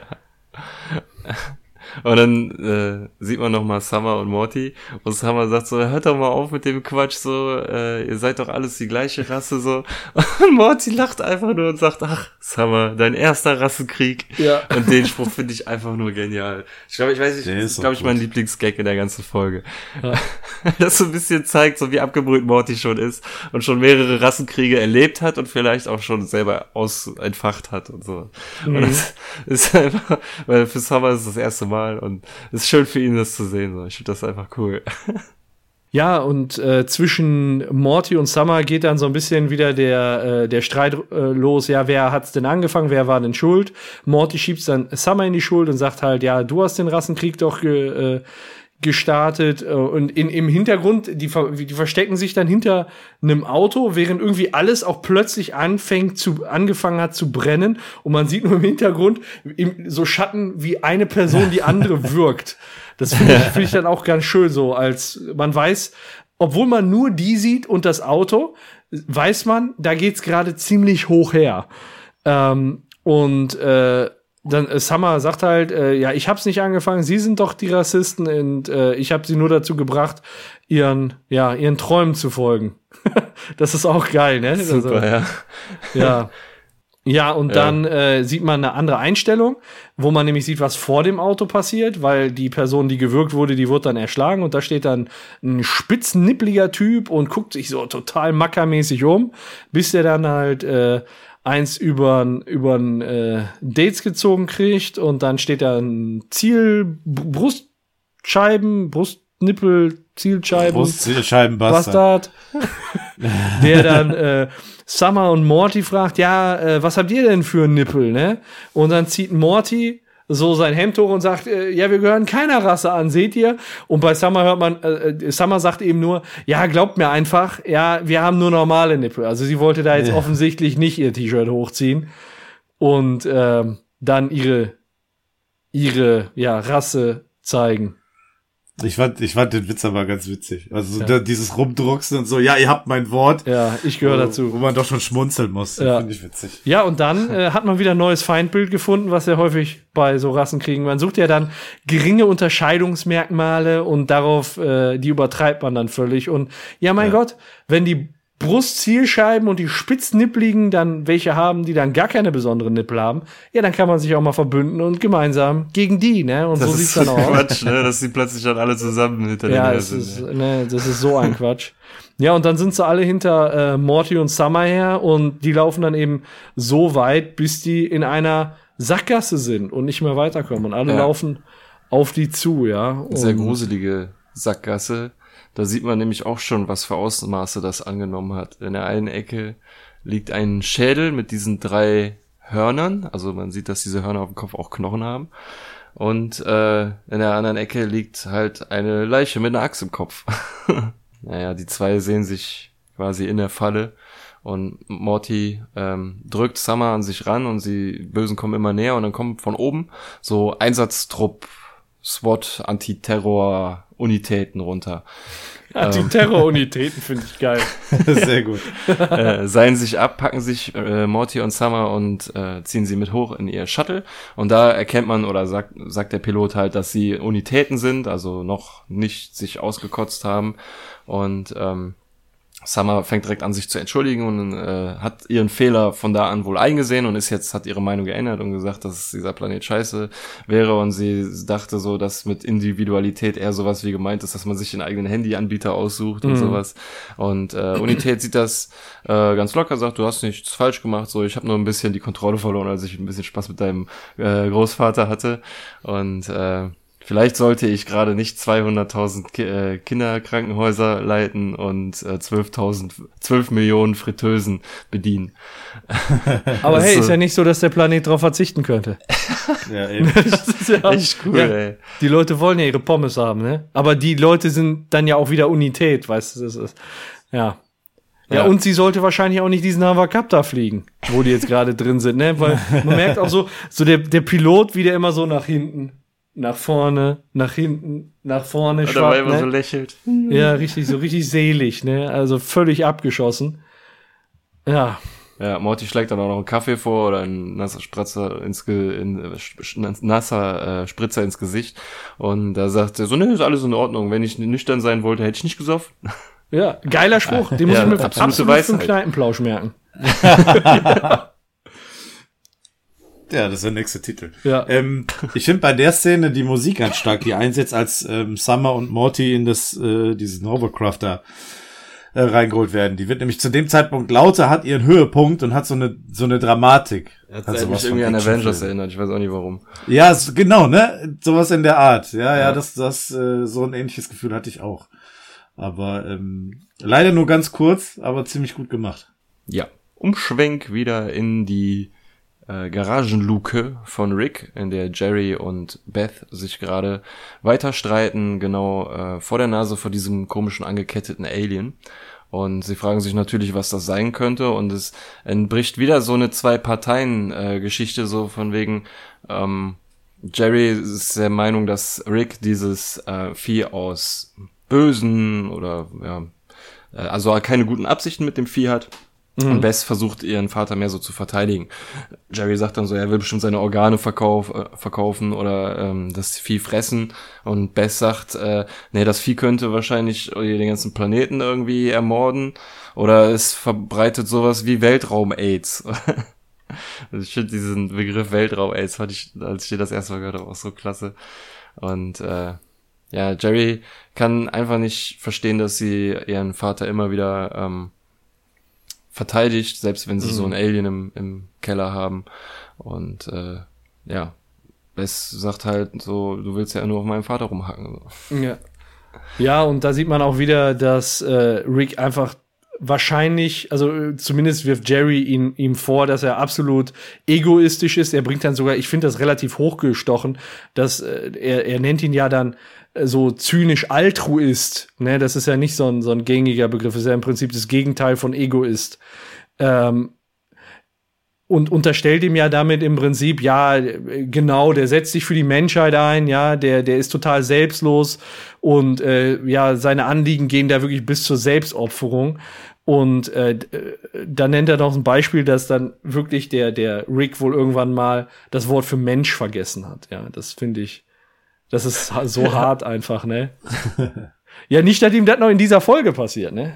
Und dann äh, sieht man noch mal Summer und Morty und Summer sagt so, hört doch mal auf mit dem Quatsch, so, äh, ihr seid doch alles die gleiche Rasse, so. Und Morty lacht einfach nur und sagt, ach, Summer, dein erster Rassenkrieg. Ja. Und den Spruch finde ich einfach nur genial. Ich glaube, ich weiß nicht, das ist, glaube ich, mein Lieblingsgag in der ganzen Folge. Ja. Das so ein bisschen zeigt, so wie abgebrüht Morty schon ist und schon mehrere Rassenkriege erlebt hat und vielleicht auch schon selber aus entfacht hat und so. Mhm. Und das ist einfach, weil für Summer ist es das erste Mal, Mal und es ist schön für ihn, das zu sehen. So. Ich finde das einfach cool. Ja, und äh, zwischen Morty und Summer geht dann so ein bisschen wieder der äh, der Streit äh, los. Ja, wer hat's denn angefangen? Wer war denn schuld? Morty schiebt dann Summer in die Schuld und sagt halt, ja, du hast den Rassenkrieg doch ge, äh, gestartet. Äh, und in, im Hintergrund, die, die verstecken sich dann hinter einem Auto, während irgendwie alles auch plötzlich anfängt zu angefangen hat zu brennen. Und man sieht nur im Hintergrund im, so Schatten, wie eine Person die andere wirkt. Das finde ich, find ich dann auch ganz schön so, als man weiß, obwohl man nur die sieht und das Auto, weiß man, da geht's gerade ziemlich hoch her. Ähm, und äh, dann äh, Summer sagt halt, äh, ja, ich hab's nicht angefangen, sie sind doch die Rassisten und äh, ich habe sie nur dazu gebracht, ihren, ja, ihren Träumen zu folgen. Das ist auch geil, ne? Super, also, ja. Ja. Ja, und ja. dann äh, sieht man eine andere Einstellung, wo man nämlich sieht, was vor dem Auto passiert, weil die Person, die gewürgt wurde, die wird dann erschlagen und da steht dann ein spitznippliger Typ und guckt sich so total mackermäßig um, bis der dann halt äh, eins übern übern äh, Dates gezogen kriegt und dann steht da ein Ziel, Brustscheiben, Brustnippel, Zielscheiben, Brustzielscheiben Bastard, der dann äh, Summer und Morty fragt, ja, äh, was habt ihr denn für einen Nippel, ne? Und dann zieht Morty so sein Hemd hoch und sagt, äh, ja, wir gehören keiner Rasse an, seht ihr? Und bei Summer hört man, äh, Summer sagt eben nur, ja, glaubt mir einfach, ja, wir haben nur normale Nippel. Also sie wollte da jetzt ja. offensichtlich nicht ihr T-Shirt hochziehen und äh, dann ihre, ihre, ja, Rasse zeigen. Ich fand, ich fand den Witz aber ganz witzig. Also ja. dieses Rumdrucksen und so, ja, ihr habt mein Wort. Ja, ich gehöre dazu. Wo man doch schon schmunzeln muss. Ja. Finde ich witzig. Ja, und dann äh, hat man wieder ein neues Feindbild gefunden, was ja häufig bei so Rassenkriegen. Man sucht ja dann geringe Unterscheidungsmerkmale und darauf, äh, die übertreibt man dann völlig. Und ja, mein ja. Gott, wenn die Brustzielscheiben und die Spitznippligen dann welche haben, die dann gar keine besonderen Nippel haben, ja, dann kann man sich auch mal verbünden und gemeinsam gegen die, ne? Und das so sieht's dann auch aus. Quatsch, ne? Dass die plötzlich dann alle zusammen hinter ja, den es ist, ne, das ist so ein Quatsch. Ja, und dann sind sie alle hinter äh, Morty und Summer her und die laufen dann eben so weit, bis die in einer Sackgasse sind und nicht mehr weiterkommen. Und alle ja. laufen auf die zu, ja. Und sehr gruselige Sackgasse. Da sieht man nämlich auch schon, was für Ausmaße das angenommen hat. In der einen Ecke liegt ein Schädel mit diesen drei Hörnern. Also man sieht, dass diese Hörner auf dem Kopf auch Knochen haben. Und äh, in der anderen Ecke liegt halt eine Leiche mit einer Axt im Kopf. Naja, die zwei sehen sich quasi in der Falle. Und Morty ähm, drückt Summer an sich ran und die Bösen kommen immer näher. Und dann kommt von oben so Einsatztrupp, SWAT, Antiterror-Unitäten runter. Antiterror-Unitäten finde ich geil. Sehr gut. äh, seilen sich ab, packen sich äh, Morty und Summer und äh, ziehen sie mit hoch in ihr Shuttle. Und da erkennt man oder sagt, sagt der Pilot halt, dass sie Unitäten sind, also noch nicht sich ausgekotzt haben. Und ähm, Summer fängt direkt an, sich zu entschuldigen und äh, hat ihren Fehler von da an wohl eingesehen und ist jetzt, hat ihre Meinung geändert und gesagt, dass dieser Planet scheiße wäre und sie dachte so, dass mit Individualität eher sowas wie gemeint ist, dass man sich den eigenen Handyanbieter aussucht und mhm. sowas. Und äh, Unität sieht das äh, ganz locker, sagt, du hast nichts falsch gemacht, so, ich habe nur ein bisschen die Kontrolle verloren, als ich ein bisschen Spaß mit deinem äh, Großvater hatte und äh, vielleicht sollte ich gerade nicht zweihunderttausend Ki- äh, Kinderkrankenhäuser leiten und äh, zwölftausend, zwölf Millionen Fritteusen bedienen. Aber hey, so ist ja nicht so, dass der Planet drauf verzichten könnte. Ja, eben. Das ist ja echt cool, ja, ey. Die Leute wollen ja ihre Pommes haben, ne? Aber die Leute sind dann ja auch wieder Unität, weißt du, das ist, ja. Ja, ja, und sie sollte wahrscheinlich auch nicht diesen Hava Cup da fliegen, wo die jetzt gerade drin sind, ne? Weil man merkt auch so, so der, der Pilot, wie der immer so nach hinten, nach vorne, nach hinten, nach vorne schwappt, dabei immer ne? so lächelt. Ja, richtig, so richtig selig, ne? Also völlig abgeschossen. Ja. Ja, Morty schlägt dann auch noch einen Kaffee vor oder einen nasser Spritzer ins Ge- in, äh, nasser äh, Spritzer ins Gesicht und da sagt er so, ne, ist alles in Ordnung. Wenn ich nüchtern sein wollte, hätte ich nicht gesoffen. Ja, geiler Spruch. Den muss ja, ich mir absolute absolut Weisheit. für einen Kneipenplausch merken. Ja. Ja, das ist der nächste Titel. Ja. Ähm, ich finde bei der Szene die Musik ganz stark, die einsetzt, als ähm, Summer und Morty in das äh, dieses Hovercraft da äh, reingeholt werden. Die wird nämlich zu dem Zeitpunkt lauter, hat ihren Höhepunkt und hat so eine so eine Dramatik. Hat also mich irgendwie an Avengers erinnert, ich weiß auch nicht warum. Ja, so, genau, ne? Sowas in der Art. Ja, ja, ja das, das, äh, so ein ähnliches Gefühl hatte ich auch. Aber ähm, leider nur ganz kurz, aber ziemlich gut gemacht. Ja, Umschwenk wieder in die äh, Garagenluke von Rick, in der Jerry und Beth sich gerade weiter streiten, genau äh, vor der Nase vor diesem komischen angeketteten Alien. Und sie fragen sich natürlich, was das sein könnte. Und es entbricht wieder so eine Zwei-Parteien-Geschichte, so von wegen, ähm, Jerry ist der Meinung, dass Rick dieses äh, Vieh aus bösen oder, ja, äh, also keine guten Absichten mit dem Vieh hat. Mhm. Und Beth versucht, ihren Vater mehr so zu verteidigen. Jerry sagt dann so, er will bestimmt seine Organe verkauf, äh, verkaufen oder ähm, das Vieh fressen. Und Beth sagt, äh, nee, das Vieh könnte wahrscheinlich den ganzen Planeten irgendwie ermorden. Oder es verbreitet sowas wie Weltraum-Aids. Also ich finde diesen Begriff Weltraum-Aids, fand ich, als ich den das erste Mal gehört habe, auch so klasse. Und äh, ja, Jerry kann einfach nicht verstehen, dass sie ihren Vater immer wieder ähm, verteidigt, selbst wenn sie mhm. so ein Alien im, im Keller haben. Und äh, ja, es sagt halt so, du willst ja nur auf meinen Vater rumhacken. So. Ja. Ja, und da sieht man auch wieder, dass äh, Rick einfach wahrscheinlich, also zumindest wirft Jerry ihn, ihm vor, dass er absolut egoistisch ist. Er bringt dann sogar, ich finde das relativ hochgestochen, dass äh, er, er nennt ihn ja dann so zynisch Altruist, ne, das ist ja nicht so ein, so ein gängiger Begriff, das ist ja im Prinzip das Gegenteil von Egoist. Ähm, und unterstellt ihm ja damit im Prinzip, ja, genau, der setzt sich für die Menschheit ein, ja, der, der ist total selbstlos und äh, ja, seine Anliegen gehen da wirklich bis zur Selbstopferung. Und äh, da nennt er noch ein Beispiel, dass dann wirklich der, der Rick wohl irgendwann mal das Wort für Mensch vergessen hat. Ja, das finde ich, das ist so hart einfach, ne? Ja, nicht, dass ihm das noch in dieser Folge passiert, ne?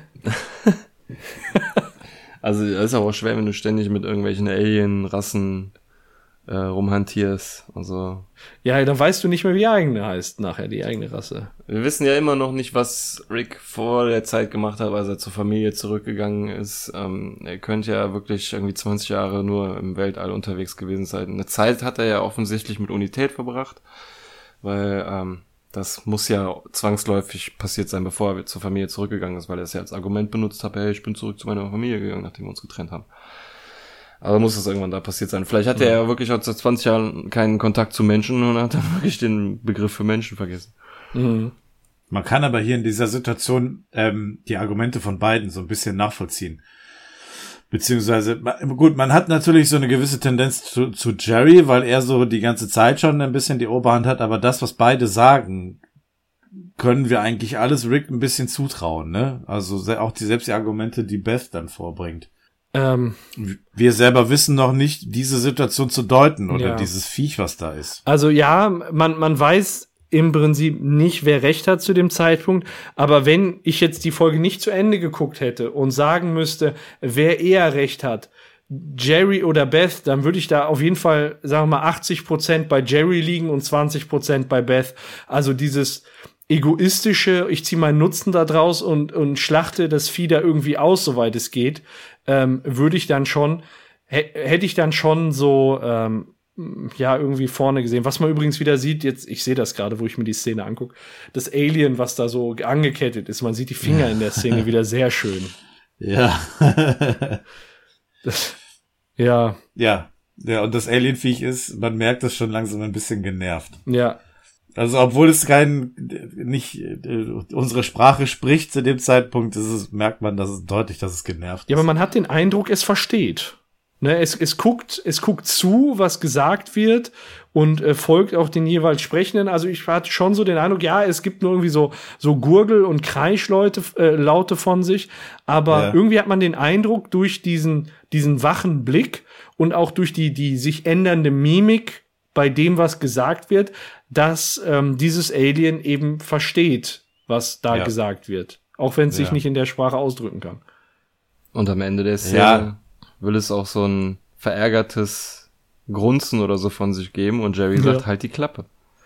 Also, es ist auch schwer, wenn du ständig mit irgendwelchen Alien-Rassen äh, rumhantierst. Also. Ja, dann weißt du nicht mehr, wie die eigene heißt, nachher, die eigene Rasse. Wir wissen ja immer noch nicht, was Rick vor der Zeit gemacht hat, als er zur Familie zurückgegangen ist. Ähm, er könnte ja wirklich irgendwie zwanzig Jahre nur im Weltall unterwegs gewesen sein. Eine Zeit hat er ja offensichtlich mit Unität verbracht. Weil ähm, das muss ja zwangsläufig passiert sein, bevor er zur Familie zurückgegangen ist, weil er es ja als Argument benutzt hat, hey, ich bin zurück zu meiner Familie gegangen, nachdem wir uns getrennt haben. Aber muss das irgendwann da passiert sein. Vielleicht hatte ja. er ja wirklich auch seit zwanzig Jahren keinen Kontakt zu Menschen und hat dann wirklich den Begriff für Menschen vergessen. Mhm. Man kann aber hier in dieser Situation ähm, die Argumente von beiden so ein bisschen nachvollziehen. Beziehungsweise, gut, man hat natürlich so eine gewisse Tendenz zu, zu Jerry, weil er so die ganze Zeit schon ein bisschen die Oberhand hat, aber das, was beide sagen, können wir eigentlich alles Rick ein bisschen zutrauen, ne? Also auch die, selbst die Argumente, die Beth dann vorbringt. Ähm, wir selber wissen noch nicht, diese Situation zu deuten oder ja. dieses Viech, was da ist. Also ja, man, man weiß im Prinzip nicht, wer recht hat zu dem Zeitpunkt. Aber wenn ich jetzt die Folge nicht zu Ende geguckt hätte und sagen müsste, wer eher recht hat, Jerry oder Beth, dann würde ich da auf jeden Fall, sagen wir mal, achtzig Prozent bei Jerry liegen und zwanzig Prozent bei Beth. Also dieses egoistische, ich ziehe meinen Nutzen da draus und, und schlachte das Vieh da irgendwie aus, soweit es geht, ähm, würde ich dann schon, hätte ich dann schon so, ähm, ja, irgendwie vorne gesehen. Was man übrigens wieder sieht, jetzt, ich sehe das gerade, wo ich mir die Szene angucke, das Alien, was da so angekettet ist, man sieht die Finger in der Szene wieder sehr schön. Ja. das, ja. Ja. Ja, und das Alien-Viech ist, man merkt das schon langsam ein bisschen genervt. Ja. Also, obwohl es kein, nicht äh, unsere Sprache spricht zu dem Zeitpunkt, ist es, merkt man, dass es deutlich, dass es genervt ist. Ja, aber man hat den Eindruck, es versteht. Ne, es, es guckt, es guckt zu, was gesagt wird und äh, folgt auch den jeweils Sprechenden. Also ich hatte schon so den Eindruck, ja, es gibt nur irgendwie so, so Gurgel- und Kreischlaute, äh, Laute von sich. Aber ja. irgendwie hat man den Eindruck durch diesen, diesen wachen Blick und auch durch die, die sich ändernde Mimik bei dem, was gesagt wird, dass ähm, dieses Alien eben versteht, was da ja. gesagt wird. Auch wenn es sich ja. nicht in der Sprache ausdrücken kann. Und am Ende der Szene ja. will es auch so ein verärgertes Grunzen oder so von sich geben und Jerry sagt, ja. halt die Klappe.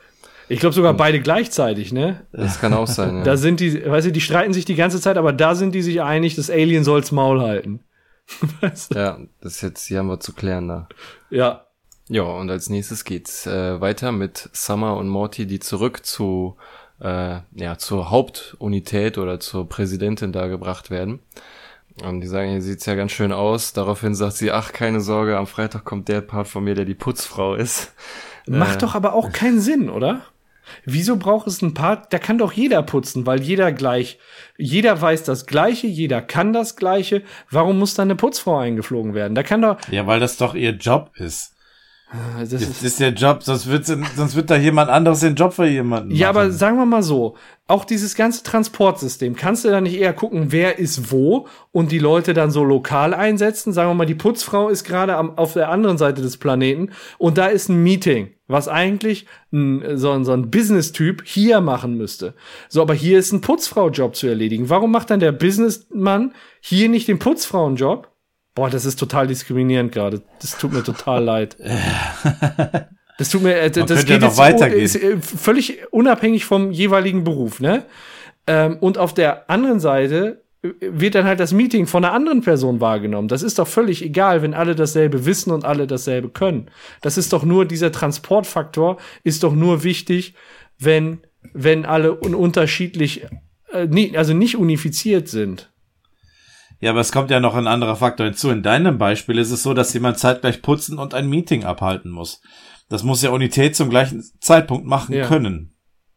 Ich glaube sogar beide gleichzeitig, ne? Das kann auch sein, ja. Da sind die, weißt du, die streiten sich die ganze Zeit, aber da sind die sich einig, das Alien soll's Maul halten. Weißt du? Ja, das ist jetzt, hier haben wir zu klären da. Ja. Ja, und als nächstes geht's äh, weiter mit Summer und Morty, die zurück zu, äh, ja, zur Hauptunität oder zur Präsidentin da gebracht werden. Und die sagen, hier sieht's ja ganz schön aus. Daraufhin sagt sie, ach, keine Sorge, am Freitag kommt der Part von mir, der die Putzfrau ist. Macht äh, doch aber auch keinen Sinn, oder? Wieso braucht es einen Part? Da kann doch jeder putzen, weil jeder gleich, jeder weiß das Gleiche, jeder kann das Gleiche. Warum muss da eine Putzfrau eingeflogen werden? Da kann doch. Ja, weil das doch ihr Job ist. Das Das ist, ist der Job, sonst wird, sonst wird da jemand anderes den Job für jemanden machen. ja, aber sagen wir mal so, auch dieses ganze Transportsystem, kannst du da nicht eher gucken, wer ist wo und die Leute dann so lokal einsetzen? Sagen wir mal, die Putzfrau ist gerade am, auf der anderen Seite des Planeten und da ist ein Meeting, was eigentlich ein, so, ein, so ein Business-Typ hier machen müsste. So, aber hier ist ein Putzfrau-Job zu erledigen. Warum macht dann der Businessmann hier nicht den Putzfrauenjob? Boah, das ist total diskriminierend gerade. Das tut mir total leid. Das tut mir, äh, das könnte geht ja noch jetzt weitergehen. ist, äh, völlig unabhängig vom jeweiligen Beruf, ne? Ähm, und auf der anderen Seite äh, wird dann halt das Meeting von einer anderen Person wahrgenommen. Das ist doch völlig egal, wenn alle dasselbe wissen und alle dasselbe können. Das ist doch nur, dieser Transportfaktor ist doch nur wichtig, wenn, wenn alle un- unterschiedlich, äh, nie, also nicht unifiziert sind. Ja, aber es kommt ja noch ein anderer Faktor hinzu. In deinem Beispiel ist es so, dass jemand zeitgleich putzen und ein Meeting abhalten muss. Das muss ja Unität zum gleichen Zeitpunkt machen Ja. können.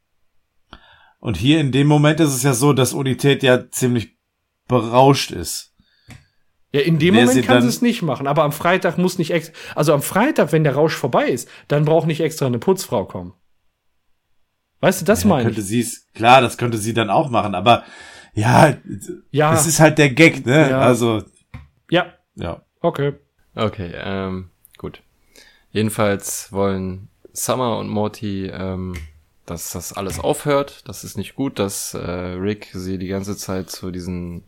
Und hier in dem Moment ist es ja so, dass Unität ja ziemlich berauscht ist. Ja, in dem Wer sie Moment kann dann- sie es nicht machen, aber am Freitag muss nicht extra, also am Freitag, wenn der Rausch vorbei ist, dann braucht nicht extra eine Putzfrau kommen. Weißt du, das Ja, meine könnte ich. sie es, klar, das könnte sie dann auch machen, aber ja, Ja, es ist halt der Gag, ne? Ja. Also, ja, ja. okay. Okay, ähm, gut. Jedenfalls wollen Summer und Morty, ähm, dass das alles aufhört. Das ist nicht gut, dass äh, Rick sie die ganze Zeit zu diesen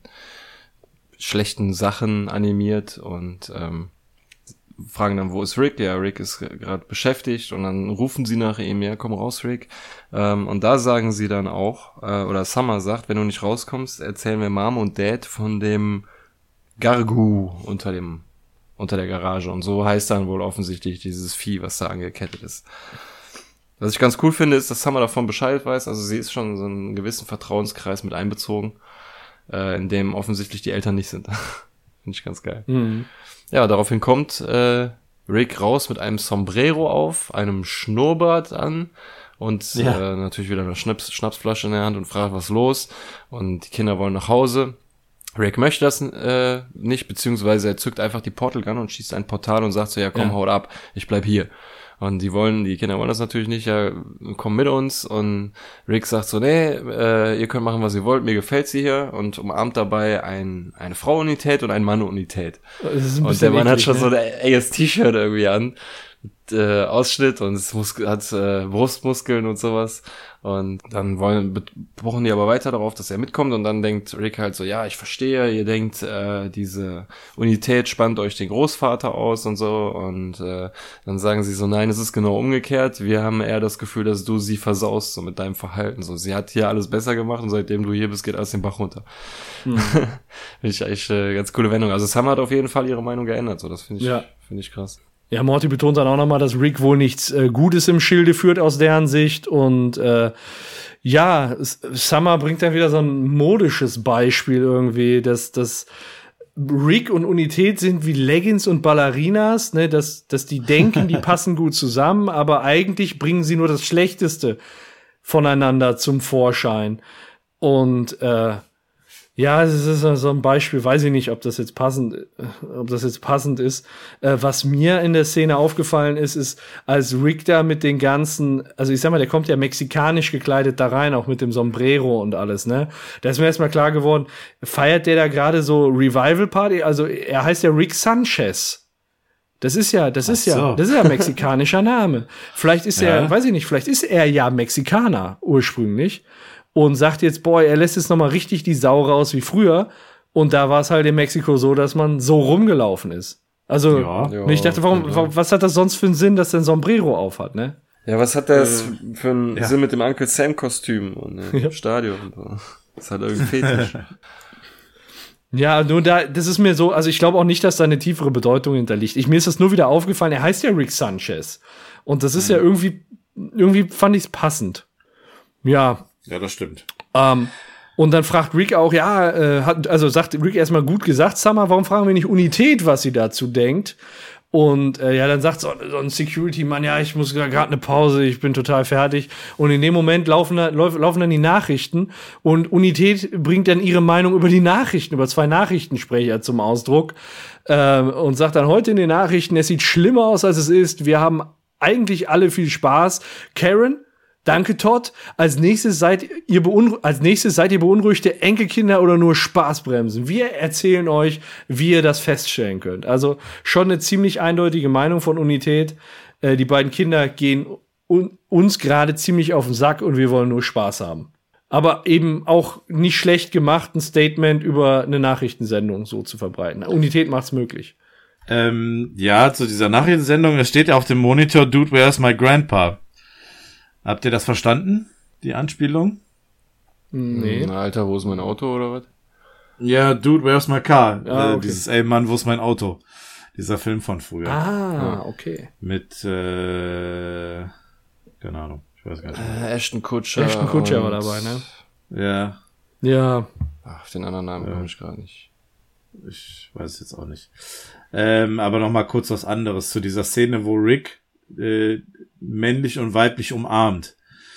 schlechten Sachen animiert und ähm, fragen dann, wo ist Rick? Ja, Rick ist gerade beschäftigt und dann rufen sie nach ihm, ja, komm raus, Rick. Ähm, und da sagen sie dann auch, äh, oder Summer sagt, wenn du nicht rauskommst, erzählen wir Mom und Dad von dem Gargu unter dem unter der Garage. Und so heißt dann wohl offensichtlich dieses Vieh, was da angekettet ist. Was ich ganz cool finde, ist, dass Summer davon Bescheid weiß. Also sie ist schon in so einen gewissen Vertrauenskreis mit einbezogen, äh, in dem offensichtlich die Eltern nicht sind. Finde ich ganz geil. Mhm. Ja, daraufhin kommt äh, Rick raus mit einem Sombrero auf, einem Schnurrbart an und Ja. äh, natürlich wieder eine Schnaps Schnapsflasche in der Hand und fragt, was los. Und die Kinder wollen nach Hause. Rick möchte das äh, nicht, beziehungsweise er zückt einfach die Portal Gun und schießt ein Portal und sagt so, ja komm, Ja. haut ab, ich bleib hier. Und die wollen, die Kinder wollen das natürlich nicht, ja, komm mit uns. Und Rick sagt so, nee, äh, ihr könnt machen, was ihr wollt, mir gefällt sie hier. Und umarmt dabei ein, eine Frauenunität und eine Mannunität. Das ist ein Und bisschen der Mann hat eklig, schon ne? so ein enges T-Shirt irgendwie an. Mit, äh, Ausschnitt und es mus- hat äh, Brustmuskeln und sowas. Und dann wollen, be- pochen die aber weiter darauf, dass er mitkommt. Und dann denkt Rick halt so, ja, ich verstehe, ihr denkt, äh, diese Unität spannt euch den Großvater aus und so. Und äh, dann sagen sie so, nein, es ist genau umgekehrt. Wir haben eher das Gefühl, dass du sie versaust, so mit deinem Verhalten. So, sie hat hier alles besser gemacht und seitdem du hier bist, geht alles den Bach runter. Mhm. Finde ich eigentlich äh, ganz coole Wendung. Also Sam hat auf jeden Fall ihre Meinung geändert. So, das finde ich, Ja. finde ich krass. Ja, Morty betont dann auch nochmal, dass Rick wohl nichts äh, Gutes im Schilde führt aus deren Sicht. Und äh, ja, S- Summer bringt dann wieder so ein modisches Beispiel irgendwie, dass, dass Rick und Unität sind wie Leggings und Ballerinas, ne, dass, dass die denken, die passen gut zusammen, aber eigentlich bringen sie nur das Schlechteste voneinander zum Vorschein. Und äh, ja, es ist so ein Beispiel, weiß ich nicht, ob das jetzt passend, äh, ob das jetzt passend ist. Äh, was mir in der Szene aufgefallen ist, ist, als Rick da mit den ganzen, also ich sag mal, der kommt ja mexikanisch gekleidet da rein, auch mit dem Sombrero und alles, ne? Da ist mir erstmal klar geworden, feiert der da gerade so Revival Party? Also er heißt ja Rick Sanchez. Das ist ja, das ist Ach so. ja, das ist ja ein mexikanischer Name. Vielleicht ist er, Ja. weiß ich nicht, vielleicht ist er ja Mexikaner ursprünglich. Und sagt jetzt, boah, er lässt jetzt noch mal richtig die Sau raus wie früher. Und da war es halt in Mexiko so, dass man so rumgelaufen ist. Also, Ja. und ich dachte, warum, Ja. warum, was hat das sonst für einen Sinn, dass der ein Sombrero auf hat, ne? Ja, was hat das äh, für einen ja. Sinn mit dem Uncle Sam-Kostüm und äh, Ja. im Stadion und so? Das ist halt irgendwie Fetisch. Ja, nur da, das ist mir so, also ich glaube auch nicht, dass da eine tiefere Bedeutung hinterliegt. Ich, mir ist das nur wieder aufgefallen, er heißt ja Rick Sanchez. Und das ist mhm. ja irgendwie, irgendwie fand ich es passend. Ja. Ja, das stimmt. Ähm, und dann fragt Rick auch, ja, äh, hat, also sagt Rick erstmal gut gesagt, Summer, warum fragen wir nicht Unität, was sie dazu denkt? Und äh, ja, dann sagt so, so ein Security-Mann, ja, ich muss gerade eine Pause, ich bin total fertig. Und in dem Moment laufen, da, lauf, laufen dann die Nachrichten und Unität bringt dann ihre Meinung über die Nachrichten, über zwei Nachrichtensprecher zum Ausdruck äh, und sagt dann heute in den Nachrichten, es sieht schlimmer aus, als es ist. Wir haben eigentlich alle viel Spaß. Karen, danke Todd. Als nächstes seid ihr beunru- als nächstes seid ihr beunruhigte Enkelkinder oder nur Spaßbremsen. Wir erzählen euch, wie ihr das feststellen könnt. Also schon eine ziemlich eindeutige Meinung von Unität. Äh, die beiden Kinder gehen un- uns gerade ziemlich auf den Sack und wir wollen nur Spaß haben. Aber eben auch nicht schlecht gemacht, ein Statement über eine Nachrichtensendung so zu verbreiten. Unität macht's möglich. Ähm, ja, zu dieser Nachrichtensendung, es steht ja auf dem Monitor, Dude, where's my grandpa? Habt ihr das verstanden? Die Anspielung? Nee. Na, Alter, wo ist mein Auto oder was? Ja, Dude, where's my car? Ah, äh, okay. Dieses, ey Mann, wo ist mein Auto? Dieser Film von früher. Ah, okay. Mit, äh, keine Ahnung, ich weiß gar nicht mehr. Äh, Ashton Kutcher. Ashton Kutcher war und- dabei, ne? Ja, Ja. Ach, auf den anderen Namen Ja. komme ich gerade nicht. ich weiß es jetzt auch nicht. Ähm, aber noch mal kurz was anderes zu dieser Szene, wo Rick äh, männlich und weiblich umarmt.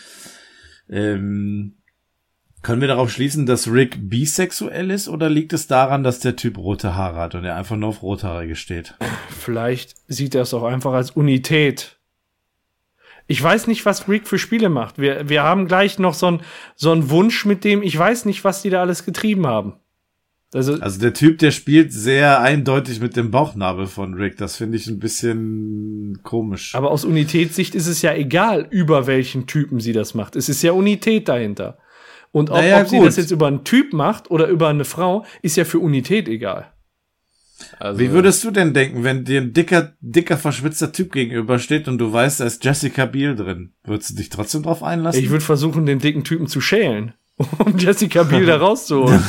Ähm, können wir darauf schließen, dass Rick bisexuell ist, oder liegt es daran, dass der Typ rote Haare hat und er einfach nur auf Rothaarige steht? Vielleicht sieht er es auch einfach als Unität. Ich weiß nicht, was Rick für Spiele macht. Wir, wir haben gleich noch so einen so einen Wunsch mit dem, ich weiß nicht, was die da alles getrieben haben. Also, Also der Typ, der spielt sehr eindeutig mit dem Bauchnabel von Rick. Das finde ich ein bisschen komisch. aber aus Unitätssicht ist es ja egal, über welchen Typen sie das macht. Es ist ja Unität dahinter. Und ob, Naja, ob sie gut. das jetzt über einen Typ macht oder über eine Frau, ist ja für Unität egal. Also, Wie würdest du denn denken, wenn dir ein dicker, dicker, verschwitzter Typ gegenübersteht und du weißt, da ist Jessica Biel drin? Würdest du dich trotzdem drauf einlassen? Ich würde versuchen, den dicken Typen zu schälen, um Jessica Biel da rauszuholen.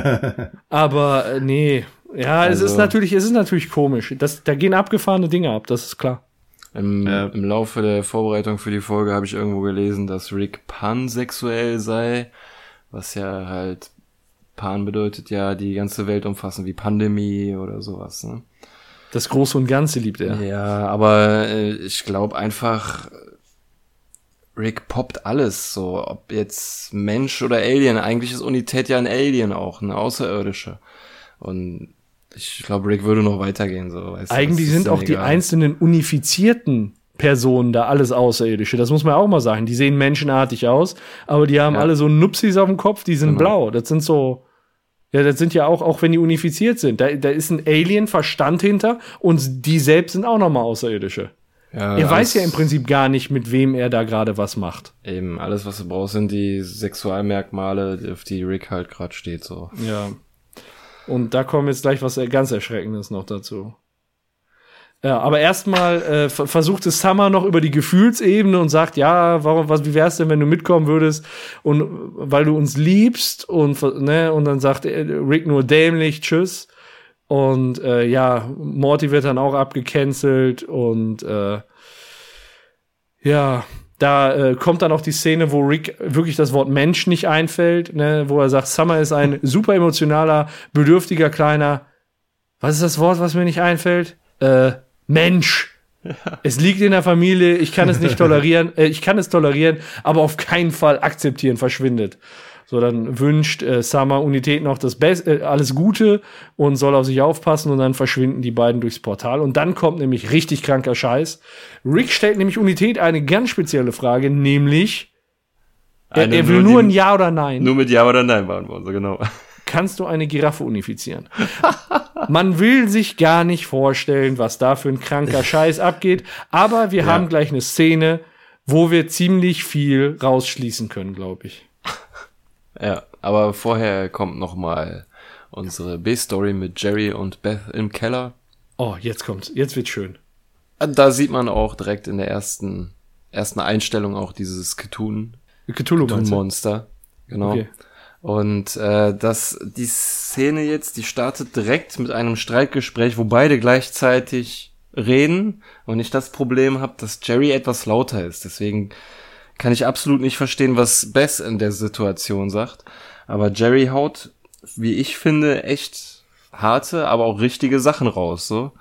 Aber äh, nee, ja, es Also- ist natürlich, es ist natürlich komisch. Das, da gehen abgefahrene Dinge ab, das ist klar. Im, Ja. Im Laufe der Vorbereitung für die Folge habe ich irgendwo gelesen, dass Rick pansexuell sei, was ja halt, Pan bedeutet ja die ganze Welt umfassen, wie Pandemie oder sowas, ne? Das Große und Ganze liebt er. Ja, aber äh, ich glaube einfach, Rick poppt alles, so, ob jetzt Mensch oder Alien. Eigentlich ist Unität ja ein Alien auch, eine Außerirdische. Und ich glaube, Rick würde noch weitergehen, so. Weißt du, Eigentlich das ist sind ihm auch die egal. einzelnen unifizierten Personen da alles Außerirdische. Das muss man auch mal sagen. Die sehen menschenartig aus, aber die haben Ja. alle so Nupsis auf dem Kopf, die sind Genau. blau. Das sind so, ja, das sind ja auch, auch wenn die unifiziert sind. Da, da ist ein Alien-Verstand hinter und die selbst sind auch nochmal Außerirdische. Ja, Er weiß alles- ja im Prinzip gar nicht, mit wem er da gerade was macht. Eben, alles, was du brauchst, sind die Sexualmerkmale, auf die Rick halt gerade steht, so. Ja. Und da kommt jetzt gleich was ganz Erschreckendes noch dazu. Ja, aber erstmal äh, ver- versucht es Summer noch über die Gefühlsebene und sagt, ja, warum, was, wie wär's denn, wenn du mitkommen würdest und weil du uns liebst und ver- ne, und dann sagt äh, Rick nur dämlich, tschüss. Und äh, ja, Morty wird dann auch abgecancelt und äh, ja, da äh, kommt dann auch die Szene, wo Rick wirklich das Wort Mensch nicht einfällt, ne, wo er sagt, Summer ist ein super emotionaler, bedürftiger kleiner, was ist das Wort, was mir nicht einfällt? Äh, Mensch. Es liegt in der Familie, ich kann es nicht tolerieren, äh, ich kann es tolerieren, aber auf keinen Fall akzeptieren, verschwindet. So, dann wünscht äh, Summer Unität noch das Beste, äh, alles Gute und soll auf sich aufpassen und dann verschwinden die beiden durchs Portal. Und dann kommt nämlich richtig kranker Scheiß. Rick stellt nämlich Unität eine ganz spezielle Frage, nämlich, er, Eine er will nur nur die- ein Ja oder Nein. Nur mit Ja oder Nein beantworten, so genau. Kannst du eine Giraffe unifizieren? Man will sich gar nicht vorstellen, was da für ein kranker Scheiß abgeht, aber wir Ja. haben gleich eine Szene, wo wir ziemlich viel rausschließen können, glaube ich. Ja, aber vorher kommt noch mal unsere B-Story mit Jerry und Beth im Keller. Oh, jetzt kommt's. Jetzt wird's schön. Da sieht man auch direkt in der ersten ersten Einstellung auch dieses Cthulhu, Cthulhu Cthulhu-Monster. Genau. Okay. Und äh, das, die Szene jetzt, die startet direkt mit einem Streitgespräch, wo beide gleichzeitig reden und ich das Problem habe, dass Jerry etwas lauter ist. Deswegen kann ich absolut nicht verstehen, was Bess in der Situation sagt. Aber Jerry haut, wie ich finde, echt harte, aber auch richtige Sachen raus. So.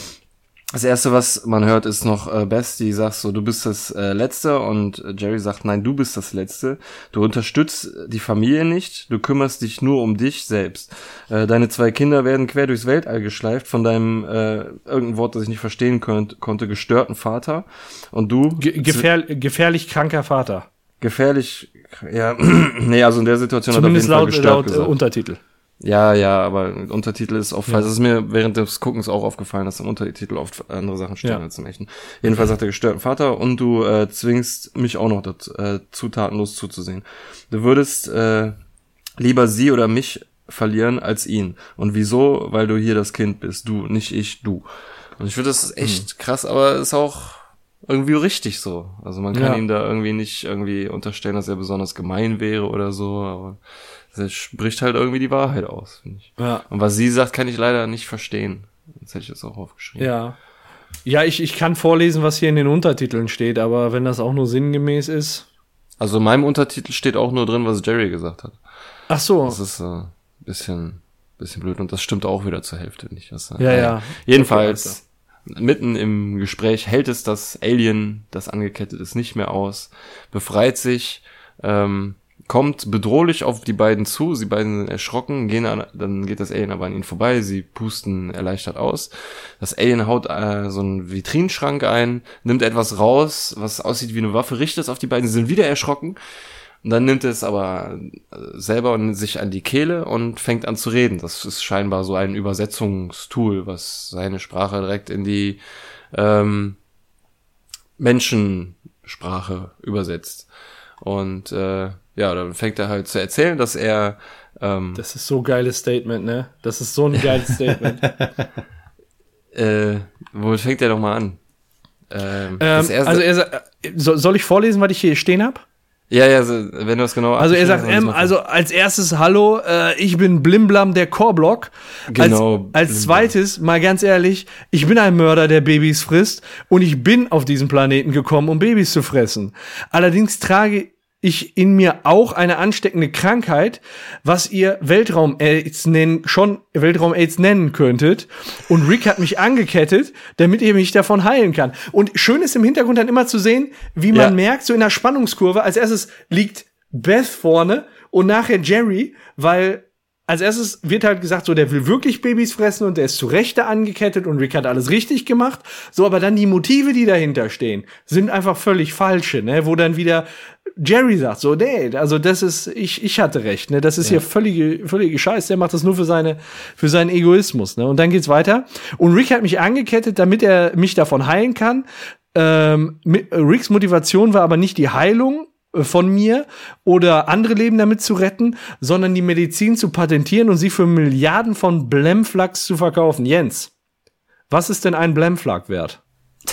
Das Erste, was man hört, ist noch äh, Bess, die sagt so, du bist das äh, Letzte, und äh, Jerry sagt, nein, du bist das Letzte. Du unterstützt die Familie nicht, du kümmerst dich nur um dich selbst. Äh, deine zwei Kinder werden quer durchs Weltall geschleift von deinem, äh, irgendein Wort, das ich nicht verstehen könnt, konnte, gestörten Vater. Und du... Ge- gefähr- gefährlich kranker Vater. Gefährlich, ja, nee, also in der Situation Zumindest hat er auf jeden laut, Fall gestört laut äh, gesagt. Untertitel. Ja, ja, aber Untertitel ist oft, Ja. also es ist mir während des Guckens auch aufgefallen, dass im Untertitel oft andere Sachen stehen Ja. als im echten. Jedenfalls sagt der gestörten Vater, und du äh, zwingst mich auch noch dazu, äh, zu tatenlos zuzusehen. Du würdest äh, lieber sie oder mich verlieren als ihn. Und wieso? Weil du hier das Kind bist. Du, nicht ich, du. Und ich finde, das ist echt krass, aber ist auch irgendwie richtig so. Also man kann Ja. ihm da irgendwie nicht irgendwie unterstellen, dass er besonders gemein wäre oder so, aber das spricht halt irgendwie die Wahrheit aus, finde ich. Ja. Und was sie sagt, kann ich leider nicht verstehen. Sonst hätte ich das auch aufgeschrieben. Ja. Ja, ich, ich kann vorlesen, was hier in den Untertiteln steht, aber wenn das auch nur sinngemäß ist. Also in meinem Untertitel steht auch nur drin, was Jerry gesagt hat. Ach so. Das ist ein äh, bisschen, bisschen blöd, und das stimmt auch wieder zur Hälfte nicht. Was, Ja, äh, ja. Jedenfalls, okay, mitten im Gespräch hält es das Alien, das angekettet ist, nicht mehr aus, befreit sich, ähm, kommt bedrohlich auf die beiden zu, sie beiden sind erschrocken, gehen an, dann geht das Alien aber an ihnen vorbei, sie pusten erleichtert aus. Das Alien haut äh, so einen Vitrinenschrank ein, nimmt etwas raus, was aussieht wie eine Waffe, richtet es auf die beiden, sie sind wieder erschrocken, und dann nimmt es aber selber und sich an die Kehle und fängt an zu reden. Das ist scheinbar so ein Übersetzungstool, was seine Sprache direkt in die ähm, Menschensprache übersetzt. Und äh, ja, dann fängt er halt zu erzählen, dass er ähm, Das ist so ein geiles Statement, ne? Das ist so ein geiles Statement. äh, wo fängt er doch mal an? Ähm, ähm, er also er sagt, so, soll ich vorlesen, was ich hier stehen hab? ja, ja, so, wenn du das genau Also er sagt, abgeschrieben ähm, hast, also als erstes, hallo, äh, ich bin Blimblam der Chorblock. Genau, Als, als Blimblam. zweites, mal ganz ehrlich, ich bin ein Mörder, der Babys frisst, und ich bin auf diesen Planeten gekommen, um Babys zu fressen. Allerdings trage ich in mir auch eine ansteckende Krankheit, was ihr Weltraum-Aids nennen, schon Weltraum-Aids nennen könntet. Und Rick hat mich angekettet, damit ihr mich davon heilen kann. Und schön ist im Hintergrund dann immer zu sehen, wie man Ja. merkt, so in der Spannungskurve, als erstes liegt Beth vorne und nachher Jerry, weil als erstes wird halt gesagt, so, der will wirklich Babys fressen und der ist zu Recht da angekettet und Rick hat alles richtig gemacht. So, aber dann die Motive, die dahinter stehen, sind einfach völlig falsche, ne, wo dann wieder Jerry sagt, so, nee, also das ist, ich, ich hatte recht, ne, das ist Ja. hier völlige, völlige Scheiß, der macht das nur für seine, für seinen Egoismus, ne, und dann geht's weiter. Und Rick hat mich angekettet, damit er mich davon heilen kann. Ähm, mit, Ricks Motivation war aber nicht die Heilung von mir oder andere Leben damit zu retten, sondern die Medizin zu patentieren und sie für Milliarden von Blemflags zu verkaufen. Jens, was ist denn ein Blemflag wert?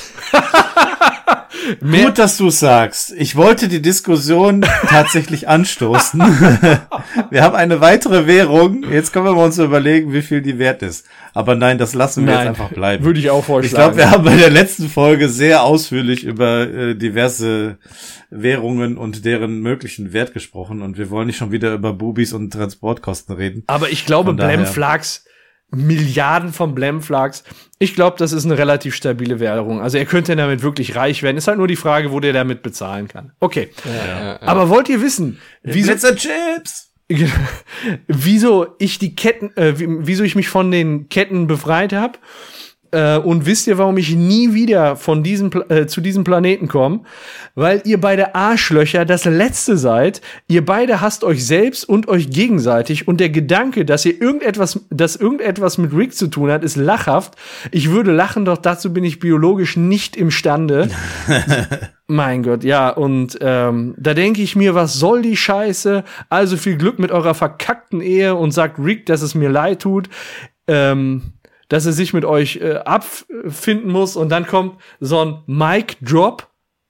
Mehr- Gut, dass du es sagst. Ich wollte die Diskussion tatsächlich anstoßen. Wir haben eine weitere Währung. Jetzt können wir uns überlegen, wie viel die wert ist. Aber nein, das lassen wir Nein, jetzt einfach bleiben. würde ich auch vorschlagen. Ich glaube, wir haben bei der letzten Folge sehr ausführlich über äh, diverse Währungen und deren möglichen Wert gesprochen. Und wir wollen nicht schon wieder über Bubis und Transportkosten reden. Aber ich glaube, Von daher- Blemflags, Milliarden von Blemflags, ich glaube, das ist eine relativ stabile Währung. Also er könnte damit wirklich reich werden. Ist halt nur die Frage, wo der damit bezahlen kann. Okay. Ja, ja. Aber wollt ihr wissen, wieso, Blitzer Chips! wieso ich die Ketten, äh, wie- wieso ich mich von den Ketten befreit habe? Äh, und wisst ihr, warum ich nie wieder von diesem Pla- äh, zu diesem Planeten komme? Weil ihr beide Arschlöcher das Letzte seid. Ihr beide hasst euch selbst und euch gegenseitig. Und der Gedanke, dass ihr irgendetwas, dass irgendetwas mit Rick zu tun hat, ist lachhaft. Ich würde lachen, doch dazu bin ich biologisch nicht imstande. Mein Gott, ja, und ähm, da denke ich mir, was soll die Scheiße? Also viel Glück mit eurer verkackten Ehe, und sagt Rick, dass es mir leid tut, ähm, dass er sich mit euch äh, abfinden muss, und dann kommt so ein Mic-Drop.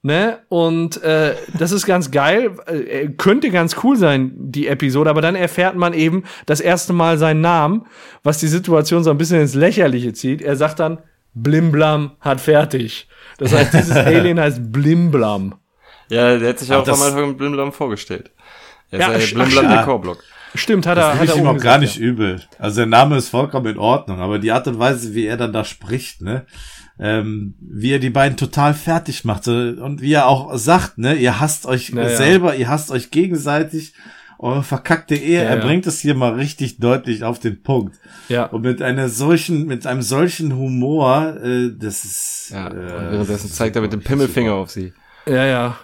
Ne? Und äh, das ist ganz geil. Äh, könnte ganz cool sein, die Episode, aber dann erfährt man eben das erste Mal seinen Namen, was die Situation so ein bisschen ins Lächerliche zieht. Er sagt dann, Blimblam hat fertig. Das heißt, dieses Alien heißt Blimblam. Ja, der hat sich Ach, auch am Anfang mit Blimblam vorgestellt. Er Ja, ist ja ach, Blimblam ach, der Core-Block. Stimmt, hat Das er, nehme hat ich er ihm auch oben gar gesagt, nicht übel. Also der Name ist vollkommen in Ordnung, aber die Art und Weise, wie er dann da spricht, ne, ähm, wie er die beiden total fertig macht so, und wie er auch sagt, ne, ihr hasst euch Ja, ja. selber, ihr hasst euch gegenseitig, eure verkackte Ehe, Ja, er ja. bringt es hier mal richtig deutlich auf den Punkt. Ja. Und mit einer solchen, mit einem solchen Humor, äh, das ist, Ja, äh, und währenddessen zeigt er mit dem Pimmelfinger auf sie. Ja, ja.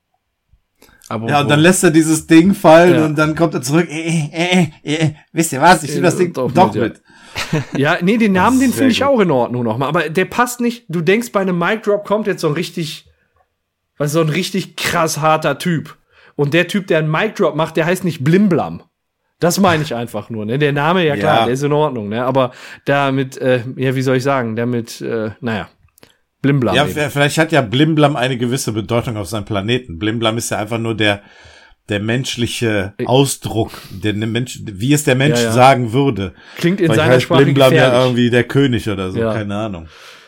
Aber ja, und dann lässt er dieses Ding fallen Ja. und dann kommt er zurück, äh, äh, äh, äh, wisst ihr was, ich nehme das Ding Doch doch, mit, mit. Ja, nee, den Namen, den sehr finde ich gut. auch in Ordnung nochmal. Aber der passt nicht. Du denkst, bei einem Mic Drop kommt jetzt so ein richtig, was so ein richtig krass harter Typ. Und der Typ, der einen Mic Drop macht, der heißt nicht Blimblam. Das meine ich einfach nur, ne? Der Name, ja klar, Ja. der ist in Ordnung, ne? Aber damit, äh, ja, wie soll ich sagen, damit, äh, naja, Blimblam. Ja, eben. v- vielleicht hat ja Blimblam eine gewisse Bedeutung auf seinem Planeten. Blimblam ist ja einfach nur der, der menschliche Ausdruck, der ne Mensch, wie es der Mensch Ja, ja. sagen würde. Klingt in Vielleicht seiner heißt Sprache Blimblam gefährlich. ja irgendwie der König oder so, Ja. keine Ahnung.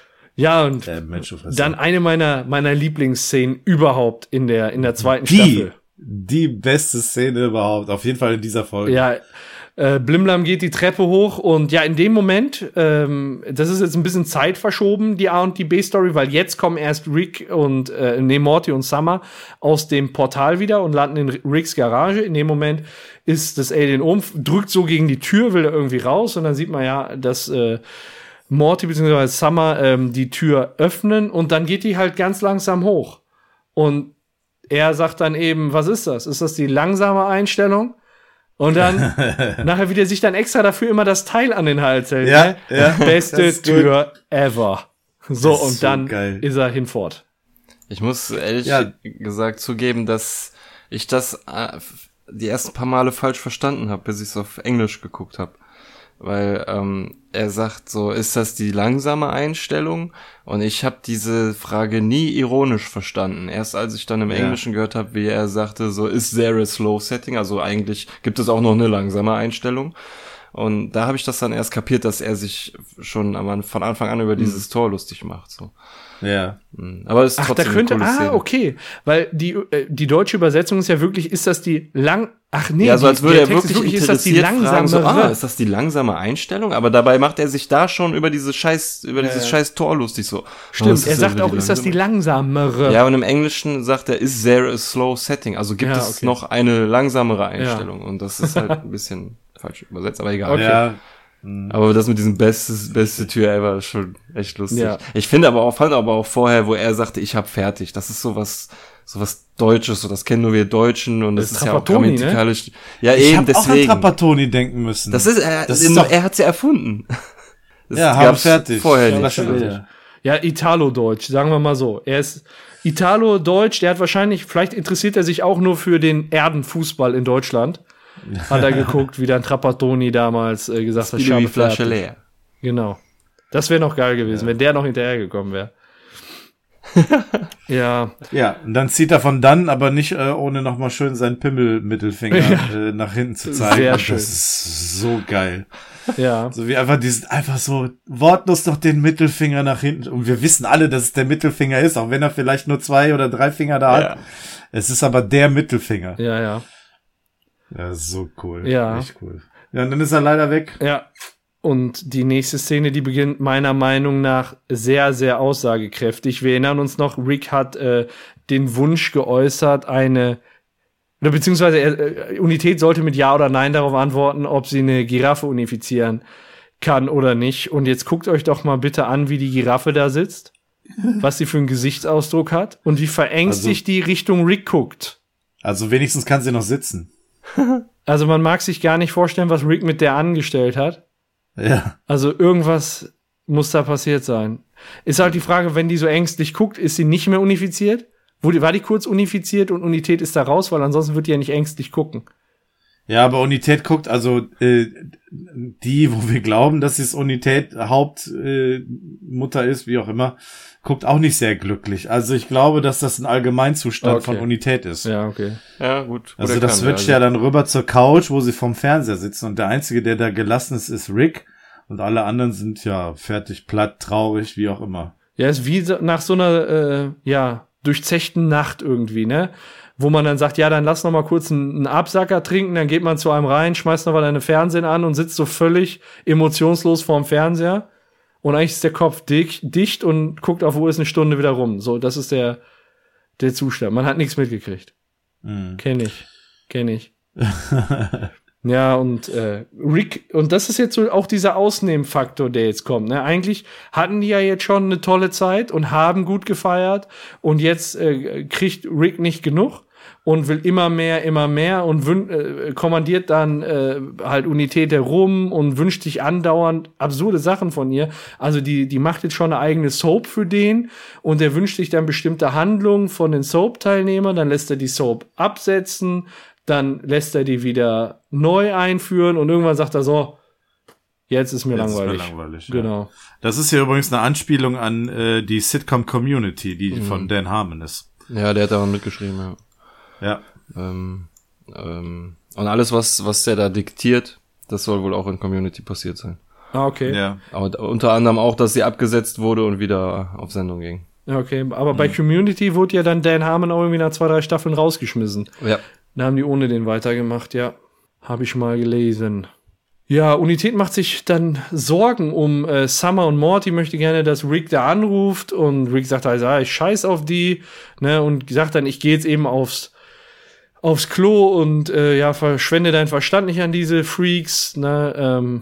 Ja, und Der Menschenfresser. dann eine meiner, meiner Lieblingsszenen überhaupt in der, in der zweiten die, Staffel. die beste Szene überhaupt, auf jeden Fall in dieser Folge. Ja, äh, Blimblam geht die Treppe hoch und ja, in dem Moment, ähm, das ist jetzt ein bisschen Zeit verschoben, die A und die B-Story, weil jetzt kommen erst Rick und, äh, nee, Morty und Summer aus dem Portal wieder und landen in Ricks Garage. In dem Moment ist das Alien um, drückt so gegen die Tür, will da irgendwie raus und dann sieht man ja, dass äh, Morty bzw. Summer ähm, die Tür öffnen und dann geht die halt ganz langsam hoch. Und er sagt dann eben, was ist das? Ist das die langsame Einstellung? Und dann, nachher wieder sich dann extra dafür immer das Teil an den Hals hält. Ja, ne? ja, Beste das ist gut. Tür ever. So, Das ist und so dann geil. ist er hinfort. Ich muss ehrlich Ja. gesagt zugeben, dass ich das äh, die ersten paar Male falsch verstanden habe, bis ich es auf Englisch geguckt habe. Weil ähm, er sagt so, ist das die langsame Einstellung? Und ich habe diese Frage nie ironisch verstanden. Erst als ich dann im Ja. Englischen gehört habe, wie er sagte, so, ist there a slow setting? Also eigentlich gibt es auch noch eine langsame Einstellung. Und da habe ich das dann erst kapiert, dass er sich schon am, von Anfang an über dieses Tor lustig macht. So. Ja. Aber es ist Ach, da trotzdem könnte, eine coole ah, Szene. okay. Weil die, äh, die deutsche Übersetzung ist ja wirklich, ist das die lang, ach nee, Ja, so als die, würde der er Text ist wirklich ist das die interessiert fragen, so, langsamere? ah, ist das die langsame Einstellung? Aber dabei macht er sich da schon über dieses scheiß, über dieses Ja. scheiß Tor lustig so. Stimmt, Oh, ist er das sagt denn auch, ist das die langsamere? Ja, und im Englischen sagt er, is there a slow setting? Also gibt Ja, es okay. noch eine langsamere Einstellung? Und das ist halt ein bisschen falsch übersetzt, aber egal. Okay. Ja. Aber das mit diesem bestes, beste Tür ever ist schon echt lustig. Ja. Ich finde aber auch, fand aber auch vorher, wo er sagte, ich hab fertig. Das ist sowas, sowas Deutsches, so das kennen nur wir Deutschen und das, Das ist ist ja auch Trapattoni, ne? grammatikalisch. Ja, Ich eben habe auch an deswegen. Trapattoni denken müssen. Das ist, er, Das in, ist doch- er hat's ja erfunden. Das ja, haben gab's fertig. vorher Ja, nicht. das Also. ja. Ja, Italo-Deutsch, sagen wir mal so. Er ist Italo-Deutsch, der hat wahrscheinlich, vielleicht interessiert er sich auch nur für den Erdenfußball in Deutschland. Hat er geguckt, wie dann Trapattoni damals äh, gesagt hat, Wie ich habe die Flasche fertig. leer. Genau. Das wäre noch geil gewesen, wenn der noch hinterhergekommen wäre. Ja, Ja, und dann zieht er von dann, aber nicht äh, ohne nochmal schön seinen Pimmelmittelfinger äh, nach hinten zu zeigen. Sehr Und schön. Das ist so geil. ja. So wie einfach diesen, einfach so wortlos noch den Mittelfinger nach hinten. Und wir wissen alle, dass es der Mittelfinger ist, auch wenn er vielleicht nur zwei oder drei Finger da Ja. hat. Es ist aber der Mittelfinger. Ja, ja. Ja, ist so cool. Ja. Echt cool. Ja, und dann ist er leider weg. Ja. Und die nächste Szene, die beginnt meiner Meinung nach sehr, sehr aussagekräftig. Wir erinnern uns noch, Rick hat äh, den Wunsch geäußert, eine, oder beziehungsweise äh, Unität sollte mit Ja oder Nein darauf antworten, ob sie eine Giraffe unifizieren kann oder nicht. Und jetzt guckt euch doch mal bitte an, wie die Giraffe da sitzt, was sie für einen Gesichtsausdruck hat und wie verängstigt die Richtung Rick guckt. Also wenigstens kann sie noch sitzen. Also man mag sich gar nicht vorstellen, was Rick mit der angestellt hat. Ja. Also irgendwas muss da passiert sein. Ist halt die Frage, wenn die so ängstlich guckt, ist sie nicht mehr unifiziert? Wurde, war die kurz unifiziert und Unität ist da raus, weil ansonsten wird die ja nicht ängstlich gucken. Ja, aber Unität guckt, also äh, die, wo wir glauben, dass es Unität Hauptmutter äh, Mutter ist, wie auch immer, guckt auch nicht sehr glücklich. Also ich glaube, dass das ein Allgemeinzustand Okay. von Unität ist. Ja, okay. Ja, gut. Also gut das erkannt, switcht ja dann rüber zur Couch, wo sie vorm Fernseher sitzen und der Einzige, der da gelassen ist, ist Rick und alle anderen sind ja fertig, platt, traurig, wie auch immer. Ja, ist wie so, nach so einer, äh, ja, durchzechten Nacht irgendwie, ne? Wo man dann sagt, ja, dann lass noch mal kurz einen, einen Absacker trinken, dann geht man zu einem rein, schmeißt noch mal deine Fernsehen an und sitzt so völlig emotionslos vorm Fernseher. Und eigentlich ist der Kopf dick, dicht und guckt auf Uhr, ist eine Stunde wieder rum. So, das ist der, der Zustand. Man hat nichts mitgekriegt. Mhm. Kenn ich. Kenn ich. Ja, und äh, Rick, und das ist jetzt so auch dieser Ausnehmfaktor, der jetzt kommt. Ne? Eigentlich hatten die ja jetzt schon eine tolle Zeit und haben gut gefeiert und jetzt äh, kriegt Rick nicht genug und will immer mehr, immer mehr und wün- äh, kommandiert dann äh, halt Unität herum und wünscht sich andauernd absurde Sachen von ihr. Also die, die macht jetzt schon eine eigene Soap für den und der wünscht sich dann bestimmte Handlungen von den Soap-Teilnehmern, dann lässt er die Soap absetzen, dann lässt er die wieder neu einführen und irgendwann sagt er so, jetzt ist mir Jetzt langweilig. Ist mir langweilig. Genau. Ja. Das ist hier übrigens eine Anspielung an äh, die Sitcom Community, die Mhm. von Dan Harmon ist. Ja, der hat daran mitgeschrieben, ja. Ja. Ähm, ähm, und alles, was, was der da diktiert, das soll wohl auch in Community passiert sein. Ah, okay. Ja. Aber d- unter anderem auch, dass sie abgesetzt wurde und wieder auf Sendung ging. Ja, okay. Aber bei Community wurde ja dann Dan Harmon auch irgendwie nach zwei, drei Staffeln rausgeschmissen. Ja. Da haben die ohne den weitergemacht, ja. Habe ich mal gelesen. Ja, Unität macht sich dann Sorgen um äh, Summer und Morty, möchte gerne, dass Rick da anruft und Rick sagt also, ah, ich scheiß auf die, ne, und sagt dann, ich gehe jetzt eben aufs aufs Klo und äh, ja, verschwende deinen Verstand nicht an diese Freaks, ne, ähm,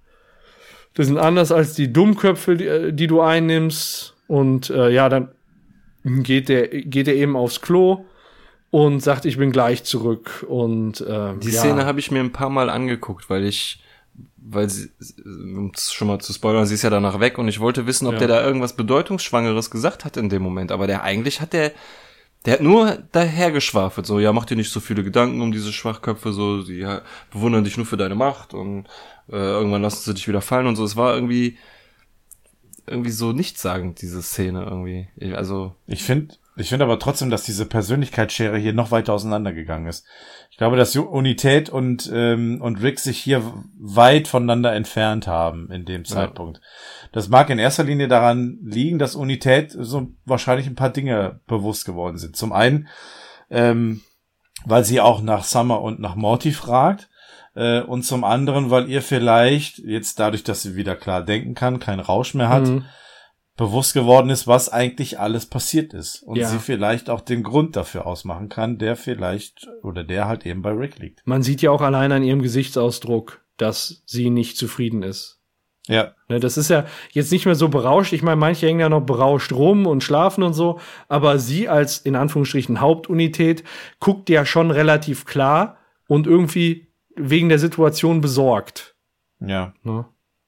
das sind anders als die Dummköpfe, die, die du einnimmst und äh, ja, dann geht der geht er eben aufs Klo und sagt, ich bin gleich zurück und ähm, Die ja. Szene habe ich mir ein paar Mal angeguckt, weil ich, weil sie, um es schon mal zu spoilern, sie ist ja danach weg und ich wollte wissen, ob Ja. der da irgendwas Bedeutungsschwangeres gesagt hat in dem Moment. Aber der eigentlich hat der, der hat nur dahergeschwafelt, so, ja, mach dir nicht so viele Gedanken um diese Schwachköpfe, so, die ja, bewundern dich nur für deine Macht und äh, irgendwann lassen sie dich wieder fallen und so. Es war irgendwie, irgendwie so nichtssagend, diese Szene irgendwie. Ich, also, Ich finde, ich finde aber trotzdem, dass diese Persönlichkeitsschere hier noch weiter auseinandergegangen ist. Ich glaube, dass Unität und ähm, und Rick sich hier weit voneinander entfernt haben in dem Zeitpunkt. Das mag in erster Linie daran liegen, dass Unität so wahrscheinlich ein paar Dinge bewusst geworden sind. Zum einen, ähm, weil sie auch nach Summer und nach Morty fragt. Äh, und zum anderen, weil ihr vielleicht jetzt dadurch, dass sie wieder klar denken kann, keinen Rausch mehr hat, Mhm. bewusst geworden ist, was eigentlich alles passiert ist. Und Ja. sie vielleicht auch den Grund dafür ausmachen kann, der vielleicht, oder der halt eben bei Rick liegt. Man sieht ja auch allein an ihrem Gesichtsausdruck, dass sie nicht zufrieden ist. Ja. Ne, das ist ja jetzt nicht mehr so berauscht. Ich meine, manche hängen ja noch berauscht rum und schlafen und so. Aber sie als, in Anführungsstrichen, Hauptunität guckt ja schon relativ klar und irgendwie wegen der Situation besorgt. Ja. Ne?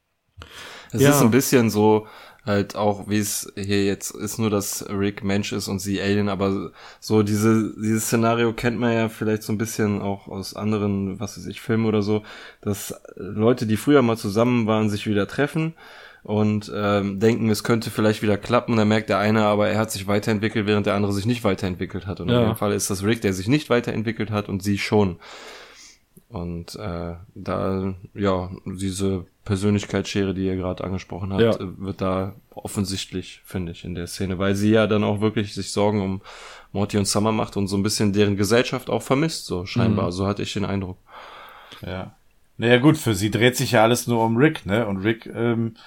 es Ja. ist ein bisschen so, halt auch, wie es hier jetzt ist, nur dass Rick Mensch ist und sie Alien, aber so diese, dieses Szenario kennt man ja vielleicht so ein bisschen auch aus anderen, was weiß ich, Filmen oder so, dass Leute, die früher mal zusammen waren, sich wieder treffen und ähm, denken, es könnte vielleicht wieder klappen, und dann merkt der eine, aber er hat sich weiterentwickelt, während der andere sich nicht weiterentwickelt hat. Und Ja. in dem Fall ist das Rick, der sich nicht weiterentwickelt hat und sie schon. Und äh, da, ja, diese Persönlichkeitsschere, die ihr gerade angesprochen habt, Ja. äh, wird da offensichtlich, finde ich, in der Szene, weil sie ja dann auch wirklich sich Sorgen um Morty und Summer macht und so ein bisschen deren Gesellschaft auch vermisst, so scheinbar. Mhm. So hatte ich den Eindruck. Ja. Naja gut, für sie dreht sich ja alles nur um Rick, ne? Und Rick ähm,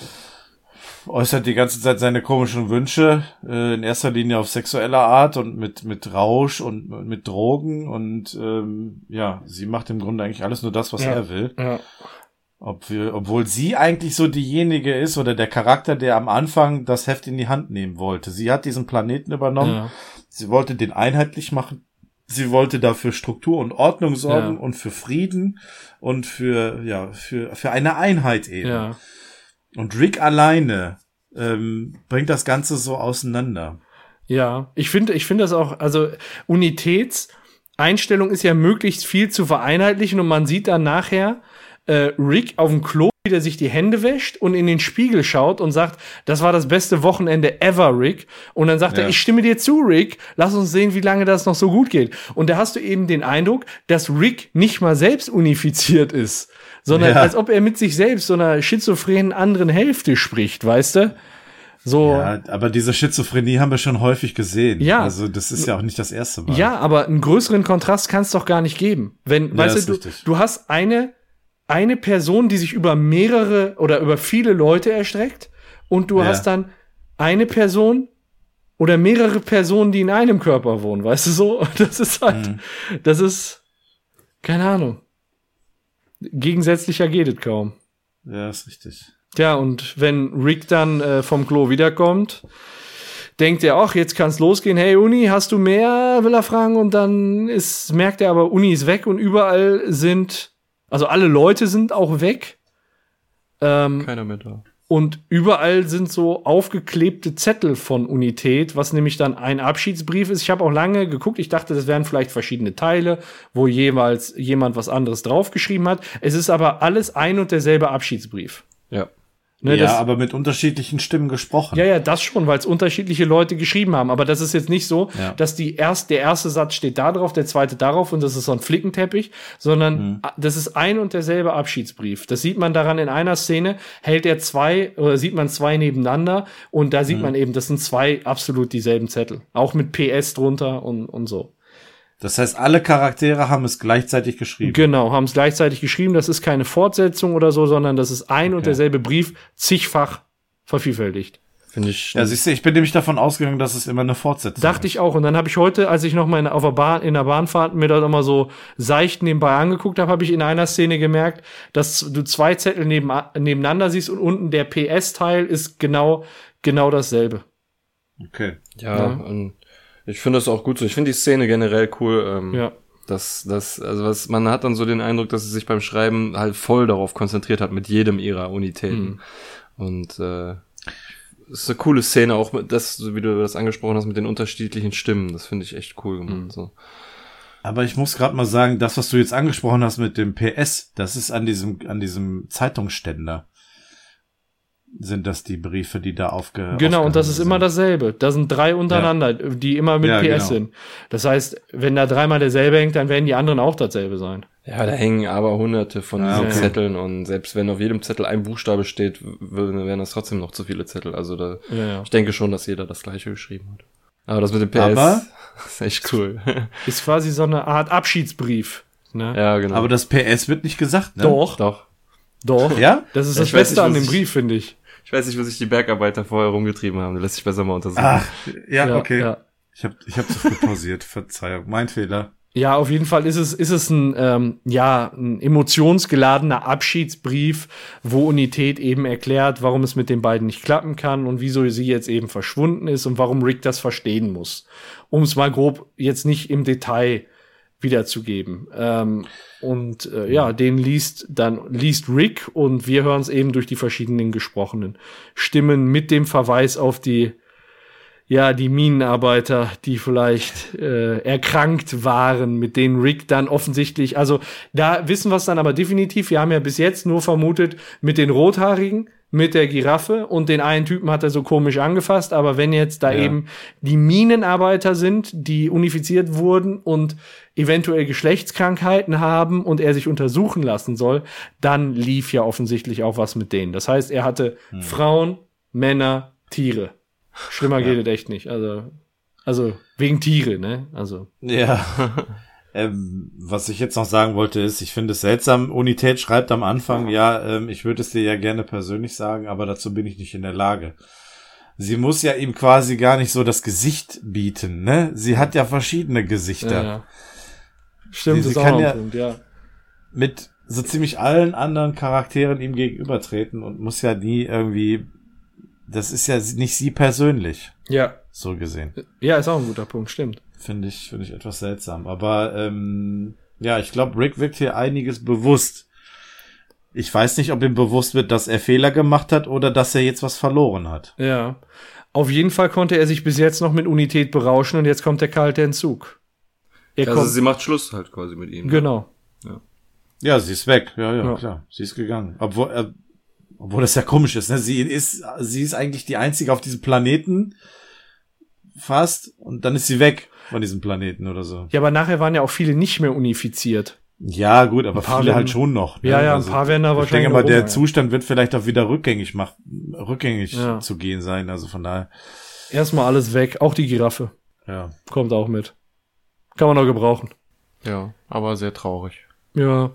äußert die ganze Zeit seine komischen Wünsche, äh, in erster Linie auf sexueller Art und mit mit Rausch und mit Drogen und ähm, ja, sie macht im Grunde eigentlich alles nur das, was Ja. er will. Ja. Ob wir, obwohl sie eigentlich so diejenige ist oder der Charakter, der am Anfang das Heft in die Hand nehmen wollte. Sie hat diesen Planeten übernommen. Ja. Sie wollte den einheitlich machen. Sie wollte dafür Struktur und Ordnung sorgen Ja. und für Frieden und für, ja, für, für eine Einheit eben. Ja. Und Rick alleine ähm, bringt das Ganze so auseinander. Ja, ich finde, ich finde das auch, also Unitäts Einstellung ist ja, möglichst viel zu vereinheitlichen und man sieht dann nachher äh, Rick auf dem Klo, wie der sich die Hände wäscht und in den Spiegel schaut und sagt, das war das beste Wochenende ever, Rick. Und dann sagt Ja. er, ich stimme dir zu, Rick, lass uns sehen, wie lange das noch so gut geht. Und da hast du eben den Eindruck, dass Rick nicht mal selbst unifiziert ist, sondern Ja. als ob er mit sich selbst, so einer schizophrenen anderen Hälfte spricht, weißt du? So. Ja, aber diese Schizophrenie haben wir schon häufig gesehen. Ja. Also das ist ja auch nicht das erste Mal. Ja, aber einen größeren Kontrast kann es doch gar nicht geben. Wenn, Ja, weißt ist du, richtig. du, du hast eine, eine Person, die sich über mehrere oder über viele Leute erstreckt und du Ja. hast dann eine Person oder mehrere Personen, die in einem Körper wohnen, weißt du so? Das ist halt, Mhm. das ist, keine Ahnung. Gegensätzlicher geht es kaum. Ja, ist richtig. Tja, und wenn Rick dann äh, vom Klo wiederkommt, denkt er, ach, jetzt kann's losgehen. Hey, Uni, hast du mehr? Will er fragen. Und dann ist, merkt er aber, Uni ist weg und überall sind, also alle Leute sind auch weg. Ähm, Keiner mehr da. und überall sind so aufgeklebte Zettel von Unität, was nämlich dann ein Abschiedsbrief ist. Ich habe auch lange geguckt, ich dachte, das wären vielleicht verschiedene Teile, wo jeweils jemand was anderes draufgeschrieben hat. Es ist aber alles ein und derselbe Abschiedsbrief. Ja. Ne, ja, das, aber mit unterschiedlichen Stimmen gesprochen. ja, ja, das schon, weil es unterschiedliche Leute geschrieben haben. Aber das ist jetzt nicht so, Ja. dass die erst, der erste Satz steht da drauf, der zweite darauf und das ist so ein Flickenteppich, sondern Mhm. das ist ein und derselbe Abschiedsbrief. Das sieht man daran in einer Szene, hält er zwei, oder sieht man zwei nebeneinander und da sieht Mhm. man eben, das sind zwei absolut dieselben Zettel. Auch mit P S drunter und, und so. Das heißt, alle Charaktere haben es gleichzeitig geschrieben. Genau, haben es gleichzeitig geschrieben. Das ist keine Fortsetzung oder so, sondern das ist ein und Okay. derselbe Brief, zigfach vervielfältigt. Finde ich. Ja, siehst du, ich bin nämlich davon ausgegangen, dass es immer eine Fortsetzung Dachte ist. ich auch. Und dann habe ich heute, als ich noch mal in, auf der Bahn, in der Bahnfahrt mir das immer so seicht nebenbei angeguckt habe, habe ich in einer Szene gemerkt, dass du zwei Zettel neben, nebeneinander siehst und unten der P S-Teil ist genau, genau dasselbe. Okay. Ja, Ja. und ich finde das auch gut so. Ich finde die Szene generell cool. Ähm, Ja. dass das, also was, man hat dann so den Eindruck, dass sie sich beim Schreiben halt voll darauf konzentriert hat, mit jedem ihrer Unitäten. Mhm. Und äh, es ist eine coole Szene, auch mit das, so wie du das angesprochen hast, mit den unterschiedlichen Stimmen. Das finde ich echt cool gemacht. Mhm. So. Aber ich muss gerade mal sagen, das, was du jetzt angesprochen hast mit dem P S, das ist an diesem, an diesem Zeitungsständer. Sind das die Briefe, die da aufge Genau, und das ist aufgehangen immer sind. dasselbe. Da sind drei untereinander, die immer mit Ja, P S genau. sind. Das heißt, wenn da dreimal derselbe hängt, dann werden die anderen auch dasselbe sein. Ja, da hängen aber hunderte von Ah, diesen okay. Zetteln und selbst wenn auf jedem Zettel ein Buchstabe steht, w- wären das trotzdem noch zu viele Zettel. Also da, Ja, ja. ich denke schon, dass jeder das Gleiche geschrieben hat. Aber das mit dem P S Aber- ist echt cool. Ist quasi so eine Art Abschiedsbrief. Ne? Ja, genau. Aber das P S wird nicht gesagt, ne? Doch, Doch. doch. Ja? Das ist Ja, das ich weiß Beste nicht, an was dem ich- Brief, finde ich. Ich weiß nicht, wo sich die Bergarbeiter vorher rumgetrieben haben. Der lässt sich besser mal untersuchen. Ach, ja, Ja, okay. ja. Ich habe ich hab zu früh pausiert. Verzeihung, mein Fehler. Ja, auf jeden Fall ist es, ist es ein, ähm, ja, ein emotionsgeladener Abschiedsbrief, wo Unität eben erklärt, warum es mit den beiden nicht klappen kann und wieso sie jetzt eben verschwunden ist und warum Rick das verstehen muss. Um es mal grob jetzt nicht im Detail wiederzugeben. Ähm, und äh, ja, den liest dann liest Rick und wir hören es eben durch die verschiedenen gesprochenen Stimmen mit dem Verweis auf die ja, die Minenarbeiter, die vielleicht äh, erkrankt waren, mit denen Rick dann offensichtlich, also da wissen wir es dann aber definitiv, wir haben ja bis jetzt nur vermutet, mit den Rothaarigen, mit der Giraffe und den einen Typen hat er so komisch angefasst, aber wenn jetzt da Ja. eben die Minenarbeiter sind, die unifiziert wurden und eventuell Geschlechtskrankheiten haben und er sich untersuchen lassen soll, dann lief ja offensichtlich auch was mit denen. Das heißt, er hatte Frauen, Männer, Tiere. Schlimmer geht es echt nicht. Also, also wegen Tiere, ne? Also. Ja. ähm, was ich jetzt noch sagen wollte ist, ich finde es seltsam, Unität schreibt am Anfang, ja, ähm, ich würde es dir ja gerne persönlich sagen, aber dazu bin ich nicht in der Lage. Sie muss ja ihm quasi gar nicht so das Gesicht bieten, ne? Sie hat ja verschiedene Gesichter. Ja, ja. Stimmt, Sie- das sie ist auch kann noch ein ja- Punkt, ja. Mit so ziemlich allen anderen Charakteren ihm gegenübertreten und muss ja nie irgendwie, das ist ja nicht sie persönlich, Ja. so gesehen. Ja, ist auch ein guter Punkt, stimmt. Finde ich, finde ich etwas seltsam. Aber ähm, ja, ich glaube, Rick wirkt hier einiges bewusst. Ich weiß nicht, ob ihm bewusst wird, dass er Fehler gemacht hat oder dass er jetzt was verloren hat. Ja. Auf jeden Fall konnte er sich bis jetzt noch mit Unität berauschen und jetzt kommt der kalte Entzug. er also kommt, sie macht Schluss halt quasi mit ihm. genau. Ja. Ja, sie ist weg. Ja, ja, Ja. klar. Sie ist gegangen. Obwohl, äh, obwohl das ja komisch ist, ne? Sie ist, sie ist eigentlich die einzige auf diesem Planeten. Fast. Und dann ist sie weg von diesem Planeten oder so. Ja, aber nachher waren ja auch viele nicht mehr unifiziert. Ja, gut, aber paar viele werden- halt schon noch. Ne? Ja, ja, ein Also, paar werden da ich wahrscheinlich denke mal, noch der rum, ja. Zustand wird vielleicht auch wieder rückgängig mach, rückgängig Ja. zu gehen sein. Also von daher, Erstmal alles weg, auch die Giraffe ja. kommt auch mit. Kann man noch gebrauchen. Ja, aber sehr traurig. Ja.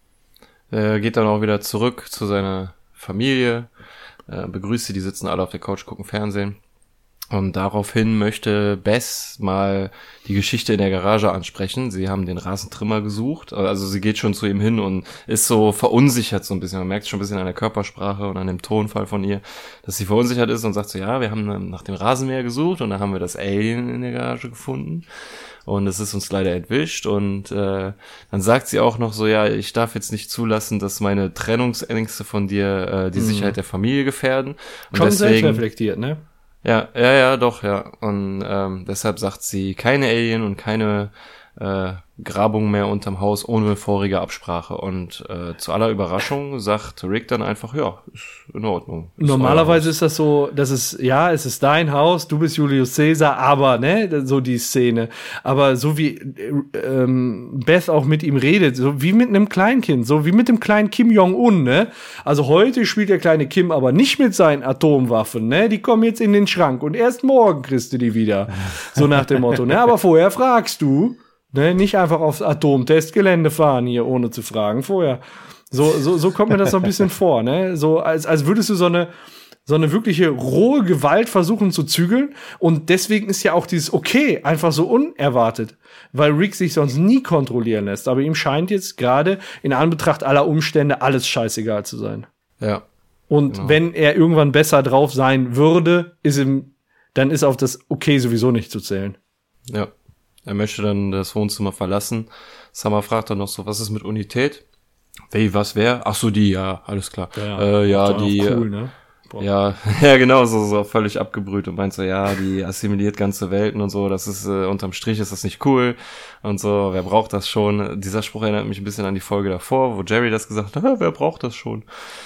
Er geht dann auch wieder zurück zu seiner Familie, äh, begrüßt sie, die sitzen alle auf der Couch, gucken Fernsehen. Und daraufhin möchte Bess mal die Geschichte in der Garage ansprechen. Sie haben den Rasentrimmer gesucht. Also sie geht schon zu ihm hin und ist so verunsichert so ein bisschen. Man merkt schon ein bisschen an der Körpersprache und an dem Tonfall von ihr, dass sie verunsichert ist und sagt so, ja, wir haben nach dem Rasenmäher gesucht und da haben wir das Alien in der Garage gefunden. Und es ist uns leider entwischt. Und äh, dann sagt sie auch noch so, ja, ich darf jetzt nicht zulassen, dass meine Trennungsängste von dir äh, die Mhm. Sicherheit der Familie gefährden. Und Schon deswegen, selbstreflektiert, ne? ja, ja, ja, doch, ja. Und ähm, deshalb sagt sie keine Alien und keine äh, Grabung mehr unterm Haus ohne vorige Absprache. Und äh, zu aller Überraschung sagt Rick dann einfach, ja, ist in Ordnung. Ist Normalerweise euer Haus. ist das so, dass es, ja, es ist dein Haus, du bist Julius Caesar, aber, ne, so die Szene. Aber so wie äh, ähm, Beth auch mit ihm redet, so wie mit einem Kleinkind, so wie mit dem kleinen Kim Jong-un, ne? Also heute spielt der kleine Kim aber nicht mit seinen Atomwaffen, ne? Die kommen jetzt in den Schrank und erst morgen kriegst du die wieder. So nach dem Motto, ne? Aber vorher fragst du, ne? Nicht einfach aufs Atomtestgelände fahren hier, ohne zu fragen vorher. So, so, so kommt mir das so ein bisschen vor, ne? So, als, als würdest du so eine, so eine wirkliche rohe Gewalt versuchen zu zügeln. Und deswegen ist ja auch dieses Okay einfach so unerwartet, weil Rick sich sonst nie kontrollieren lässt. Aber ihm scheint jetzt gerade in Anbetracht aller Umstände alles scheißegal zu sein. Ja, Und Genau. wenn er irgendwann besser drauf sein würde, ist ihm, dann ist auf das Okay sowieso nicht zu zählen. ja. Er möchte dann das Wohnzimmer verlassen. Summer fragt dann noch so, was ist mit Unität? Wie, was, wer? Ach so, die, ja, alles klar. Ja, äh, ja Ist doch die, cool, ne? Boah. ja, ja, genau, so, so völlig abgebrüht und meint so, ja, die assimiliert ganze Welten und so, das ist, äh, unterm Strich ist das nicht cool und so, wer braucht das schon? Dieser Spruch erinnert mich ein bisschen an die Folge davor, wo Jerry das gesagt hat, ah, wer braucht das schon?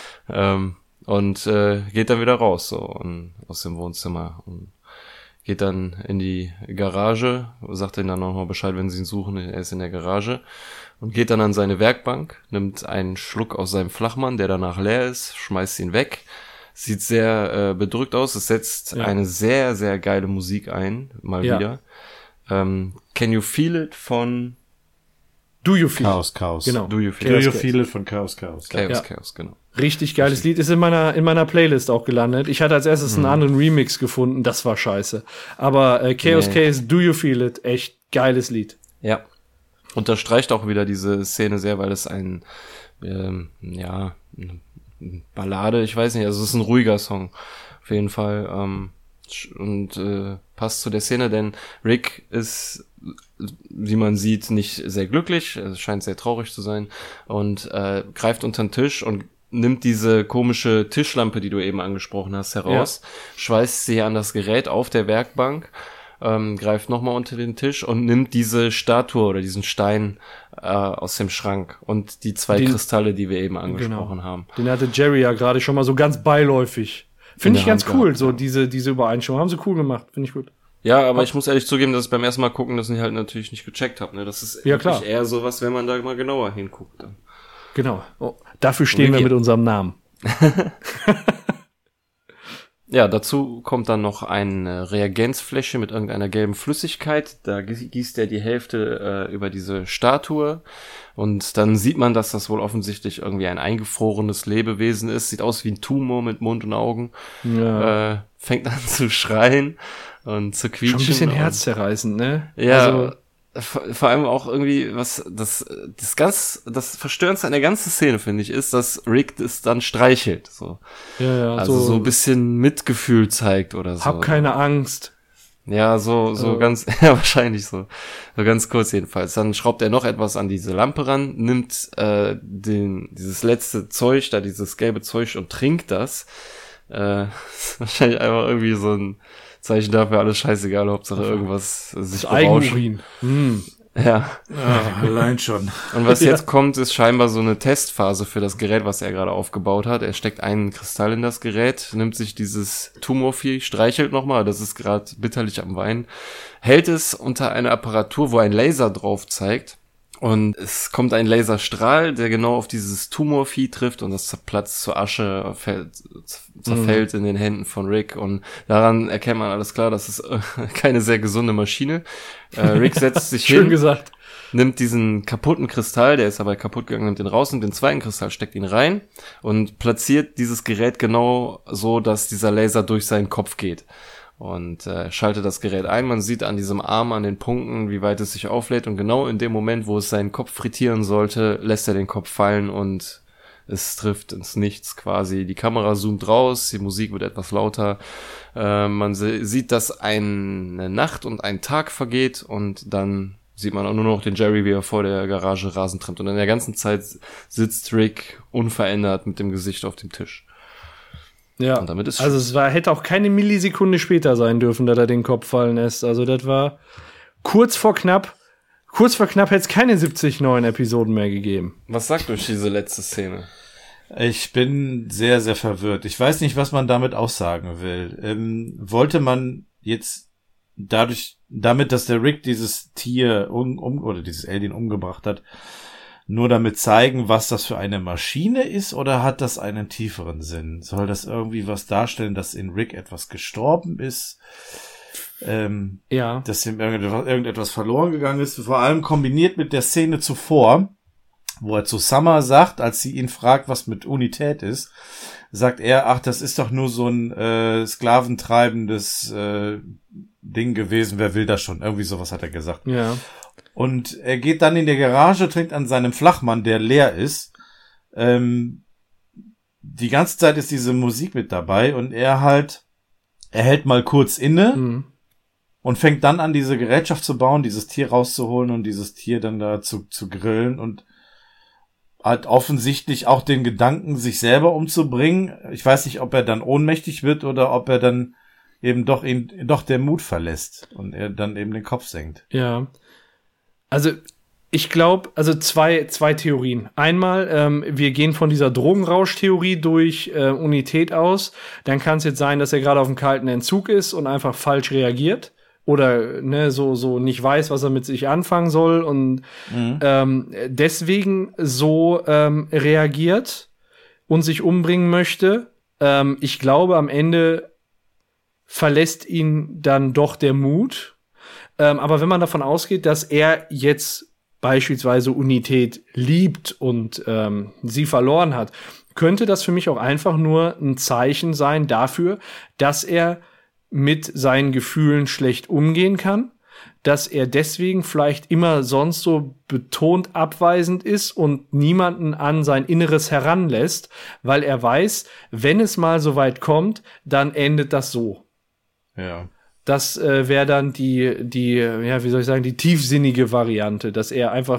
Ähm, und äh, geht dann wieder raus, so, und, aus dem Wohnzimmer und geht dann in die Garage, sagt ihnen dann noch mal Bescheid, wenn sie ihn suchen, er ist in der Garage und geht dann an seine Werkbank, nimmt einen Schluck aus seinem Flachmann, der danach leer ist, schmeißt ihn weg, sieht sehr äh, bedrückt aus, es setzt Ja. eine sehr, sehr geile Musik ein, mal Ja. wieder. Ähm, Can You Feel It von Do You Feel? Chaos, Chaos. Genau. Do You Feel Do It? you Chaos. feel it von Chaos, Chaos. Chaos, Ja. Chaos, genau. Richtig geiles Lied. Ist in meiner, in meiner Playlist auch gelandet. Ich hatte als erstes Mhm. einen anderen Remix gefunden. Das war scheiße. Aber äh, Chaos Nee. Case, Do You Feel It? Echt geiles Lied. Ja. Unterstreicht auch wieder diese Szene sehr, weil es ein, ähm, ja, eine Ballade, ich weiß nicht, also es ist ein ruhiger Song. Auf jeden Fall. Ähm, und äh, passt zu der Szene, denn Rick ist, wie man sieht, nicht sehr glücklich. Es scheint sehr traurig zu sein. Und äh, greift unter den Tisch und nimmt diese komische Tischlampe, die du eben angesprochen hast, heraus, schweißt sie an das Gerät auf der Werkbank, ähm, greift nochmal unter den Tisch und nimmt diese Statue oder diesen Stein äh, aus dem Schrank und die zwei Den- Kristalle, die wir eben angesprochen haben. Den hatte Jerry ja gerade schon mal so ganz beiläufig. Finde In ich der ganz Hand cool, gehabt, so ja. diese, diese Übereinstimmung. Haben sie cool gemacht. Finde ich gut. Ja, aber ich muss ehrlich zugeben, dass ich beim ersten Mal gucken das halt natürlich nicht gecheckt habe. Ne? Das ist Ja, wirklich klar. eher sowas, wenn man da mal genauer hinguckt. Dann. Genau. Oh, dafür stehen wir wir- mit unserem Namen. Ja, dazu kommt dann noch eine Reagenzfläche mit irgendeiner gelben Flüssigkeit. Da gieß- gießt er die Hälfte äh, über diese Statue. Und dann sieht man, dass das wohl offensichtlich irgendwie ein eingefrorenes Lebewesen ist. Sieht aus wie ein Tumor mit Mund und Augen. Ja. Äh, fängt an zu schreien und zu quietschen. Schon ein bisschen und- herzzerreißend, ne? Ja, Also, vor, vor allem auch irgendwie, was das, das ganz, das Verstörendste an der ganzen Szene, finde ich, ist, dass Rick das dann streichelt. So. ja, ja. Also so, ein bisschen Mitgefühl zeigt oder so. Hab keine Angst. Ja, so, so Äh. ganz, ja, wahrscheinlich so. So ganz kurz jedenfalls. Dann schraubt er noch etwas an diese Lampe ran, nimmt äh, den, dieses letzte Zeug, da dieses gelbe Zeug und trinkt das. Äh, ist wahrscheinlich einfach irgendwie so ein Zeichen dafür, alles scheißegal, Hauptsache irgendwas sich Das berauschen. Eigenurin. Hm. Ja. Ja, allein schon. Und was Ja. jetzt kommt, ist scheinbar so eine Testphase für das Gerät, was er gerade aufgebaut hat. Er steckt einen Kristall in das Gerät, nimmt sich dieses Tumorvieh, streichelt nochmal, das ist gerade bitterlich am Weinen, hält es unter eine Apparatur, wo ein Laser drauf zeigt. Und es kommt ein Laserstrahl, der genau auf dieses Tumorvieh trifft und das zerplatzt zur Asche, fällt, zerfällt mhm. in den Händen von Rick. Und daran erkennt man alles klar, das ist äh, keine sehr gesunde Maschine. Äh, Rick setzt sich Schön hin, gesagt. nimmt diesen kaputten Kristall, der ist aber kaputt gegangen, nimmt den raus, nimmt den zweiten Kristall, steckt ihn rein und platziert dieses Gerät genau so, dass dieser Laser durch seinen Kopf geht. Und äh, schaltet das Gerät ein. Man sieht an diesem Arm, an den Punkten, wie weit es sich auflädt. Und genau in dem Moment, wo es seinen Kopf frittieren sollte, lässt er den Kopf fallen und es trifft ins Nichts quasi. Die Kamera zoomt raus, die Musik wird etwas lauter. Äh, man se- sieht, dass eine Nacht und ein Tag vergeht und dann sieht man auch nur noch den Jerry, wie er vor der Garage Rasen trimmt. Und in der ganzen Zeit sitzt Rick unverändert mit dem Gesicht auf dem Tisch. Ja, und damit ist also es war, hätte auch keine Millisekunde später sein dürfen, dass er den Kopf fallen lässt. Also das war kurz vor knapp, kurz vor knapp hätte es keine siebzig neuen Episoden mehr gegeben. Was sagt euch diese letzte Szene? Ich bin sehr, sehr verwirrt. Ich weiß nicht, was man damit aussagen will. Ähm, wollte man jetzt dadurch, damit, dass der Rick dieses Tier um, um oder dieses Alien umgebracht hat, nur damit zeigen, was das für eine Maschine ist, oder hat das einen tieferen Sinn? Soll das irgendwie was darstellen, dass in Rick etwas gestorben ist? Ähm, ja. Dass ihm irgendetwas, irgendetwas verloren gegangen ist? Vor allem kombiniert mit der Szene zuvor, wo er zu Summer sagt, als sie ihn fragt, was mit Unität ist, sagt er, ach, das ist doch nur so ein äh, sklaventreibendes äh, Ding gewesen, wer will das schon? Irgendwie sowas hat er gesagt. Ja. Und er geht dann in der Garage, trinkt an seinem Flachmann, der leer ist. Ähm, die ganze Zeit ist diese Musik mit dabei und er halt, er hält mal kurz inne Mhm. und fängt dann an, diese Gerätschaft zu bauen, dieses Tier rauszuholen und dieses Tier dann da zu, zu grillen und hat offensichtlich auch den Gedanken, sich selber umzubringen. Ich weiß nicht, ob er dann ohnmächtig wird oder ob er dann eben doch ihn, doch der Mut verlässt und er dann eben den Kopf senkt. Ja. Also, ich glaube, also zwei, zwei Theorien. Einmal, ähm, wir gehen von dieser Drogenrausch-Theorie durch äh, Unität aus. Dann kann es jetzt sein, dass er gerade auf dem kalten Entzug ist und einfach falsch reagiert. Oder ne, so, so nicht weiß, was er mit sich anfangen soll und Mhm. ähm, deswegen so ähm, reagiert und sich umbringen möchte. Ähm, ich glaube, am Ende verlässt ihn dann doch der Mut. Ähm, aber wenn man davon ausgeht, dass er jetzt beispielsweise Unität liebt und ähm, sie verloren hat, könnte das für mich auch einfach nur ein Zeichen sein dafür, dass er mit seinen Gefühlen schlecht umgehen kann, dass er deswegen vielleicht immer sonst so betont abweisend ist und niemanden an sein Inneres heranlässt, weil er weiß, wenn es mal so weit kommt, dann endet das so. Ja. Das äh, wäre dann die, die, ja, wie soll ich sagen, die tiefsinnige Variante, dass er einfach,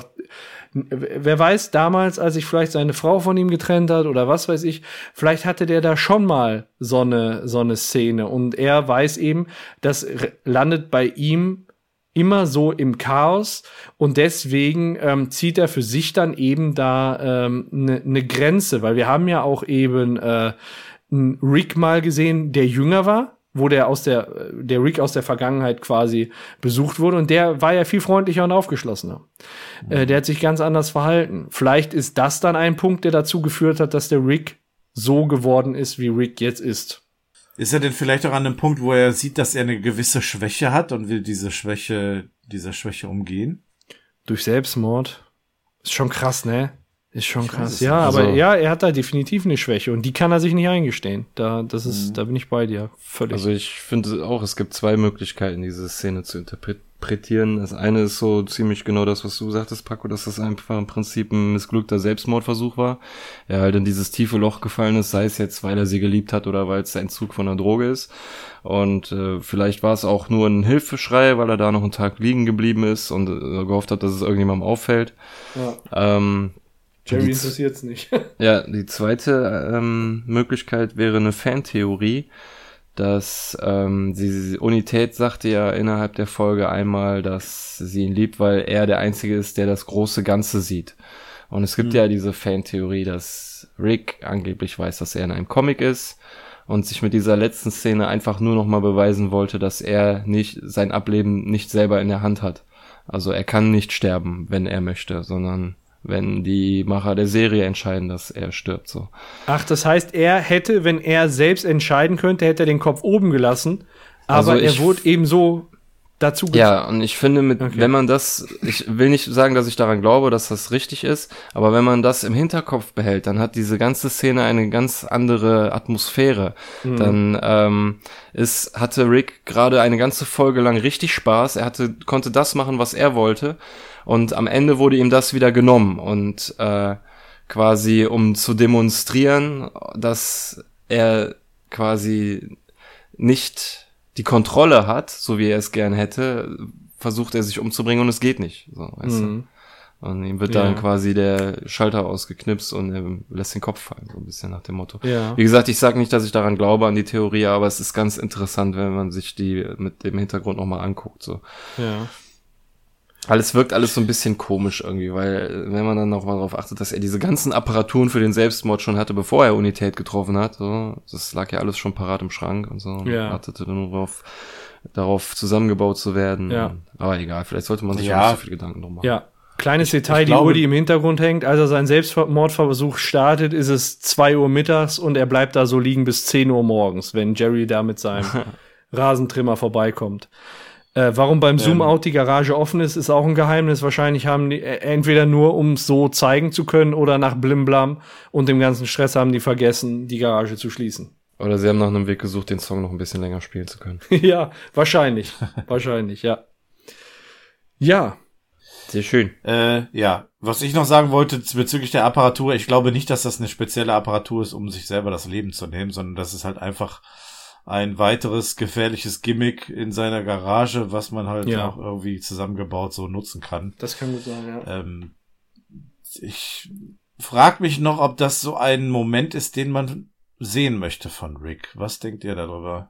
wer weiß, damals, als sich vielleicht seine Frau von ihm getrennt hat oder was weiß ich, vielleicht hatte der da schon mal so eine, so eine Szene und er weiß eben, das r- landet bei ihm immer so im Chaos und deswegen ähm, zieht er für sich dann eben da ähm, ne, ne Grenze, weil wir haben ja auch eben äh, einen Rick mal gesehen, der jünger war, wo der aus der, der Rick aus der Vergangenheit quasi besucht wurde. Und der war ja viel freundlicher und aufgeschlossener. Mhm. Äh, der hat sich ganz anders verhalten. Vielleicht ist das dann ein Punkt, der dazu geführt hat, dass der Rick so geworden ist, wie Rick jetzt ist. Ist er denn vielleicht auch an einem Punkt, wo er sieht, dass er eine gewisse Schwäche hat und will diese Schwäche, dieser Schwäche umgehen? Durch Selbstmord. Ist schon krass, ne? Ist schon Ich weiß krass. es Ja, nicht. aber Also- ja, er hat da definitiv eine Schwäche und die kann er sich nicht eingestehen. Da, das ist, Mhm. da bin ich bei dir. Völlig. Also ich finde auch, es gibt zwei Möglichkeiten, diese Szene zu interpretieren. Das eine ist so ziemlich genau das, was du sagtest, Paco, dass das einfach im Prinzip ein missglückter Selbstmordversuch war. Er halt in dieses tiefe Loch gefallen ist, sei es jetzt, weil er sie geliebt hat oder weil es der Entzug von einer Droge ist. Und äh, vielleicht war es auch nur ein Hilfeschrei, weil er da noch einen Tag liegen geblieben ist und äh, gehofft hat, dass es irgendjemandem auffällt. ja. Ähm, Jerry die- interessiert's nicht. Ja, die zweite ähm, Möglichkeit wäre eine Fantheorie, dass ähm, sie, Unität sagte ja innerhalb der Folge einmal, dass sie ihn liebt, weil er der Einzige ist, der das große Ganze sieht. Und es gibt mhm. ja diese Fantheorie, dass Rick angeblich weiß, dass er in einem Comic ist und sich mit dieser letzten Szene einfach nur noch mal beweisen wollte, dass er nicht sein Ableben nicht selber in der Hand hat. Also er kann nicht sterben, wenn er möchte, sondern wenn die Macher der Serie entscheiden, dass er stirbt. So. Ach, das heißt, er hätte, wenn er selbst entscheiden könnte, hätte er den Kopf oben gelassen, aber also er wurde eben so dazu gezogen. Ja, und ich finde, mit, okay. wenn man das, ich will nicht sagen, dass ich daran glaube, dass das richtig ist, aber wenn man das im Hinterkopf behält, dann hat diese ganze Szene eine ganz andere Atmosphäre. Mhm. Dann ähm, ist, hatte Rick gerade eine ganze Folge lang richtig Spaß, er hatte, konnte das machen, was er wollte. Und am Ende wurde ihm das wieder genommen und äh, quasi um zu demonstrieren, dass er quasi nicht die Kontrolle hat, so wie er es gern hätte, versucht er sich umzubringen und es geht nicht. So, weißt mhm. du? Und ihm wird ja. dann quasi der Schalter ausgeknipst und er lässt den Kopf fallen, so ein bisschen nach dem Motto. Ja. Wie gesagt, ich sage nicht, dass ich daran glaube, an die Theorie, aber es ist ganz interessant, wenn man sich die mit dem Hintergrund nochmal anguckt. So. Ja. Alles wirkt alles so ein bisschen komisch irgendwie, weil wenn man dann noch mal darauf achtet, dass er diese ganzen Apparaturen für den Selbstmord schon hatte, bevor er Unität getroffen hat, so, das lag ja alles schon parat im Schrank und so, und ja. wartete nur darauf, darauf zusammengebaut zu werden. Ja. Aber egal, vielleicht sollte man sich ja auch nicht so viele Gedanken drum machen. Ja. Kleines ich, Detail, ich die glaube, Uhr, die im Hintergrund hängt, als er seinen Selbstmordversuch startet, ist es zwei Uhr mittags und er bleibt da so liegen bis zehn Uhr morgens, wenn Jerry da mit seinem Rasentrimmer vorbeikommt. Äh, warum beim Zoom-Out die Garage offen ist, ist auch ein Geheimnis. Wahrscheinlich haben die äh, entweder nur, um es so zeigen zu können, oder nach Blimblam und dem ganzen Stress haben die vergessen, die Garage zu schließen. Oder sie haben nach einem Weg gesucht, den Song noch ein bisschen länger spielen zu können. Ja, wahrscheinlich. wahrscheinlich, ja. Ja. Sehr schön. Äh, ja, was ich noch sagen wollte bezüglich der Apparatur, ich glaube nicht, dass das eine spezielle Apparatur ist, um sich selber das Leben zu nehmen, sondern das ist halt einfach ein weiteres gefährliches Gimmick in seiner Garage, was man halt ja. auch irgendwie zusammengebaut so nutzen kann. Das kann gut sein, ja. Ähm, ich frage mich noch, ob das so ein Moment ist, den man sehen möchte von Rick. Was denkt ihr darüber?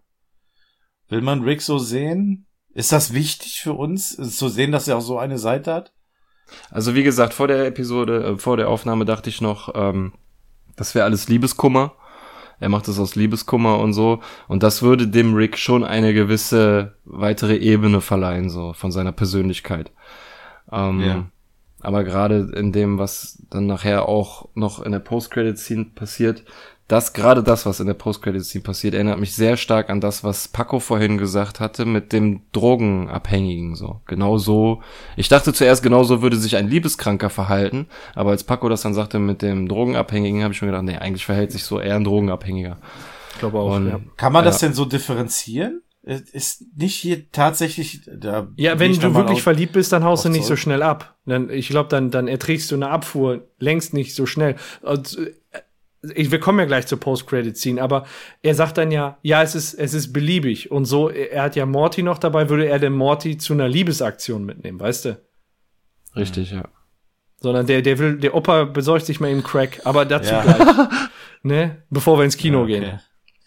Will man Rick so sehen? Ist das wichtig für uns, zu sehen, dass er auch so eine Seite hat? Also wie gesagt, vor der Episode, äh, vor der Aufnahme dachte ich noch, ähm, das wäre alles Liebeskummer. Er macht das aus Liebeskummer und so. Und das würde dem Rick schon eine gewisse weitere Ebene verleihen, so von seiner Persönlichkeit. Ähm, ja. Aber gerade in dem, was dann nachher auch noch in der Post-Credit-Scene passiert, das, gerade das, was in der Post-Credit-Scene passiert, erinnert mich sehr stark an das, was Paco vorhin gesagt hatte mit dem Drogenabhängigen, so. Genau so. Ich dachte zuerst, genau so würde sich ein Liebeskranker verhalten, aber als Paco das dann sagte mit dem Drogenabhängigen, habe ich mir gedacht, nee, eigentlich verhält sich so eher ein Drogenabhängiger. Ich glaube auch, Und, ja. Kann man das ja. denn so differenzieren? Ist nicht hier tatsächlich, da Ja, wenn du wirklich verliebt bist, dann haust du nicht so. so schnell ab. Dann, ich glaube, dann, dann erträgst du eine Abfuhr längst nicht so schnell. Und, ich, wir kommen ja gleich zur Post-Credit-Scene, aber er sagt dann ja, ja, es ist, es ist beliebig. Und so, er hat ja Morty noch dabei, würde er den Morty zu einer Liebesaktion mitnehmen, weißt du? Richtig, ja. Sondern der, der will, der Opa besorgt sich mal eben Crack, aber dazu ja. gleich. Ne? Bevor wir ins Kino ja, okay. gehen.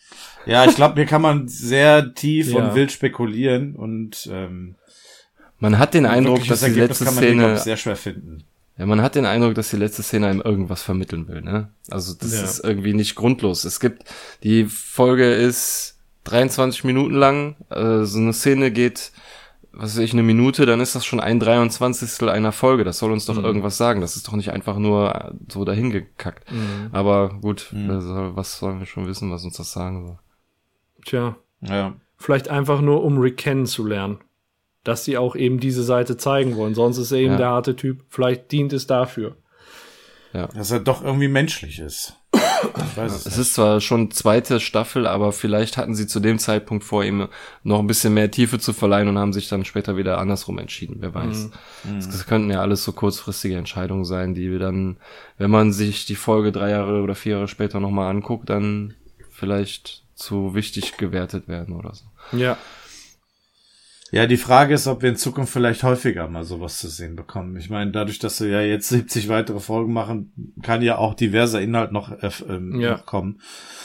Ja, ich glaube, mir kann man sehr tief Ja. und wild spekulieren und ähm, Man hat den Eindruck, dass die Ergebnis letzte kann man den, glaub Szene, ich, sehr schwer finden. ja, man hat den Eindruck, dass die letzte Szene einem irgendwas vermitteln will, ne? Also das Ja. ist irgendwie nicht grundlos. Es gibt, die Folge ist dreiundzwanzig Minuten lang, äh, so eine Szene geht, was weiß ich, eine Minute, dann ist das schon ein dreiundzwanzigstel einer Folge. Das soll uns doch Mhm. irgendwas sagen. Das ist doch nicht einfach nur so dahingekackt. Mhm. Aber gut, Mhm. also, was sollen wir schon wissen, was uns das sagen soll? Tja, Ja. vielleicht einfach nur, um Rick kennenzulernen. Dass sie auch eben diese Seite zeigen wollen. Sonst ist er eben Ja. der harte Typ. Vielleicht dient es dafür. Dass er doch irgendwie menschlich ist. Ich weiß es Es nicht. ist zwar schon zweite Staffel, aber vielleicht hatten sie zu dem Zeitpunkt vor, ihm noch ein bisschen mehr Tiefe zu verleihen und haben sich dann später wieder andersrum entschieden, wer weiß. Mhm. Das könnten ja alles so kurzfristige Entscheidungen sein, die wir dann, wenn man sich die Folge drei Jahre oder vier Jahre später nochmal anguckt, dann vielleicht zu wichtig gewertet werden oder so. Ja. Ja, die Frage ist, ob wir in Zukunft vielleicht häufiger mal sowas zu sehen bekommen. Ich meine, dadurch, dass wir ja jetzt siebzig weitere Folgen machen, kann ja auch diverser Inhalt noch, äh, ähm, Ja. noch kommen.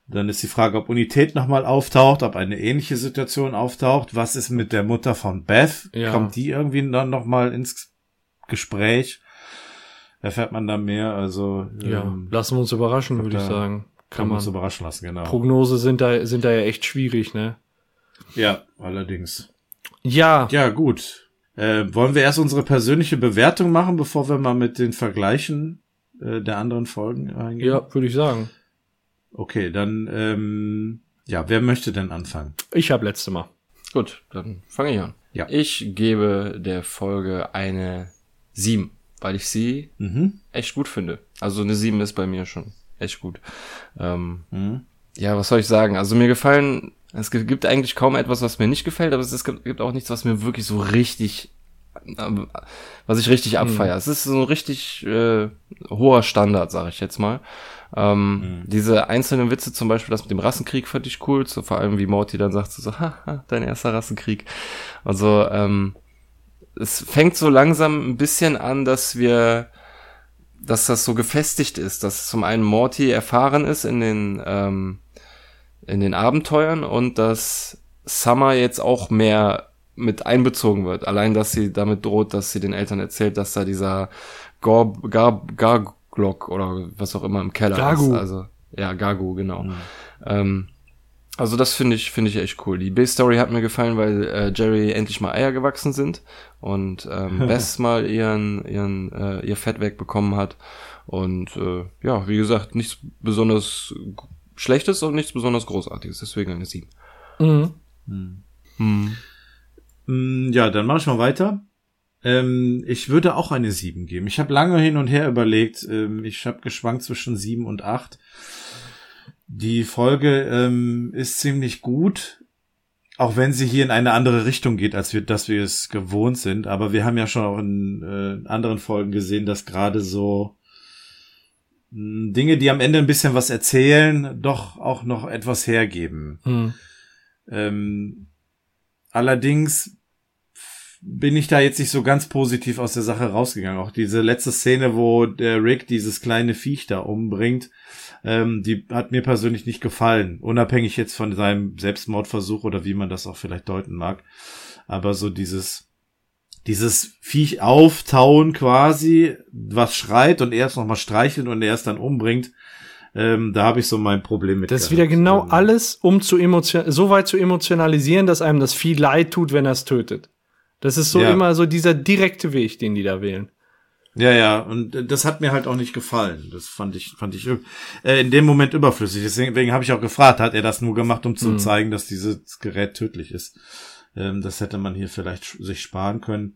Dann ist die Frage, ob Unität nochmal auftaucht, ob eine ähnliche Situation auftaucht. Was ist mit der Mutter von Beth? Ja. Kommt die irgendwie dann nochmal ins Gespräch? Erfährt man da mehr? Also Ja, ähm, lassen wir uns überraschen, würde ich da sagen. Kann kann man man. uns überraschen lassen, genau. Prognose sind da, sind da ja echt schwierig, ne? Ja, allerdings. Ja, Ja, gut. Äh, wollen wir erst unsere persönliche Bewertung machen, bevor wir mal mit den Vergleichen äh, der anderen Folgen eingehen? ja, würde ich sagen. Okay, dann, ähm, ja, wer möchte denn anfangen? Ich habe letzte Mal. Gut, dann fange ich an. Ja. Ich gebe der Folge eine sieben, weil ich sie Mhm. echt gut finde. Also eine sieben ist bei mir schon echt gut. Ähm, Mhm. ja, was soll ich sagen? Also mir gefallen, es gibt gibt eigentlich kaum etwas, was mir nicht gefällt, aber es gibt, gibt auch nichts, was mir wirklich so richtig, ähm, was ich richtig abfeiere. Es ist so ein richtig äh, hoher Standard, sage ich jetzt mal. Ähm, Mhm. Diese einzelnen Witze, zum Beispiel das mit dem Rassenkrieg, fand ich cool. So, vor allem wie Morty dann sagt, so, haha, dein erster Rassenkrieg. Also, ähm, es fängt so langsam ein bisschen an, dass wir, dass das so gefestigt ist, dass zum einen Morty erfahren ist in den, ähm, in den Abenteuern und dass Summer jetzt auch mehr mit einbezogen wird. Allein, dass sie damit droht, dass sie den Eltern erzählt, dass da dieser Gorb, Garb, Garglock oder was auch immer im Keller Gagu. ist. Also, ja, Gagu, genau. Mhm. Ähm, also das finde ich, finde ich echt cool. Die B-Story hat mir gefallen, weil äh, Jerry endlich mal Eier gewachsen sind und ähm, Bess mal ihren, ihren, äh, ihr Fett wegbekommen hat. Und äh, ja, wie gesagt, nichts besonders g- Schlechtes und nichts besonders Großartiges. Deswegen eine sieben. Mhm. Mhm. Hm. Mm, Ja, dann mache ich mal weiter. Ähm, ich würde auch eine sieben geben. Ich habe lange hin und her überlegt. Ähm, ich habe geschwankt zwischen sieben und acht. Die Folge ähm, ist ziemlich gut, auch wenn sie hier in eine andere Richtung geht, als wir, dass wir es gewohnt sind. Aber wir haben ja schon auch in äh, anderen Folgen gesehen, dass gerade so mh, Dinge, die am Ende ein bisschen was erzählen, doch auch noch etwas hergeben. Mhm. Ähm, allerdings bin ich da jetzt nicht so ganz positiv aus der Sache rausgegangen. Auch diese letzte Szene, wo der Rick dieses kleine Viech da umbringt, ähm, die hat mir persönlich nicht gefallen. Unabhängig jetzt von seinem Selbstmordversuch oder wie man das auch vielleicht deuten mag. Aber so dieses, dieses Viech auftauen quasi, was schreit und er es nochmal streichelt und er es dann umbringt, ähm, da habe ich so mein Problem mit. Das ist gehabt. wieder genau Ähm, alles, um zu emotion so weit zu emotionalisieren, dass einem das Vieh leid tut, wenn er es tötet. Das ist so Ja. immer so dieser direkte Weg, den die da wählen. Ja, ja, und äh, das hat mir halt auch nicht gefallen. Das fand ich, fand ich äh, in dem Moment überflüssig. Deswegen, deswegen habe ich auch gefragt, hat er das nur gemacht, um zu Mhm. zeigen, dass dieses Gerät tödlich ist? Ähm, das hätte man hier vielleicht sch- sich sparen können.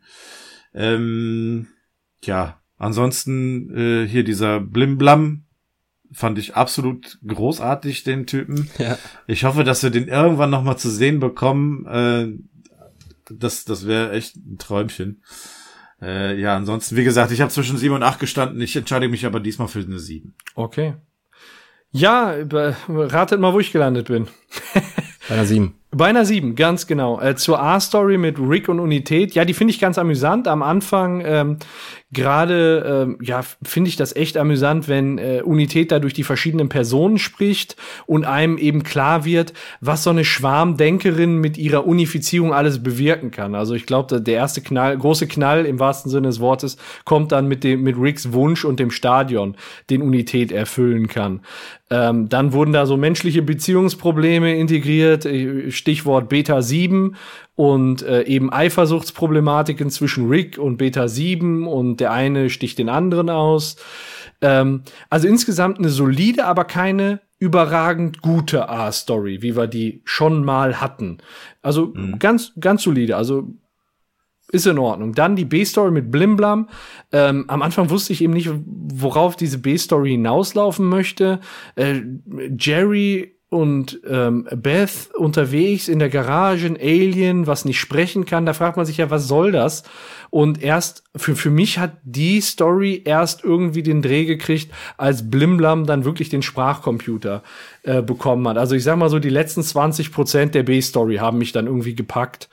Ähm, ja, ansonsten äh, hier dieser Blimblam fand ich absolut großartig, den Typen. Ja. Ich hoffe, dass wir den irgendwann noch mal zu sehen bekommen. Äh, das das wäre echt ein Träumchen. Äh, ja, ansonsten, wie gesagt, ich habe zwischen sieben und acht gestanden. Ich entscheide mich aber diesmal für eine sieben. Okay. Ja, be- ratet mal, wo ich gelandet bin. Bei einer sieben. Bei einer sieben, ganz genau. Äh, zur A-Story mit Rick und Unität. Ja, die finde ich ganz amüsant. Am Anfang ähm, gerade, ähm, ja, finde ich das echt amüsant, wenn äh, Unität da durch die verschiedenen Personen spricht und einem eben klar wird, was so eine Schwarmdenkerin mit ihrer Unifizierung alles bewirken kann. Also ich glaube, der erste Knall, große Knall im wahrsten Sinne des Wortes, kommt dann mit dem mit Ricks Wunsch und dem Stadion, den Unität erfüllen kann. Ähm, dann wurden da so menschliche Beziehungsprobleme integriert, äh, Stichwort Beta sieben und äh, eben Eifersuchtsproblematiken zwischen Rick und Beta sieben und der eine sticht den anderen aus. Ähm, also insgesamt eine solide, aber keine überragend gute A-Story, wie wir die schon mal hatten. Also Mhm. ganz, ganz solide, also ist in Ordnung. Dann die B-Story mit Blimblam. Ähm, am Anfang wusste ich eben nicht, worauf diese B-Story hinauslaufen möchte. Äh, Jerry und ähm, Beth unterwegs in der Garage, ein Alien, was nicht sprechen kann. Da fragt man sich ja, was soll das? Und erst, für, für mich hat die Story erst irgendwie den Dreh gekriegt, als Blimblam dann wirklich den Sprachcomputer äh, bekommen hat. Also ich sag mal so, die letzten zwanzig Prozent der B-Story haben mich dann irgendwie gepackt.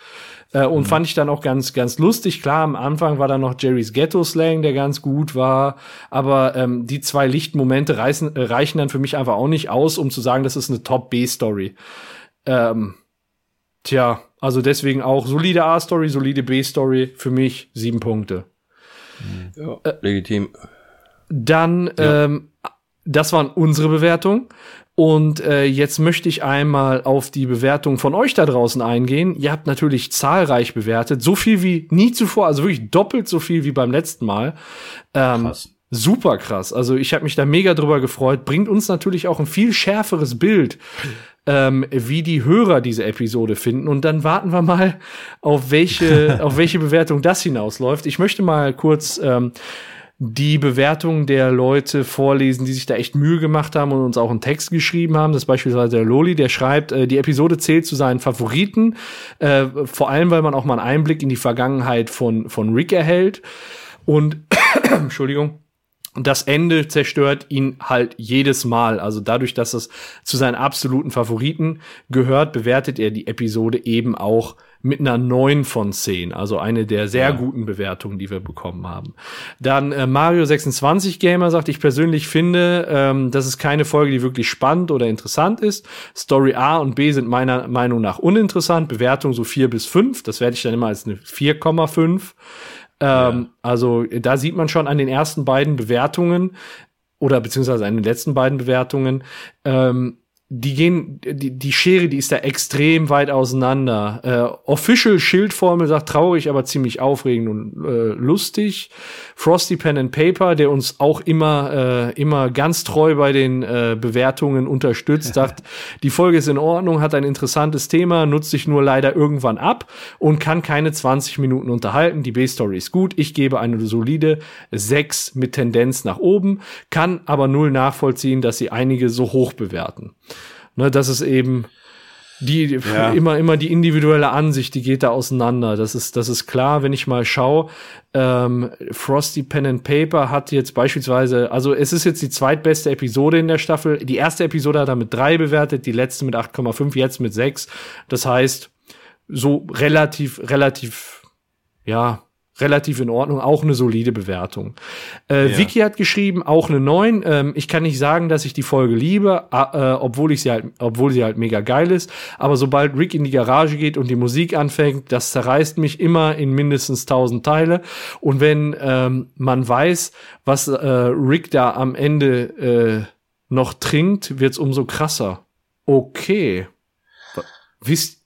Äh, und mhm. fand ich dann auch ganz, ganz lustig. Klar, am Anfang war dann noch Jerry's Ghetto-Slang, der ganz gut war. Aber ähm, die zwei Lichtmomente reißen, äh, reichen dann für mich einfach auch nicht aus, um zu sagen, das ist eine Top-B-Story. Ähm, tja, also deswegen auch solide A-Story, solide B-Story. Für mich sieben Punkte. Ja, äh, legitim. Dann, ja. ähm, das waren unsere Bewertungen. Und äh, jetzt möchte ich einmal auf die Bewertung von euch da draußen eingehen. Ihr habt natürlich zahlreich bewertet, so viel wie nie zuvor, also wirklich doppelt so viel wie beim letzten Mal. Ähm, krass. Super krass. Also ich habe mich da mega drüber gefreut. Bringt uns natürlich auch ein viel schärferes Bild, ähm, wie die Hörer diese Episode finden. Und dann warten wir mal, auf welche, auf welche Bewertung das hinausläuft. Ich möchte mal kurz ähm, die Bewertungen der Leute vorlesen, die sich da echt Mühe gemacht haben und uns auch einen Text geschrieben haben. Das ist beispielsweise der Loli, der schreibt, äh, die Episode zählt zu seinen Favoriten, äh, vor allem, weil man auch mal einen Einblick in die Vergangenheit von, von Rick erhält. Und, Entschuldigung, das Ende zerstört ihn halt jedes Mal. Also dadurch, dass es zu seinen absoluten Favoriten gehört, bewertet er die Episode eben auch mit einer neun von zehn. Also eine der sehr ja. guten Bewertungen, die wir bekommen haben. Dann äh, Mario sechsundzwanzig Gamer sagt, ich persönlich finde, ähm, das ist keine Folge, die wirklich spannend oder interessant ist. Story A und B sind meiner Meinung nach uninteressant. Bewertung so vier bis fünf. Das werde ich dann immer als eine vier Komma fünf. Ähm, ja. Also da sieht man schon an den ersten beiden Bewertungen oder beziehungsweise an den letzten beiden Bewertungen, ähm, die gehen, die, die Schere, die ist da extrem weit auseinander. Äh, Official Schildformel sagt traurig, aber ziemlich aufregend und äh, lustig. Frosty Pen and Paper, der uns auch immer, äh, immer ganz treu bei den äh, Bewertungen unterstützt, sagt, die Folge ist in Ordnung, hat ein interessantes Thema, nutzt sich nur leider irgendwann ab und kann keine zwanzig Minuten unterhalten. Die B-Story ist gut. Ich gebe eine solide sechs mit Tendenz nach oben, kann aber null nachvollziehen, dass sie einige so hoch bewerten. Ne, das ist eben die ja. immer immer die individuelle Ansicht, die geht da auseinander. Das ist das ist klar, wenn ich mal schaue. Ähm, Frosty Pen and Paper hat jetzt beispielsweise, also es ist jetzt die zweitbeste Episode in der Staffel. Die erste Episode hat er mit drei bewertet, die letzte mit acht Komma fünf, jetzt mit sechs. Das heißt, so relativ relativ ja relativ in Ordnung, auch eine solide Bewertung. Äh, ja. Vicky hat geschrieben, auch eine neun. Ähm, ich kann nicht sagen, dass ich die Folge liebe, äh, obwohl ich sie halt, obwohl sie halt mega geil ist. Aber sobald Rick in die Garage geht und die Musik anfängt, das zerreißt mich immer in mindestens tausend Teile. Und wenn ähm, man weiß, was äh, Rick da am Ende äh, noch trinkt, wird's umso krasser. Okay. Wisst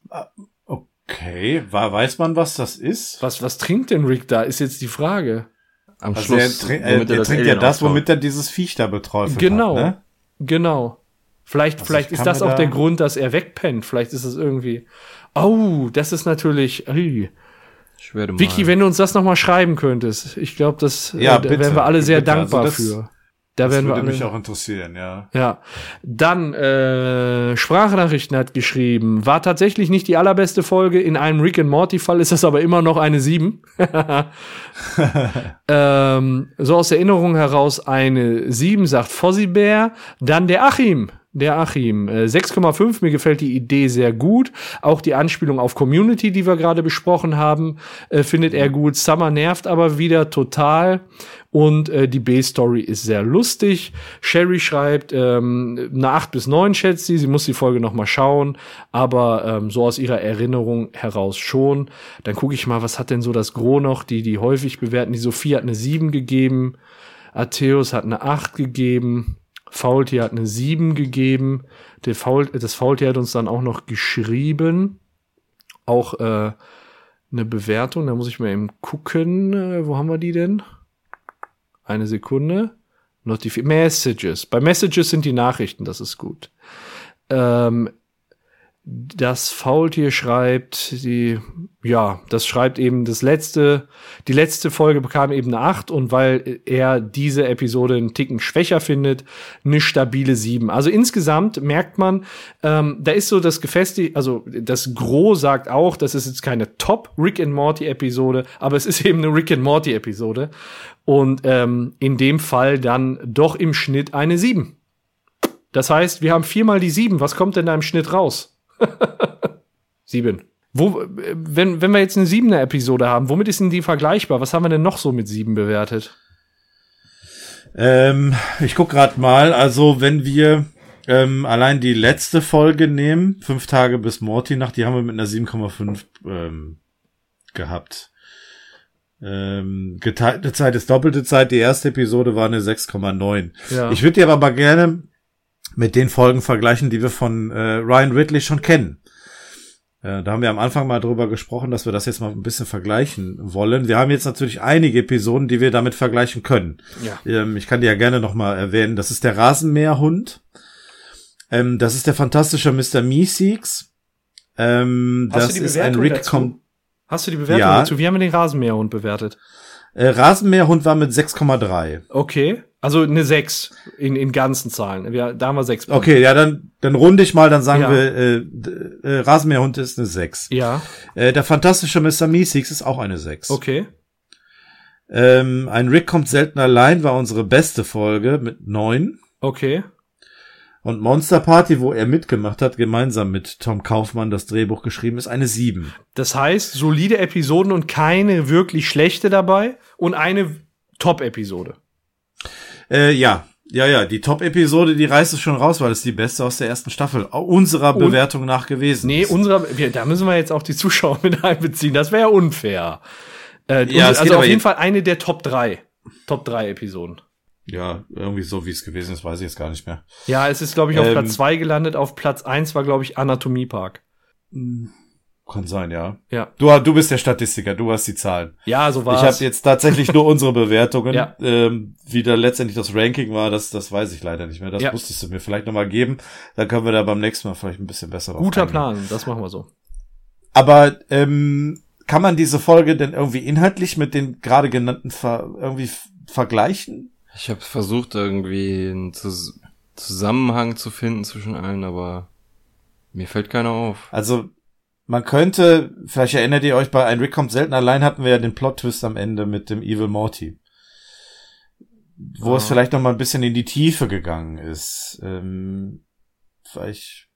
Okay, weiß man, was das ist? Was, was trinkt denn Rick da, ist jetzt die Frage. Am also Schluss, er, trin er, er trinkt ja das, womit er dieses Viech da beträufelt genau, hat, ne? Genau. Vielleicht, also vielleicht ist das auch da der Grund, dass er wegpennt. Vielleicht ist es irgendwie, oh, das ist natürlich, ui. Vicky, wenn du uns das nochmal schreiben könntest. Ich glaube, das, ja, äh, da wären wir alle sehr bitte. dankbar also das, für. Da das werden würde wir alle, mich auch interessieren, ja. Ja. Dann, äh, Sprachnachrichten hat geschrieben, war tatsächlich nicht die allerbeste Folge, in einem Rick and Morty Fall ist das aber immer noch eine sieben. ähm, so aus Erinnerung heraus eine sieben, sagt Fozzie Bear. Dann der Achim. Der Achim, äh, sechs Komma fünf, mir gefällt die Idee sehr gut. Auch die Anspielung auf Community, die wir gerade besprochen haben, äh, findet er gut. Summer nervt aber wieder total. Und äh, die B-Story ist sehr lustig. Sherry schreibt, ähm, eine acht bis neun schätzt sie. Sie muss die Folge noch mal schauen. Aber ähm, so aus ihrer Erinnerung heraus schon. Dann gucke ich mal, was hat denn so das Gros noch, die die häufig bewerten. Die Sophie hat eine sieben gegeben. Atheus hat eine acht gegeben. Faultier hat eine sieben gegeben. Der Faul, das Faultier hat uns dann auch noch geschrieben. Auch äh, eine Bewertung. Da muss ich mal eben gucken. Äh, wo haben wir die denn? Eine Sekunde. Notifi- Messages. Bei Messages sind die Nachrichten. Das ist gut. Ähm, das Faultier schreibt, die, ja, das schreibt eben das letzte, die letzte Folge bekam eben eine acht und weil er diese Episode einen Ticken schwächer findet, eine stabile sieben. Also insgesamt merkt man, ähm, da ist so das gefestigt, also das Gros sagt auch, das ist jetzt keine Top Rick and Morty Episode, aber es ist eben eine Rick and Morty Episode und ähm, in dem Fall dann doch im Schnitt eine sieben. Das heißt, wir haben viermal die sieben. Was kommt denn da im Schnitt raus? Sieben. Wo, wenn, wenn wir jetzt eine siebener Episode haben, womit ist denn die vergleichbar? Was haben wir denn noch so mit sieben bewertet? Ähm, ich guck gerade mal, also wenn wir ähm, allein die letzte Folge nehmen, fünf Tage bis Morty-Nacht, die haben wir mit einer sieben Komma fünf ähm, gehabt. Ähm, geteilte Zeit ist doppelte Zeit, die erste Episode war eine sechs Komma neun. Ja. Ich würde die aber mal gerne mit den Folgen vergleichen, die wir von äh, Ryan Ridley schon kennen. Äh, da haben wir am Anfang mal drüber gesprochen, dass wir das jetzt mal ein bisschen vergleichen wollen. Wir haben jetzt natürlich einige Episoden, die wir damit vergleichen können. Ja. Ähm, ich kann die ja gerne noch mal erwähnen. Das ist der Rasenmäherhund. Ähm, das ist der fantastische Mister Meeseeks. Ähm, Hast das du die ist ein Bewertung Rick dazu? Com- Hast du die Bewertung Ja. dazu? Wie haben wir den Rasenmäherhund bewertet? äh, Rasenmäherhund war mit sechs Komma drei. Okay. Also eine sechs in, in ganzen Zahlen. Wir, da haben wir sechs Punkte. Okay, ja, dann, dann runde ich mal, dann sagen Ja. wir, äh, d- äh, Rasenmäherhund ist eine sechs. Ja, Äh, der fantastische Mister Meeseeks ist auch eine sechs. okay. Ähm, ein Rick kommt selten allein war unsere beste Folge mit neun. Okay. Und Monster Party, wo er mitgemacht hat, gemeinsam mit Tom Kaufmann das Drehbuch geschrieben, ist eine sieben. Das heißt, solide Episoden und keine wirklich schlechte dabei und eine Top-Episode. Äh, ja, ja, ja, die Top-Episode, die reißt es schon raus, weil es die beste aus der ersten Staffel au- unserer Und- Bewertung nach gewesen Nee, ist. unserer, wir, da müssen wir jetzt auch die Zuschauer mit einbeziehen. Das wäre ja unfair. Äh, Ja, es also geht auf aber jeden jetzt- Fall eine der Top drei. Top drei Episoden. Ja, irgendwie so, wie es gewesen ist, weiß ich jetzt gar nicht mehr. Ja, es ist, glaube ich, auf Ähm, Platz zwei gelandet. Auf Platz eins war, glaube ich, Anatomie Park. Kann sein, ja. Ja. Du, du bist der Statistiker, du hast die Zahlen. Ja, so Ich war's. habe jetzt tatsächlich nur unsere Bewertungen. Ja. Ähm, wie da letztendlich das Ranking war, das, das weiß ich leider nicht mehr. Das Ja. musstest du mir vielleicht nochmal geben. Dann können wir da beim nächsten Mal vielleicht ein bisschen besser drauf Guter eingehen. Plan, das machen wir so. Aber ähm, kann man diese Folge denn irgendwie inhaltlich mit den gerade genannten ver irgendwie f- vergleichen? Ich habe versucht, irgendwie einen Zus- Zusammenhang zu finden zwischen allen, aber mir fällt keiner auf. Also man könnte, vielleicht erinnert ihr euch, bei Ein Rick kommt selten allein hatten wir ja den Plot-Twist am Ende mit dem Evil Morty. Wo Ah. es vielleicht noch mal ein bisschen in die Tiefe gegangen ist. Ähm, vielleicht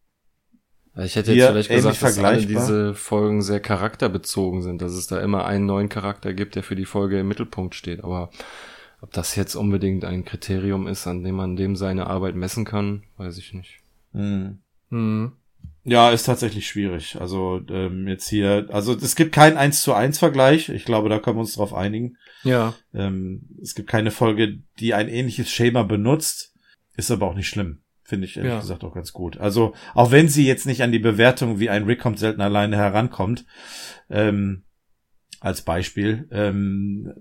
Ich hätte Hier jetzt vielleicht ähnlich gesagt, dass alle vergleichbar. diese Folgen sehr charakterbezogen sind, dass es da immer einen neuen Charakter gibt, der für die Folge im Mittelpunkt steht. Aber ob das jetzt unbedingt ein Kriterium ist, an dem man dem seine Arbeit messen kann, weiß ich nicht. Hm. Hm. Ja, ist tatsächlich schwierig. Also ähm, jetzt hier, also es gibt keinen eins zu eins Vergleich. Ich glaube, da können wir uns drauf einigen. Ja. Ähm, es gibt keine Folge, die ein ähnliches Schema benutzt. Ist aber auch nicht schlimm. Finde ich ehrlich Ja. gesagt auch ganz gut. Also auch wenn sie jetzt nicht an die Bewertung wie ein Rick kommt selten alleine herankommt, ähm, als Beispiel, ähm,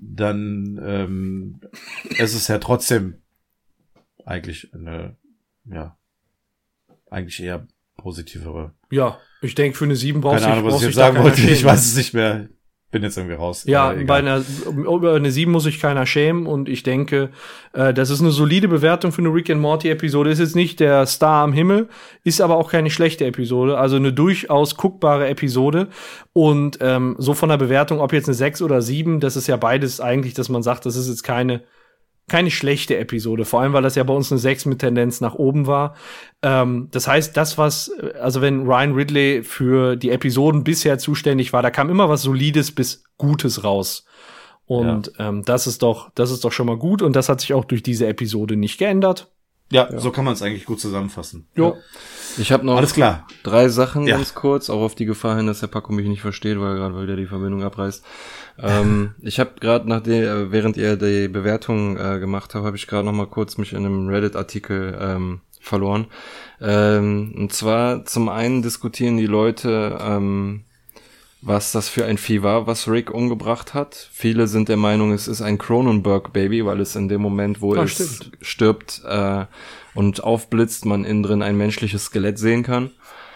dann ähm, es ist ja trotzdem eigentlich eine, ja, eigentlich eher positivere. Ja, ich denke, für eine sieben brauchst Keine du Ahnung, was brauchst ich dich jetzt da sagen keiner wollte. Ich schämen. weiß es nicht mehr. Bin jetzt irgendwie raus. Ja, Äh, bei egal. einer, über eine sieben muss sich keiner schämen und ich denke, äh, das ist eine solide Bewertung für eine Rick and Morty Episode. Ist jetzt nicht der Star am Himmel, ist aber auch keine schlechte Episode, also eine durchaus guckbare Episode und ähm, so von der Bewertung, ob jetzt eine sechs oder sieben, das ist ja beides eigentlich, dass man sagt, das ist jetzt keine keine schlechte Episode, vor allem, weil das ja bei uns eine sechs mit Tendenz nach oben war. Ähm, das heißt, das, was, also wenn Ryan Ridley für die Episoden bisher zuständig war, da kam immer was Solides bis Gutes raus. Und ja. ähm, das ist doch, das ist doch schon mal gut und das hat sich auch durch diese Episode nicht geändert. Ja, ja. So kann man es eigentlich gut zusammenfassen. Jo. Ja. Ich habe noch Alles klar. drei Sachen Ja. ganz kurz, auch auf die Gefahr hin, dass der Paco mich nicht versteht, weil gerade weil der die Verbindung abreißt. ähm, ich habe gerade nach der, während ihr die Bewertung äh, gemacht habt, habe ich gerade noch mal kurz mich in einem Reddit-Artikel ähm, verloren. Ähm, und zwar zum einen diskutieren die Leute, ähm, was das für ein Vieh war, was Rick umgebracht hat. Viele sind der Meinung, es ist ein Cronenberg-Baby, weil es in dem Moment, wo Ah, es stimmt. stirbt äh, und aufblitzt, man innen drin ein menschliches Skelett sehen kann.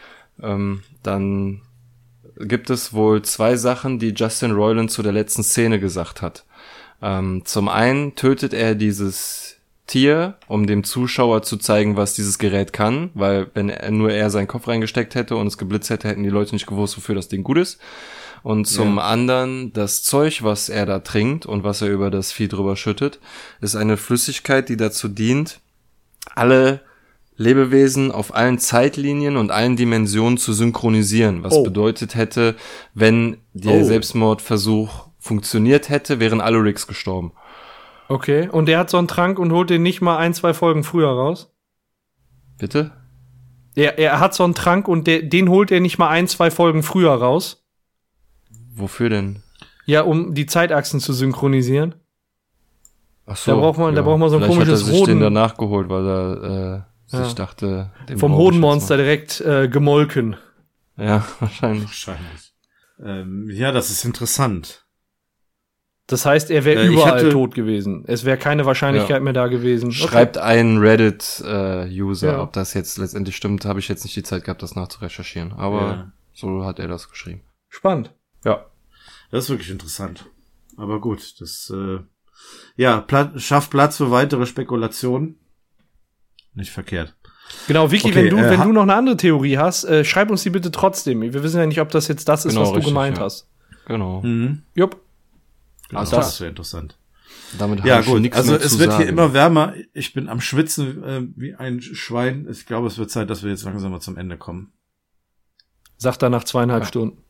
Ähm, dann gibt es wohl zwei Sachen, die Justin Roiland zu der letzten Szene gesagt hat. Ähm, zum einen tötet er dieses Tier, um dem Zuschauer zu zeigen, was dieses Gerät kann, weil wenn er, nur er seinen Kopf reingesteckt hätte und es geblitzt hätte, hätten die Leute nicht gewusst, wofür das Ding gut ist. Und zum Ja. anderen, das Zeug, was er da trinkt und was er über das Vieh drüber schüttet, ist eine Flüssigkeit, die dazu dient, alle Lebewesen auf allen Zeitlinien und allen Dimensionen zu synchronisieren, was Oh. bedeutet hätte, wenn der Oh. Selbstmordversuch funktioniert hätte, wären alle Ricks gestorben. Okay, und der hat so einen Trank und holt den nicht mal ein, zwei Folgen früher raus? Bitte? Er, er hat so einen Trank und der, den holt er nicht mal ein, zwei Folgen früher raus? Wofür denn? Ja, um die Zeitachsen zu synchronisieren. Ach so, Da braucht man- da braucht man so ein Vielleicht komisches hat er sich Hoden- den danach geholt, weil er äh, sich Ja. dachte, den Vom brauch ich Hodenmonster jetzt direkt äh, gemolken. mal. Ja, wahrscheinlich. Wahrscheinlich. Ähm, ja, das ist interessant. Das heißt, er wäre Äh, ich überall hatte- tot gewesen. Es wäre keine Wahrscheinlichkeit Ja. mehr da gewesen. Schreibt ein Reddit-User, Ja. ob das jetzt letztendlich stimmt, habe ich jetzt nicht die Zeit gehabt, das nachzurecherchieren. Aber Ja. so hat er das geschrieben. Spannend. Ja. Das ist wirklich interessant. Aber gut, das äh, ja, Pla- schafft Platz für weitere Spekulationen. Nicht verkehrt. Genau, Vicky, Okay, wenn du, äh, wenn ha- du noch eine andere Theorie hast, äh, schreib uns die bitte trotzdem. Wir wissen ja nicht, ob das jetzt das ist, Genau, was du richtig, gemeint ja. hast. Genau. Mhm. Jupp. Genau, Alles das klar. wäre interessant. Damit Ja habe ich schon gut, nichts also mehr es zu wird sagen. hier immer wärmer. Ich bin am Schwitzen äh, wie ein Schwein. Ich glaube, es wird Zeit, dass wir jetzt langsam mal zum Ende kommen. Sagt er nach zweieinhalb Ja. Stunden.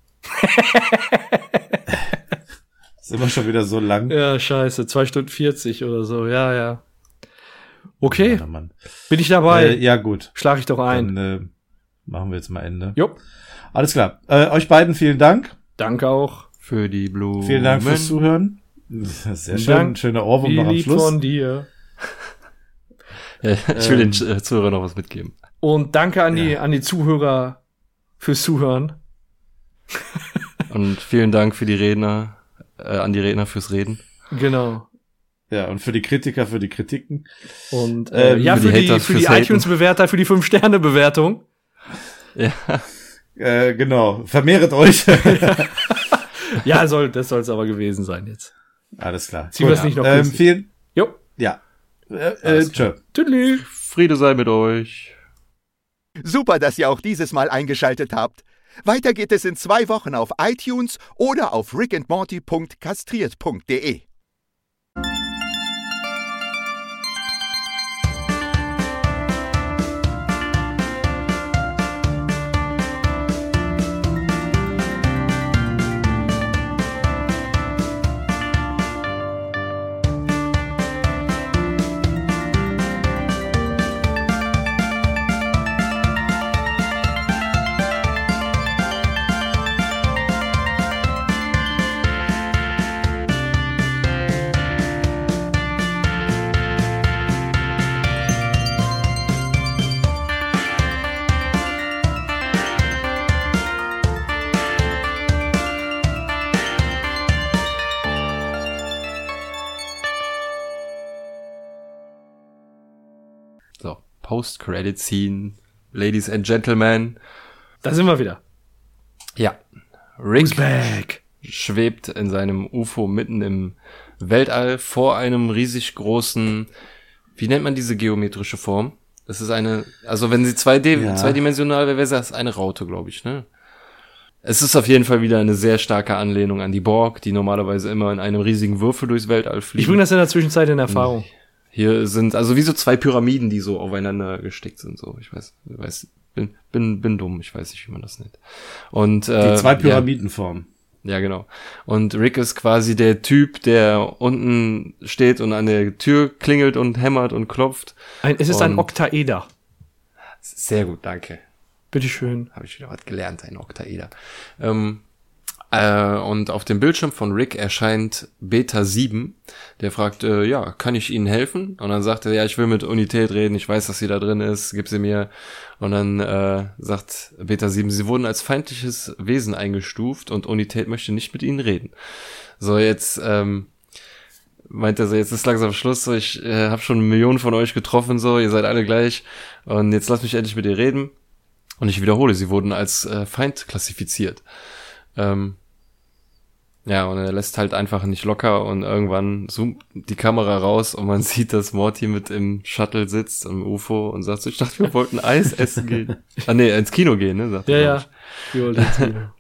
Ist immer schon wieder so lang. Ja, scheiße. Zwei Stunden vierzig oder so. Ja, ja. Okay, Mann, Mann. bin ich dabei. Äh, ja gut, Schlag ich doch ein. dann äh, machen wir jetzt mal Ende. Jupp. Alles klar. Äh, euch beiden vielen Dank. Danke auch. Für die Blumen. Vielen Dank fürs Zuhören. Sehr schön. Dank. Schöner Ohrwurm Wie noch am lieb Schluss. von dir. Ja, ich will Ähm. den äh, Zuhörern noch was mitgeben. Und danke an die, Ja. an die Zuhörer fürs Zuhören. Und vielen Dank für die Redner, äh, an die Redner fürs Reden. Genau. Ja, und für die Kritiker, für die Kritiken. Und äh, Ähm, ja, für für die die, Haters für die fürs Haten. iTunes-Bewerter, für die fünf Sterne Bewertung. Ja. Äh, genau. Vermehret euch. Ja, soll, das soll es aber gewesen sein jetzt. Alles klar. Ziehen wir es nicht noch ähm, künstlich. vielen, Jo. ja. Äh, äh, Alles tschö. Tüdelü. Friede sei mit euch. Super, dass ihr auch dieses Mal eingeschaltet habt. Weiter geht es in zwei Wochen auf iTunes oder auf rickandmorty punkt kastriert punkt de. So, Post-Credit-Scene. Ladies and Gentlemen. Da sind wir wieder. Ja. Rick Back. schwebt in seinem U F O mitten im Weltall vor einem riesig großen, wie nennt man diese geometrische Form? Das ist eine, also wenn sie zwei D, Ja. zweidimensional wäre, wäre das eine Raute, glaube ich, ne? Es ist auf jeden Fall wieder eine sehr starke Anlehnung an die Borg, die normalerweise immer in einem riesigen Würfel durchs Weltall fliegen. Ich bringe das in der Zwischenzeit in Erfahrung. Hier sind, also wie so zwei Pyramiden, die so aufeinander gesteckt sind, so. Ich weiß, ich weiß, bin, bin, bin dumm, ich weiß nicht, wie man das nennt. Und, äh, Die zwei ja. Pyramidenformen. Ja, genau. Und Rick ist quasi der Typ, der unten steht und an der Tür klingelt und hämmert und klopft. Ein, es ist ein Und- Oktaeder. Sehr gut, danke. Bitteschön. Habe ich wieder was gelernt, ein Oktaeder. Ähm, äh, und auf dem Bildschirm von Rick erscheint Beta sieben. Der fragt, äh, ja, kann ich Ihnen helfen? Und dann sagt er, ja, ich will mit Unität reden, ich weiß, dass sie da drin ist, gib sie mir. Und dann äh, sagt Beta sieben, sie wurden als feindliches Wesen eingestuft und Unität möchte nicht mit Ihnen reden. So, jetzt ähm, meint er so, jetzt ist langsam Schluss, so, ich äh, habe schon Millionen von euch getroffen, so, ihr seid alle gleich und jetzt lasst mich endlich mit ihr reden. Und ich wiederhole, sie wurden als äh, Feind klassifiziert. Ähm, ja, und er lässt halt einfach nicht locker und irgendwann zoomt die Kamera raus und man sieht, dass Morty mit im Shuttle sitzt, im U F O und sagt so, ich dachte, wir wollten Eis essen gehen. Ah, nee, ins Kino gehen, ne? Sagt Ja, er, ja. glaub Die wollte jetzt wieder.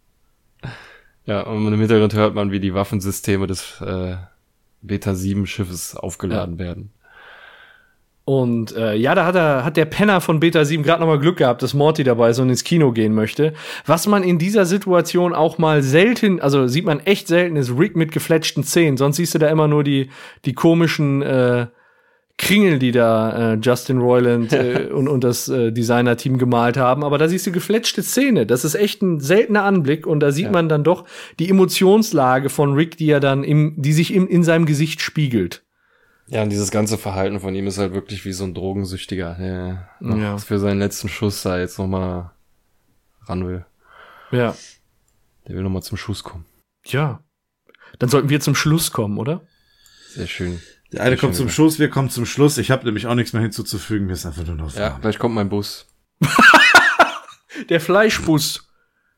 ich. Ja, und im Hintergrund hört man, wie die Waffensysteme des äh, Beta sieben Schiffes aufgeladen werden. Und äh, ja, da hat er hat der Penner von Beta sieben gerade noch mal Glück gehabt, dass Morty dabei ist und ins Kino gehen möchte. Was man in dieser Situation auch mal selten, also sieht man echt selten, ist Rick mit gefletschten Zähnen. Sonst siehst du da immer nur die die komischen äh, Kringel, die da äh, Justin Roiland äh, und, und das äh, Designer-Team gemalt haben. Aber da siehst du gefletschte Zähne. Das ist echt ein seltener Anblick. Und da sieht ja. man dann doch die Emotionslage von Rick, die er dann im, die sich im, in seinem Gesicht spiegelt. Ja, und dieses ganze Verhalten von ihm ist halt wirklich wie so ein Drogensüchtiger, der noch Ja. für seinen letzten Schuss da jetzt nochmal ran will. Ja. Der will nochmal zum Schuss kommen. Ja. Dann sollten wir zum Schluss kommen, oder? Sehr schön. Der eine Sehr kommt schön zum gesagt. Schluss, wir kommen zum Schluss. Ich habe nämlich auch nichts mehr hinzuzufügen. Wir sind einfach nur noch Ja, warm. gleich kommt mein Bus. Der Fleischbus.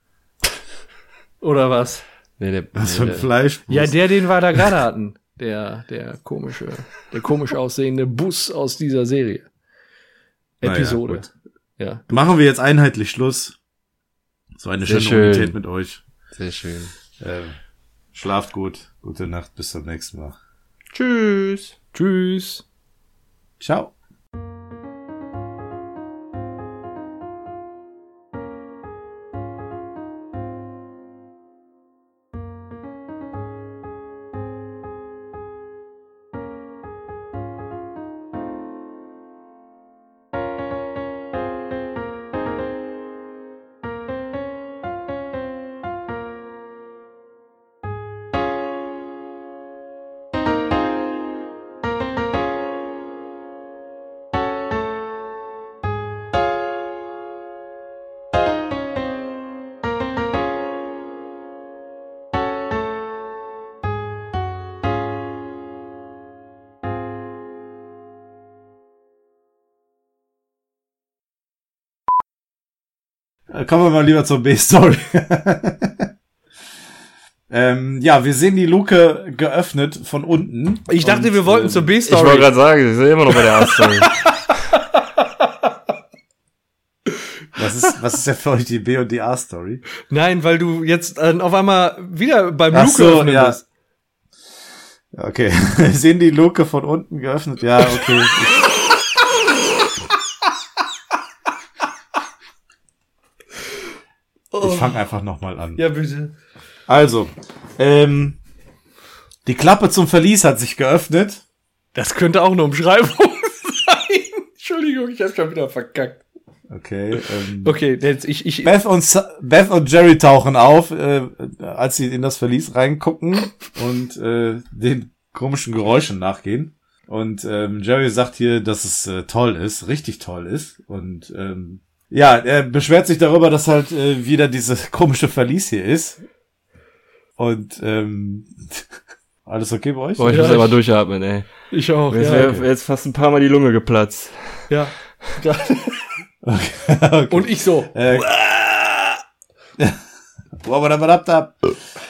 Oder was? Nee, der, Was nee, für ein der, Fleisch. Ja, der, den wir da gerade hatten. Der, der komische, der komisch aussehende Bus aus dieser Serie. Naja, Episode. gut. Ja. Machen wir jetzt einheitlich Schluss. So eine Sehr schöne schön. Unität mit euch. Sehr schön. Äh, schlaft gut. Gute Nacht. Bis zum nächsten Mal. Tschüss. Tschüss. Ciao. Kommen wir mal lieber zur B-Story. ähm, ja, wir sehen die Luke geöffnet von unten. Ich dachte, Und, wir wollten ähm, zur Ich B-Story. wollte gerade sagen, ich sehe immer noch bei der A-Story. Was ist, was ist ja für euch die B- und die A-Story? Nein, weil du jetzt äh, auf einmal wieder beim Ach Luke so, öffnen ja. bist. Okay, wir sehen die Luke von unten geöffnet. Ja, okay. Ich, ich fange einfach nochmal an. Ja, bitte. Also, ähm, die Klappe zum Verlies hat sich geöffnet. Das könnte auch eine Umschreibung sein. Entschuldigung, ich habe schon wieder verkackt. Okay, ähm, Okay, jetzt ich ich Beth und, Sa- Beth und Jerry tauchen auf, äh, als sie in das Verlies reingucken und äh, den komischen Geräuschen nachgehen. Und ähm, Jerry sagt hier, dass es äh, toll ist, richtig toll ist. Und ähm, ja, er beschwert sich darüber, dass halt äh, wieder dieses komische Verlies hier ist. Und ähm, alles okay bei euch? Boah, ich Ja, muss ich- aber durchatmen, ey. ich auch. Mir ist Ja, wär jetzt fast ein paar Mal die Lunge geplatzt. ja. ja. Okay. Und ich so. Äh, Wabadabadabdab.